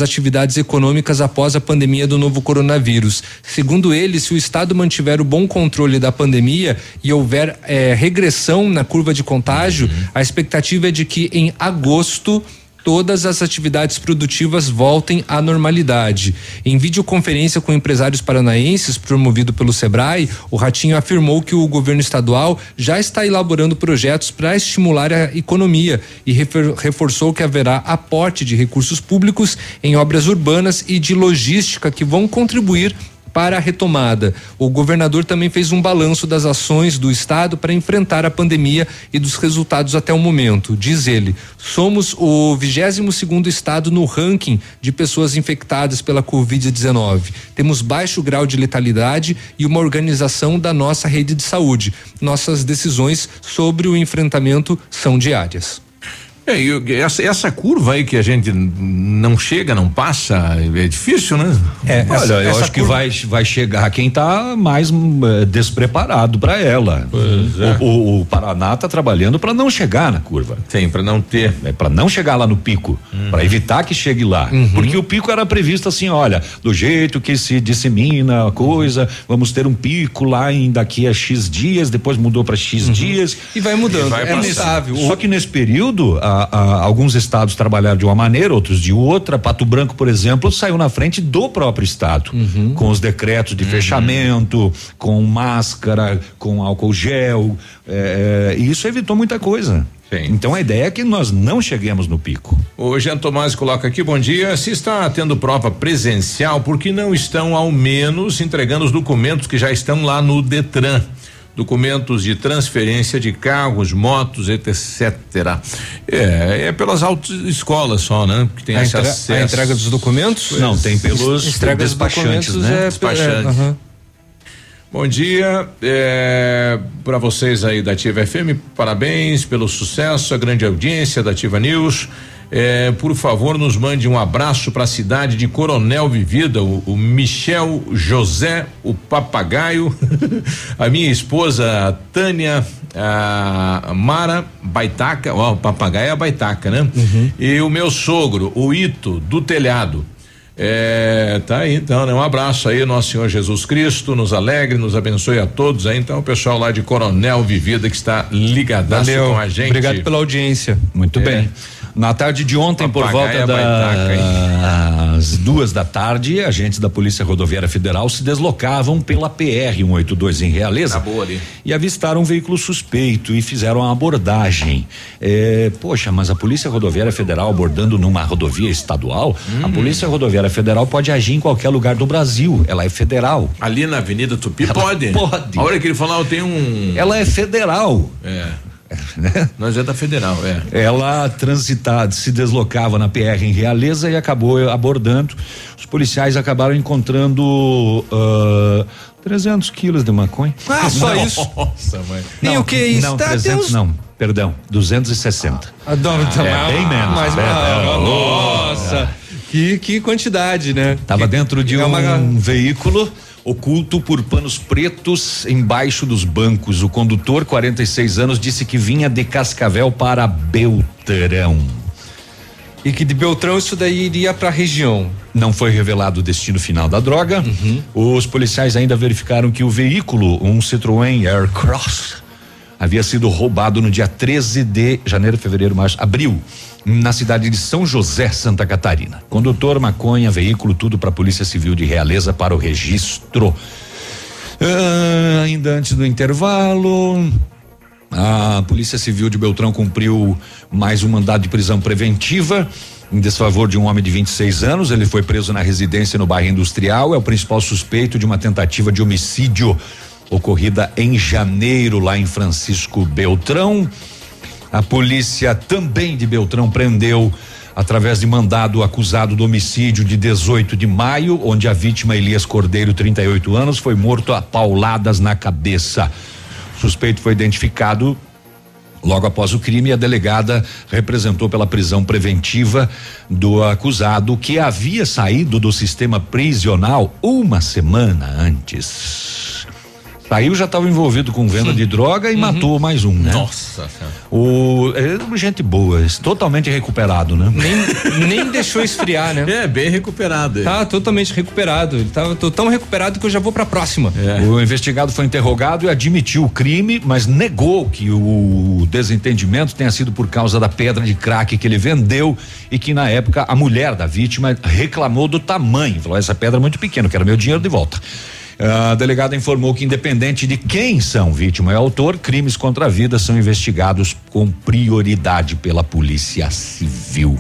S6: atividades econômicas após a pandemia do novo coronavírus. Segundo ele, se o Estado mantiver o bom controle da pandemia e houver regressão na curva de contágio, a expectativa é de que em agosto todas as atividades produtivas voltem à normalidade. Em videoconferência com empresários paranaenses, promovido pelo Sebrae, o Ratinho afirmou que o governo estadual já está elaborando projetos para estimular a economia e reforçou que haverá aporte de recursos públicos em obras urbanas e de logística que vão contribuir para a retomada. O governador também fez um balanço das ações do estado para enfrentar a pandemia e dos resultados até o momento. Diz ele: somos o 22º estado no ranking de pessoas infectadas pela Covid-19. Temos baixo grau de letalidade e uma organização da nossa rede de saúde. Nossas decisões sobre o enfrentamento são diárias.
S5: E essa curva aí que a gente não chega, não passa, é difícil, né?
S7: Olha, eu acho que vai chegar quem tá mais despreparado para ela. O Paraná tá trabalhando para não chegar na curva.
S5: Sim, para não ter.
S7: Para não chegar lá no pico, para evitar que chegue lá. Porque o pico era previsto assim, olha, do jeito que se dissemina a coisa, vamos ter um pico lá em daqui a X dias, depois mudou para X dias.
S6: E vai mudando, é mutável.
S7: Só que nesse período, alguns estados trabalharam de uma maneira, outros de outra. Pato Branco, por exemplo, saiu na frente do próprio estado, com os decretos de fechamento, com máscara, com álcool gel, e isso evitou muita coisa.
S5: Sim.
S7: Então a ideia é que nós não cheguemos no pico.
S5: O Jean Tomás coloca aqui: bom dia, se está tendo prova presencial, por que não estão ao menos entregando os documentos que já estão lá no Detran? Documentos de transferência de carros, motos, etc. É pelas autoescolas só, né? Que tem acesso.
S6: A entrega dos documentos?
S7: Não, tem pelos despachantes, né?
S5: Despachantes. Bom dia, para vocês aí da Ativa FM, parabéns pelo sucesso, a grande audiência da Ativa News. Por favor, nos mande um abraço para a cidade de Coronel Vivida, o Michel José, o Papagaio, a minha esposa a Tânia, a Mara Baitaca, o Papagaio é a Baitaca, né? E o meu sogro, o Ito do Telhado. Tá aí então, né? Um abraço aí, nosso Senhor Jesus Cristo nos alegre, nos abençoe a todos aí. Então, o pessoal lá de Coronel Vivida que está ligadaço com a gente.
S6: Obrigado pela audiência.
S7: Muito bem. Na tarde de ontem, por volta das 2:00, agentes da Polícia Rodoviária Federal se deslocavam pela PR-182 em Realeza.
S5: Tá boa ali.
S7: E avistaram um veículo suspeito e fizeram a abordagem. Poxa, mas a Polícia Rodoviária Federal abordando numa rodovia estadual, a Polícia Rodoviária Federal pode agir em qualquer lugar do Brasil. Ela é federal.
S5: Ali na Avenida Tupi pode.
S7: Pode.
S5: A hora que ele falar, eu tenho um.
S7: Ela é federal.
S5: Né? Nós é da Federal,
S7: Ela se deslocava na PR em Realeza e acabou abordando. Os policiais acabaram encontrando 300 quilos de maconha.
S6: Só isso?
S5: Nossa, mãe.
S6: E o que é isso?
S7: Não, 300 não, perdão, 260.
S6: Bem menos. Nossa, que quantidade, né?
S7: Tava dentro de um veículo oculto por panos pretos embaixo dos bancos. O condutor, 46 anos, disse que vinha de Cascavel para Beltrão.
S6: E que de Beltrão isso daí iria para a região.
S7: Não foi revelado o destino final da droga. Os policiais ainda verificaram que o veículo, um Citroën Aircross, havia sido roubado no dia 13 de janeiro, fevereiro, março, abril, na cidade de São José, Santa Catarina. Condutor, maconha, veículo, tudo para a Polícia Civil de Realeza para o registro. Ainda antes do intervalo, a Polícia Civil de Beltrão cumpriu mais um mandado de prisão preventiva em desfavor de um homem de 26 anos. Ele foi preso na residência no bairro Industrial. É o principal suspeito de uma tentativa de homicídio ocorrida em janeiro lá em Francisco Beltrão. A polícia também de Beltrão prendeu, através de mandado, acusado do homicídio de 18 de maio, onde a vítima, Elias Cordeiro, 38 anos, foi morto a pauladas na cabeça. O suspeito foi identificado logo após o crime. A delegada representou pela prisão preventiva do acusado, que havia saído do sistema prisional uma semana antes. Saiu, já estava envolvido com venda de droga e matou mais um, né?
S5: Nossa.
S7: Gente boa, totalmente recuperado, né?
S6: Nem deixou esfriar, né?
S5: É, bem recuperado.
S6: Tá totalmente recuperado. Ele tô tão recuperado que eu já vou pra próxima.
S7: O investigado foi interrogado e admitiu o crime, mas negou que o desentendimento tenha sido por causa da pedra de crack que ele vendeu e que na época a mulher da vítima reclamou do tamanho. Falou, essa pedra é muito pequena, eu quero meu dinheiro de volta. A delegada informou que, independente de quem são vítima e autor, crimes contra a vida são investigados com prioridade pela Polícia Civil.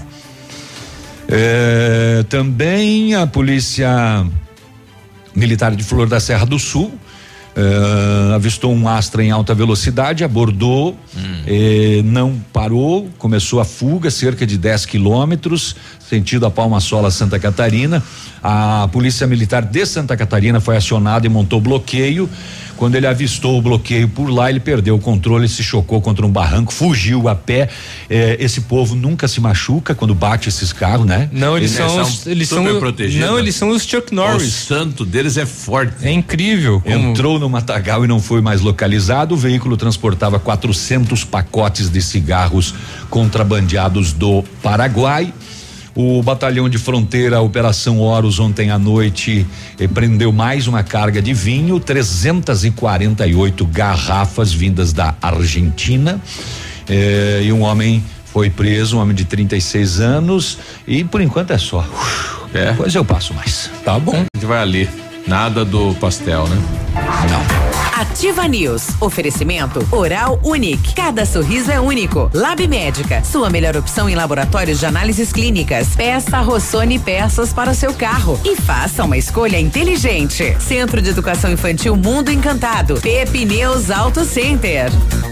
S7: Também a Polícia Militar de Flor da Serra do Sul avistou um Astra em alta velocidade, abordou, não parou, começou a fuga, cerca de 10 quilômetros, sentido a Palma Sola, Santa Catarina. A Polícia Militar de Santa Catarina foi acionada e montou bloqueio. Quando ele avistou o bloqueio por lá, ele perdeu o controle, se chocou contra um barranco, fugiu a pé. Esse povo nunca se machuca quando bate esses carros, né?
S6: Não, eles são protegidos. Não, eles são os Chuck Norris.
S5: O santo deles é forte.
S6: É incrível.
S7: Entrou no matagal e não foi mais localizado. O veículo transportava 400 pacotes de cigarros contrabandeados do Paraguai. O batalhão de fronteira, a Operação Horus, ontem à noite prendeu mais uma carga de vinho, 348 garrafas vindas da Argentina. E um homem foi preso, um homem de 36 anos, e por enquanto é só. Depois eu passo mais.
S5: Tá bom. A gente vai ali. Nada do pastel, né?
S7: Não.
S4: Ativa News. Oferecimento Oral Unique. Cada sorriso é único. Lab Médica. Sua melhor opção em laboratórios de análises clínicas. Peça Rossoni peças para o seu carro e faça uma escolha inteligente. Centro de Educação Infantil Mundo Encantado. Pepineus Auto Center.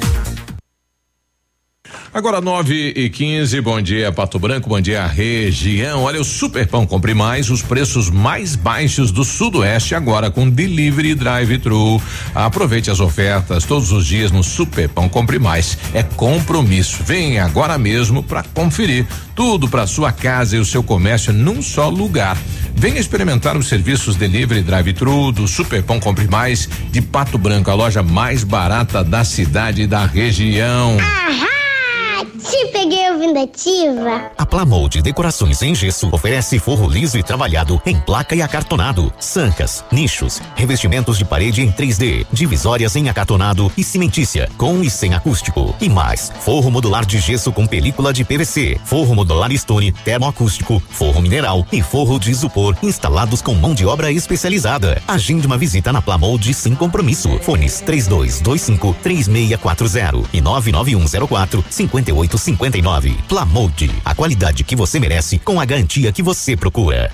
S5: Agora 9:15, bom dia Pato Branco, bom dia região. Olha, o Super Pão Compre Mais, os preços mais baixos do Sudoeste agora com delivery e drive-thru. Aproveite as ofertas todos os dias no Super Pão Compre Mais. É compromisso. Vem agora mesmo para conferir tudo para sua casa e o seu comércio num só lugar. Venha experimentar os serviços delivery e drive-thru do Super Pão Compre Mais de Pato Branco, a loja mais barata da cidade e da região.
S18: Te peguei ouvindo Ativa.
S19: A Plamold Decorações em Gesso oferece forro liso e trabalhado em placa e acartonado, sancas, nichos, revestimentos de parede em 3D, divisórias em acartonado e cimentícia, com e sem acústico. E mais, forro modular de gesso com película de PVC, forro modular Stone, termoacústico, forro mineral e forro de isopor, instalados com mão de obra especializada. Agende uma visita na Plamold sem compromisso. Fones 3225-3640 e 99104-5859. Plamold, a qualidade que você merece com a garantia que você procura.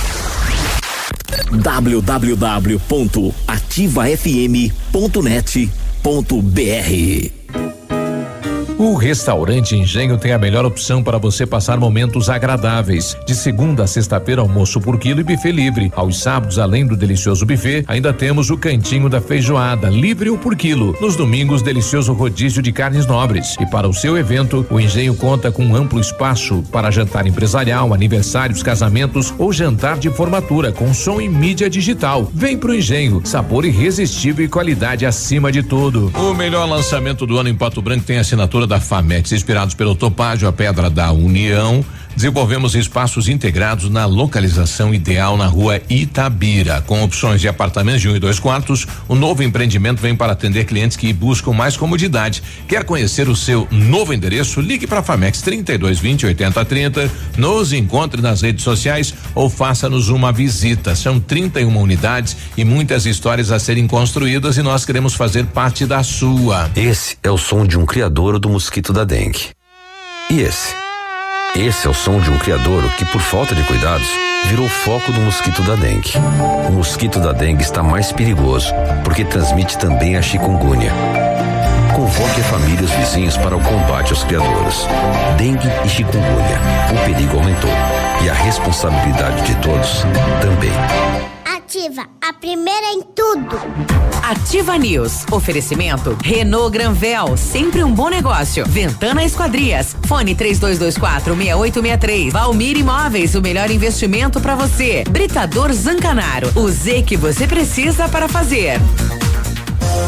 S20: www.ativafm.net.br. O Restaurante Engenho tem a melhor opção para você passar momentos agradáveis. De segunda a sexta-feira, almoço por quilo e buffet livre. Aos sábados, além do delicioso buffet, ainda temos o cantinho da feijoada, livre ou por quilo. Nos domingos, delicioso rodízio de carnes nobres. E para o seu evento, o Engenho conta com um amplo espaço para jantar empresarial, aniversários, casamentos ou jantar de formatura com som e mídia digital. Vem pro Engenho, sabor irresistível e qualidade acima de tudo.
S5: O melhor lançamento do ano em Pato Branco tem assinatura da Famex, inspirados pelo Topázio, a Pedra da União. Desenvolvemos espaços integrados na localização ideal na rua Itabira, com opções de apartamentos de 1 e 2 quartos. O novo empreendimento vem para atender clientes que buscam mais comodidade. Quer conhecer o seu novo endereço? Ligue para a Famex 3220-8030, nos encontre nas redes sociais ou faça-nos uma visita. São 31 unidades e muitas histórias a serem construídas e nós queremos fazer parte da sua.
S24: Esse é o som de um criadouro do mosquito da dengue. E esse? Esse é o som de um criadouro que, por falta de cuidados, virou foco do mosquito da dengue. O mosquito da dengue está mais perigoso porque transmite também a chikungunya. Convoque a família e os vizinhos para o combate aos criadouros. Dengue e chikungunya. O perigo aumentou e a responsabilidade de todos também.
S18: Ativa, a primeira em tudo.
S4: Ativa News. Oferecimento Renault Granvel, sempre um bom negócio. Ventana Esquadrias. Fone 3224-6863. Valmir Imóveis, o melhor investimento para você. Britador Zancanaro. O Z que você precisa para fazer.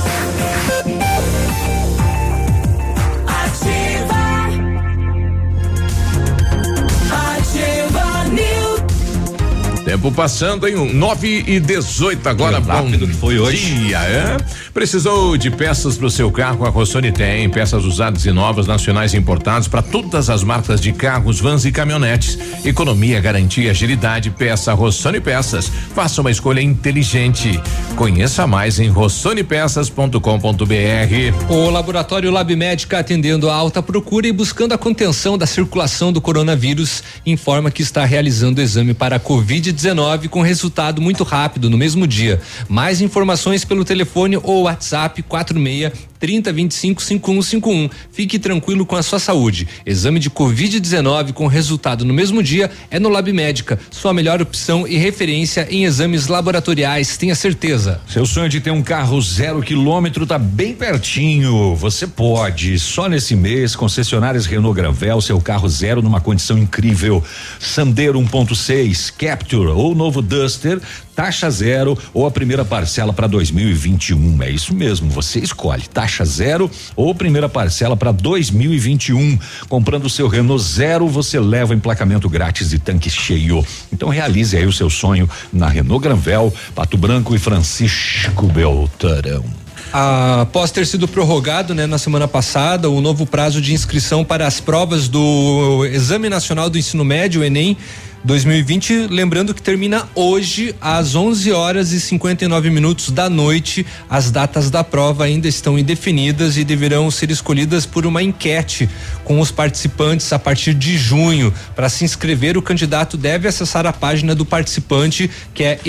S5: tempo passando em 9:18 agora.
S7: Que rápido que foi hoje.
S5: Dia, é? Precisou de peças para o seu carro? A Rossoni tem peças usadas e novas, nacionais e importadas para todas as marcas de carros, vans e caminhonetes. Economia, garantia, agilidade. Peça Rossoni Peças. Faça uma escolha inteligente. Conheça mais em rossonipeças.com.br.
S6: O laboratório Lab Médica, atendendo a alta procura e buscando a contenção da circulação do coronavírus, informa que está realizando o exame para a Covid-19 com resultado muito rápido no mesmo dia. Mais informações pelo telefone ou WhatsApp 46-3025-5151. Fique tranquilo com a sua saúde. Exame de Covid-19 com resultado no mesmo dia é no Lab Médica, sua melhor opção e referência em exames laboratoriais, tenha certeza.
S7: Seu sonho de ter um carro 0 quilômetro tá bem pertinho. Você pode. Só nesse mês, concessionárias Renault Granvel, seu carro zero numa condição incrível. Sandero 1.6, Capture ou novo Duster, taxa zero ou a primeira parcela para 2021. É isso mesmo, você escolhe taxa zero ou primeira parcela para 2021. Comprando o seu Renault zero, você leva emplacamento grátis e tanque cheio. Então realize aí o seu sonho na Renault Granvel, Pato Branco e Francisco Beltrão.
S6: Após ter sido prorrogado, na semana passada, o novo prazo de inscrição para as provas do Exame Nacional do Ensino Médio, Enem 2020, lembrando que termina hoje às 11h59 da noite. As datas da prova ainda estão indefinidas e deverão ser escolhidas por uma enquete com os participantes a partir de junho. Para se inscrever, o candidato deve acessar a página do participante, que é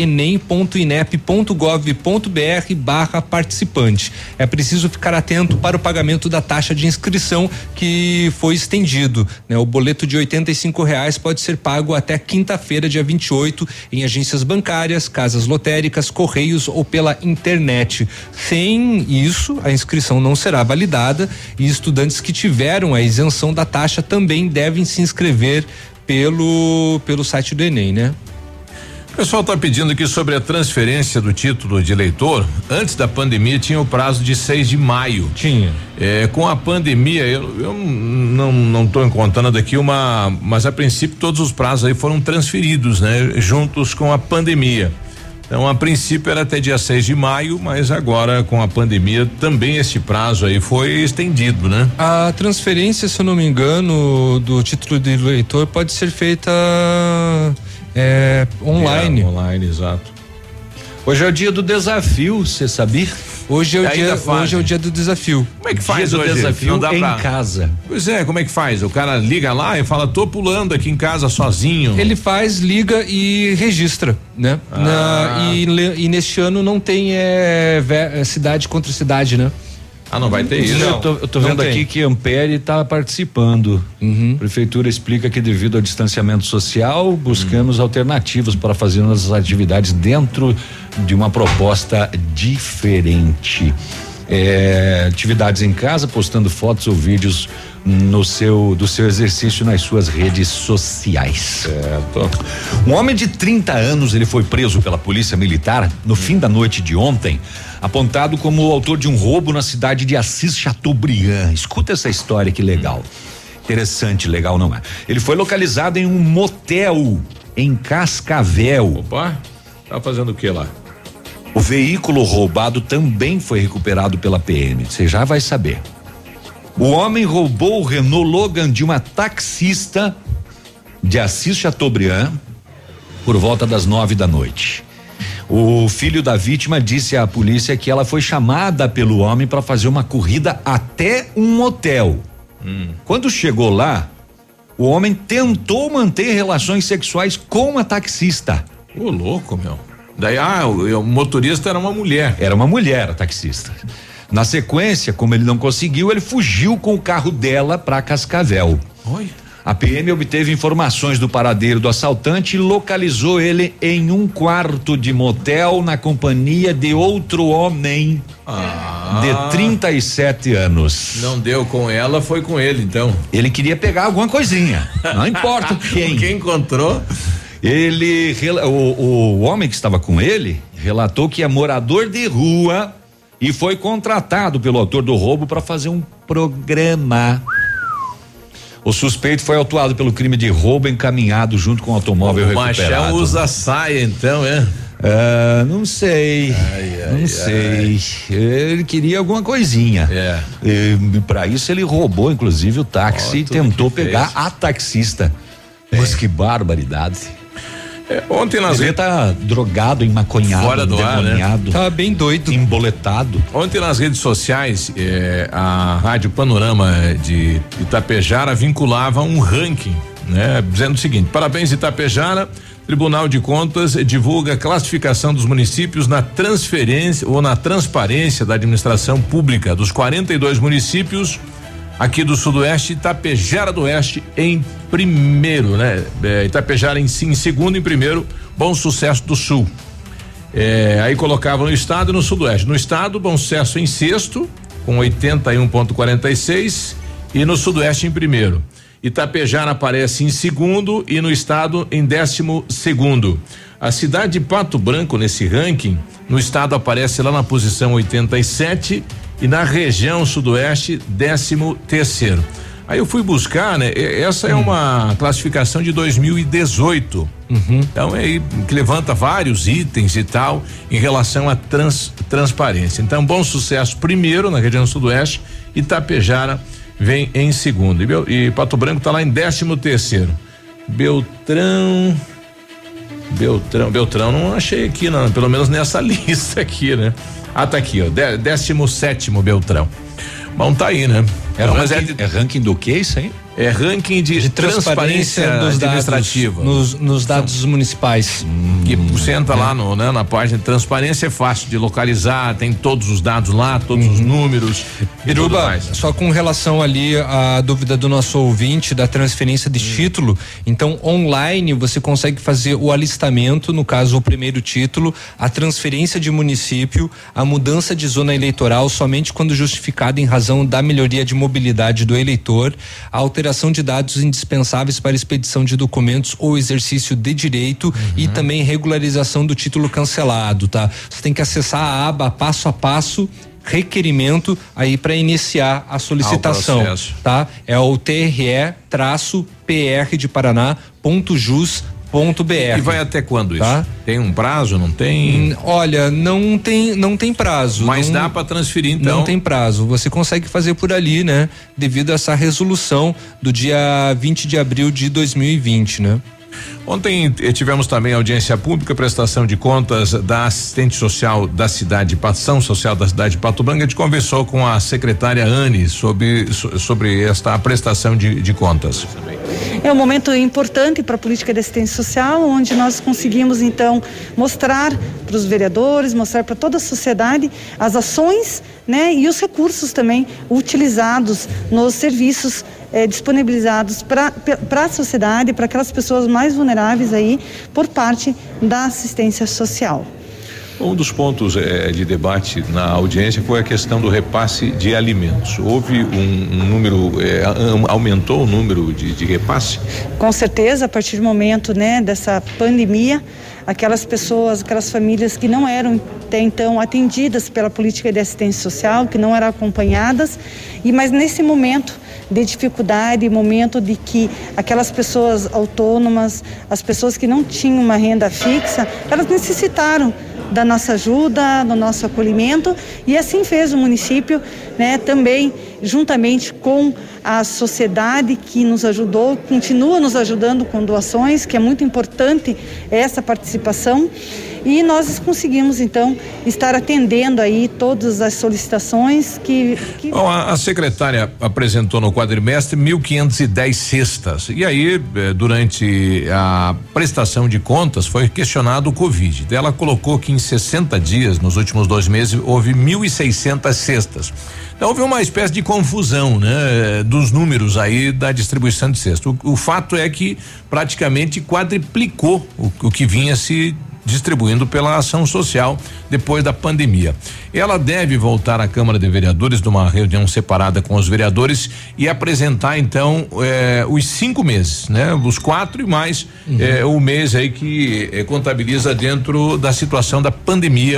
S6: enem.inep.gov.br/participante. É preciso ficar atento para o pagamento da taxa de inscrição que foi estendido, O boleto de R$85 pode ser pago até quinta-feira, dia 28, em agências bancárias, casas lotéricas, correios ou pela internet. Sem isso, a inscrição não será validada e estudantes que tiveram a isenção da taxa também devem se inscrever pelo site do Enem,
S5: O pessoal está pedindo aqui sobre a transferência do título de eleitor. Antes da pandemia tinha o prazo de 6 de maio.
S6: Tinha.
S5: Com a pandemia, eu não estou encontrando aqui mas a princípio todos os prazos aí foram transferidos, juntos com a pandemia. Então, a princípio era até dia 6 de maio, mas agora com a pandemia também esse prazo aí foi estendido,
S6: A transferência, se eu não me engano, do título de eleitor pode ser feita online.
S5: Online, exato.
S7: Hoje é o dia do desafio, você sabia?
S6: Hoje é o dia do desafio.
S5: Como é que faz
S7: dia do
S5: hoje?
S7: desafio em casa.
S5: Pois é, como é que faz? O cara liga lá e fala, tô pulando aqui em casa sozinho.
S6: Ele faz, liga e registra, e neste ano não tem cidade contra cidade,
S5: não vai ter isso.
S7: Eu tô vendo aqui que Ampere está participando. A prefeitura explica que devido ao distanciamento social, buscamos alternativas para fazer as atividades dentro de uma proposta diferente. Atividades em casa, postando fotos ou vídeos do seu exercício nas suas redes sociais.
S5: Certo.
S7: Um homem de 30 anos, ele foi preso pela polícia militar no fim da noite de ontem, apontado como o autor de um roubo na cidade de Assis Chateaubriand. Escuta essa história, que legal. Interessante, legal não é? Ele foi localizado em um motel em Cascavel.
S5: Opa, tá fazendo o que lá?
S7: O veículo roubado também foi recuperado pela PM. Você já vai saber. O homem roubou o Renault Logan de uma taxista de Assis Chateaubriand por volta das 9 da noite. O filho da vítima disse à polícia que ela foi chamada pelo homem para fazer uma corrida até um motel. Quando chegou lá, o homem tentou manter relações sexuais com a taxista.
S5: Ô, louco, meu. Daí, o motorista era uma mulher.
S7: Era uma mulher, a taxista. Na sequência, como ele não conseguiu, ele fugiu com o carro dela para Cascavel.
S5: Oi.
S7: A PM obteve informações do paradeiro do assaltante e localizou ele em um quarto de motel na companhia de outro homem de 37 anos.
S5: Não deu com ela, foi com ele, então.
S7: Ele queria pegar alguma coisinha, não importa quem.
S5: Quem encontrou?
S7: O homem que estava com ele relatou que é morador de rua e foi contratado pelo autor do roubo para fazer um programa. O suspeito foi autuado pelo crime de roubo encaminhado junto com o automóvel recuperado.
S5: O Machão usa saia, então, é?
S7: Não sei. Não sei. Ele queria alguma coisinha. Para isso ele roubou, inclusive, o táxi e tentou pegar a taxista. Mas que barbaridade.
S5: Ontem nas
S7: redes tá drogado, maconhado,
S5: fora do ar, né?
S6: Tá bem doido,
S7: emboletado.
S5: Ontem nas redes sociais, a Rádio Panorama de Itapejara vinculava um ranking, né? Dizendo o seguinte: parabéns Itapejara, Tribunal de Contas divulga a classificação dos municípios na transferência ou na transparência da administração pública dos 42 municípios aqui do Sudoeste, Itapejara do Oeste em primeiro, né? Itapejara em segundo, em primeiro, Bom Sucesso do Sul. Aí colocavam no estado e no Sudoeste. No estado, Bom Sucesso em sexto, com 81,46, e no Sudoeste em primeiro. Itapejara aparece em segundo e no estado em 12º. A cidade de Pato Branco nesse ranking, no estado aparece lá na posição 87 e na região Sudoeste 13º. Aí eu fui buscar, né? Essa é uma classificação de 2018. Então é aí que levanta vários itens e tal em relação à transparência. Então, Bom Sucesso primeiro na região Sudoeste, Itapejara vem em segundo e Pato Branco tá lá em 13º. Beltrão não achei aqui, não, pelo menos nessa lista aqui, né? Tá aqui, ó, 17º Beltrão. Bom, tá aí, né?
S7: É ranking do que isso aí?
S5: É ranking de transparência
S6: dos
S5: administrativa.
S6: Nos dados municipais.
S5: Que você entra lá na página de transparência, é fácil de localizar, tem todos os dados lá, todos os números.
S6: Biruba, só com relação ali à dúvida do nosso ouvinte da transferência de título, então online você consegue fazer o alistamento, no caso o primeiro título, a transferência de município, a mudança de zona eleitoral somente quando justificada em razão da melhoria de mobilidade do eleitor, a alteração de dados indispensáveis para expedição de documentos ou exercício de direito e também regularização do título cancelado, tá? Você tem que acessar a aba passo a passo requerimento aí para iniciar a solicitação, tá? É o TRE-PR de Paraná.jus.br.
S5: E vai até quando isso? Tá? Tem um prazo, não tem?
S6: Olha, não tem prazo.
S5: Mas dá para transferir então?
S6: Não tem prazo, você consegue fazer por ali, né? Devido a essa resolução do dia 20 de abril de 2020, né?
S5: Ontem tivemos também audiência pública, prestação de contas da assistente social da cidade, ação social da cidade de Pato Branco. A gente conversou com a secretária Anne sobre esta prestação de contas.
S3: É um momento importante para a política de assistência social, onde nós conseguimos então mostrar para os vereadores, mostrar para toda a sociedade as ações, né, e os recursos também utilizados nos serviços disponibilizados para a sociedade, para aquelas pessoas mais vulneráveis aí, por parte da assistência social.
S5: Um dos pontos de debate na audiência foi a questão do repasse de alimentos. Houve um número, aumentou o número de repasse?
S3: Com certeza, a partir do momento, né, dessa pandemia, aquelas pessoas, aquelas famílias que não eram até então atendidas pela política de assistência social, que não eram acompanhadas, mas nesse momento de dificuldade, momento de que aquelas pessoas autônomas, as pessoas que não tinham uma renda fixa, elas necessitaram da nossa ajuda, do nosso acolhimento, e assim fez o município, né, também juntamente com a sociedade que nos ajudou, continua nos ajudando com doações, que é muito importante essa participação, e nós conseguimos então estar atendendo aí todas as solicitações que...
S5: Bom, a secretária apresentou no quadrimestre 1.510 cestas, e aí durante a prestação de contas foi questionado o Covid. Ela colocou que em 60 dias, nos últimos 2 meses, houve 1.600 cestas. Então houve uma espécie de confusão, né, dos números aí da distribuição de cestas. O fato é que praticamente quadriplicou o que vinha se distribuindo pela ação social depois da pandemia. Ela deve voltar à Câmara de Vereadores numa reunião separada com os vereadores e apresentar então os 5 meses, né? Os 4 e mais o mês aí que contabiliza dentro da situação da pandemia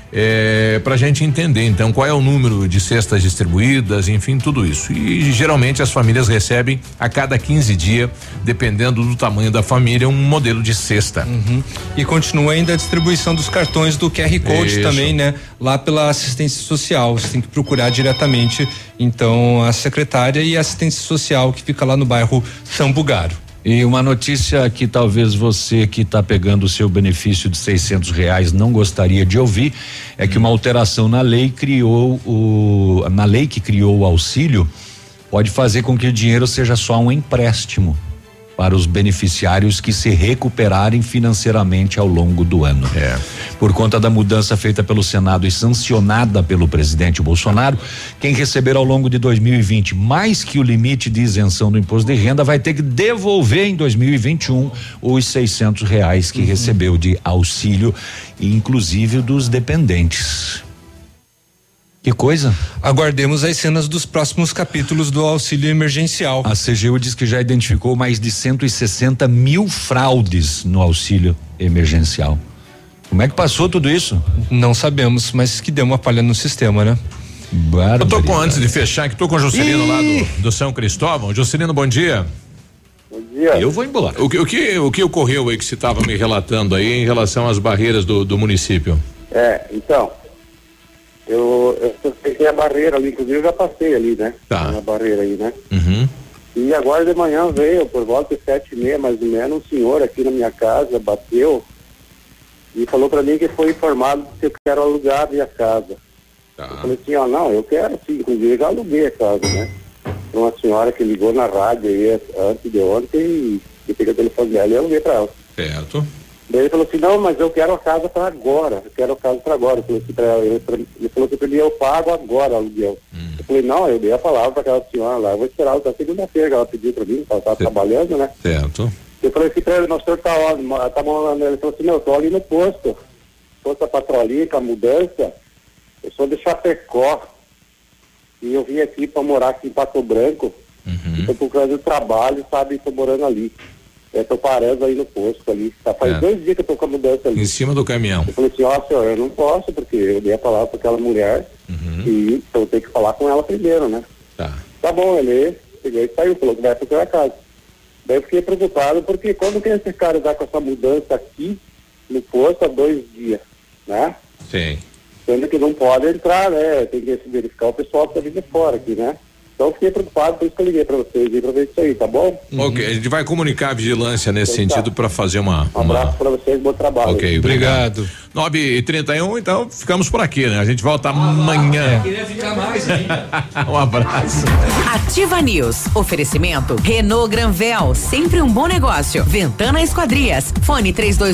S20: Pra gente entender, então, qual é o número de cestas distribuídas, enfim, tudo isso. E geralmente as famílias recebem a cada 15 dias, dependendo do tamanho da família, um modelo de cesta.
S6: E continua ainda a distribuição dos cartões do QR Code também, né? Lá pela assistência social, você tem que procurar diretamente, então, a secretária e a assistência social que fica lá no bairro Sambugaro.
S7: E uma notícia que talvez você que está pegando o seu benefício de R$600 não gostaria de ouvir é que uma alteração na lei na lei que criou o auxílio pode fazer com que o dinheiro seja só um empréstimo para os beneficiários que se recuperarem financeiramente ao longo do ano. Por conta da mudança feita pelo Senado e sancionada pelo presidente Bolsonaro, quem receber ao longo de 2020 mais que o limite de isenção do imposto de renda vai ter que devolver em 2021 os R$600 que recebeu de auxílio, inclusive dos dependentes. Que coisa?
S6: Aguardemos as cenas dos próximos capítulos do auxílio emergencial.
S7: A CGU diz que já identificou mais de 160 mil fraudes no auxílio emergencial. Como é que passou tudo isso?
S6: Não sabemos, mas que deu uma falha no sistema, né?
S20: Eu tô com, antes de fechar, que tô com o Juscelino lá do São Cristóvão. Juscelino, bom dia.
S8: Bom dia.
S20: Eu vou embora. O que ocorreu aí que você estava me relatando aí em relação às barreiras do município?
S8: Então, eu peguei a barreira ali, inclusive eu já passei ali, né?
S20: Tá.
S8: Na barreira aí, né? E agora de manhã veio, por volta de 7h30, mais ou menos, um senhor aqui na minha casa bateu e falou pra mim que foi informado que eu quero alugar a minha casa. Eu falei assim, não, eu quero sim, inclusive eu já aluguei a casa, né? Uma senhora que ligou na rádio aí antes de ontem e peguei o telefone dela e eu aluguei pra ela.
S20: Certo.
S8: Daí ele falou assim, não, mas eu quero a casa para agora, Eu falei assim pra ela, ele falou que eu pago agora o aluguel. Eu falei, não, eu dei a palavra para aquela senhora lá, eu vou esperar até segunda-feira que ela pediu para mim, ela estava trabalhando, né?
S20: Certo.
S8: Eu falei assim pra ele, nosso senhor tá onde? Ele falou assim, eu tô ali no posto a patrulha com a mudança, eu sou de Chapecó, e eu vim aqui para morar aqui em Pato Branco, estou procurando trabalho, sabe, estou morando ali. Estou parando aí no posto ali. Faz 2 dias que eu tô com a mudança ali.
S20: Em cima do caminhão.
S8: Eu falei assim, senhor, eu não posso, porque eu dei a palavra para aquela mulher e então eu tenho que falar com ela primeiro, né? Tá bom, ele pegou e saiu, falou que vai procurar a casa. Daí eu fiquei preocupado, porque como que esse cara tá com essa mudança aqui no posto há 2 dias, né?
S20: Sim.
S8: Sendo que não pode entrar, né? Tem que verificar o pessoal que tá vindo de fora aqui, né? Então eu fiquei preocupado, por isso que eu liguei para vocês e para ver isso aí, tá bom?
S20: Ok, a gente vai comunicar a vigilância nesse sentido para fazer um
S8: abraço para vocês, bom trabalho.
S20: Ok, obrigado. 9h31, então ficamos por aqui, né? A gente volta amanhã.
S6: Queria ficar mais ainda.
S20: Um abraço.
S4: Ativa News. Oferecimento Renault Granvel, sempre um bom negócio. Ventana Esquadrias. Fone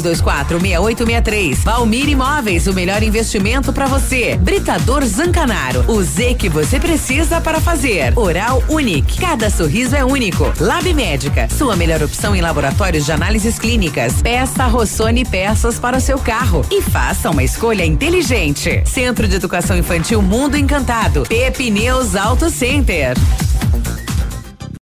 S4: 3224-6863. Valmir Imóveis, o melhor investimento para você. Britador Zancanaro. O Z que você precisa para fazer. Oral Unique. Cada sorriso é único. Lab Médica. Sua melhor opção em laboratórios de análises clínicas. Peça Rossoni peças para o seu carro. E faça uma escolha inteligente. Centro de Educação Infantil Mundo Encantado. Pepineus Auto Center.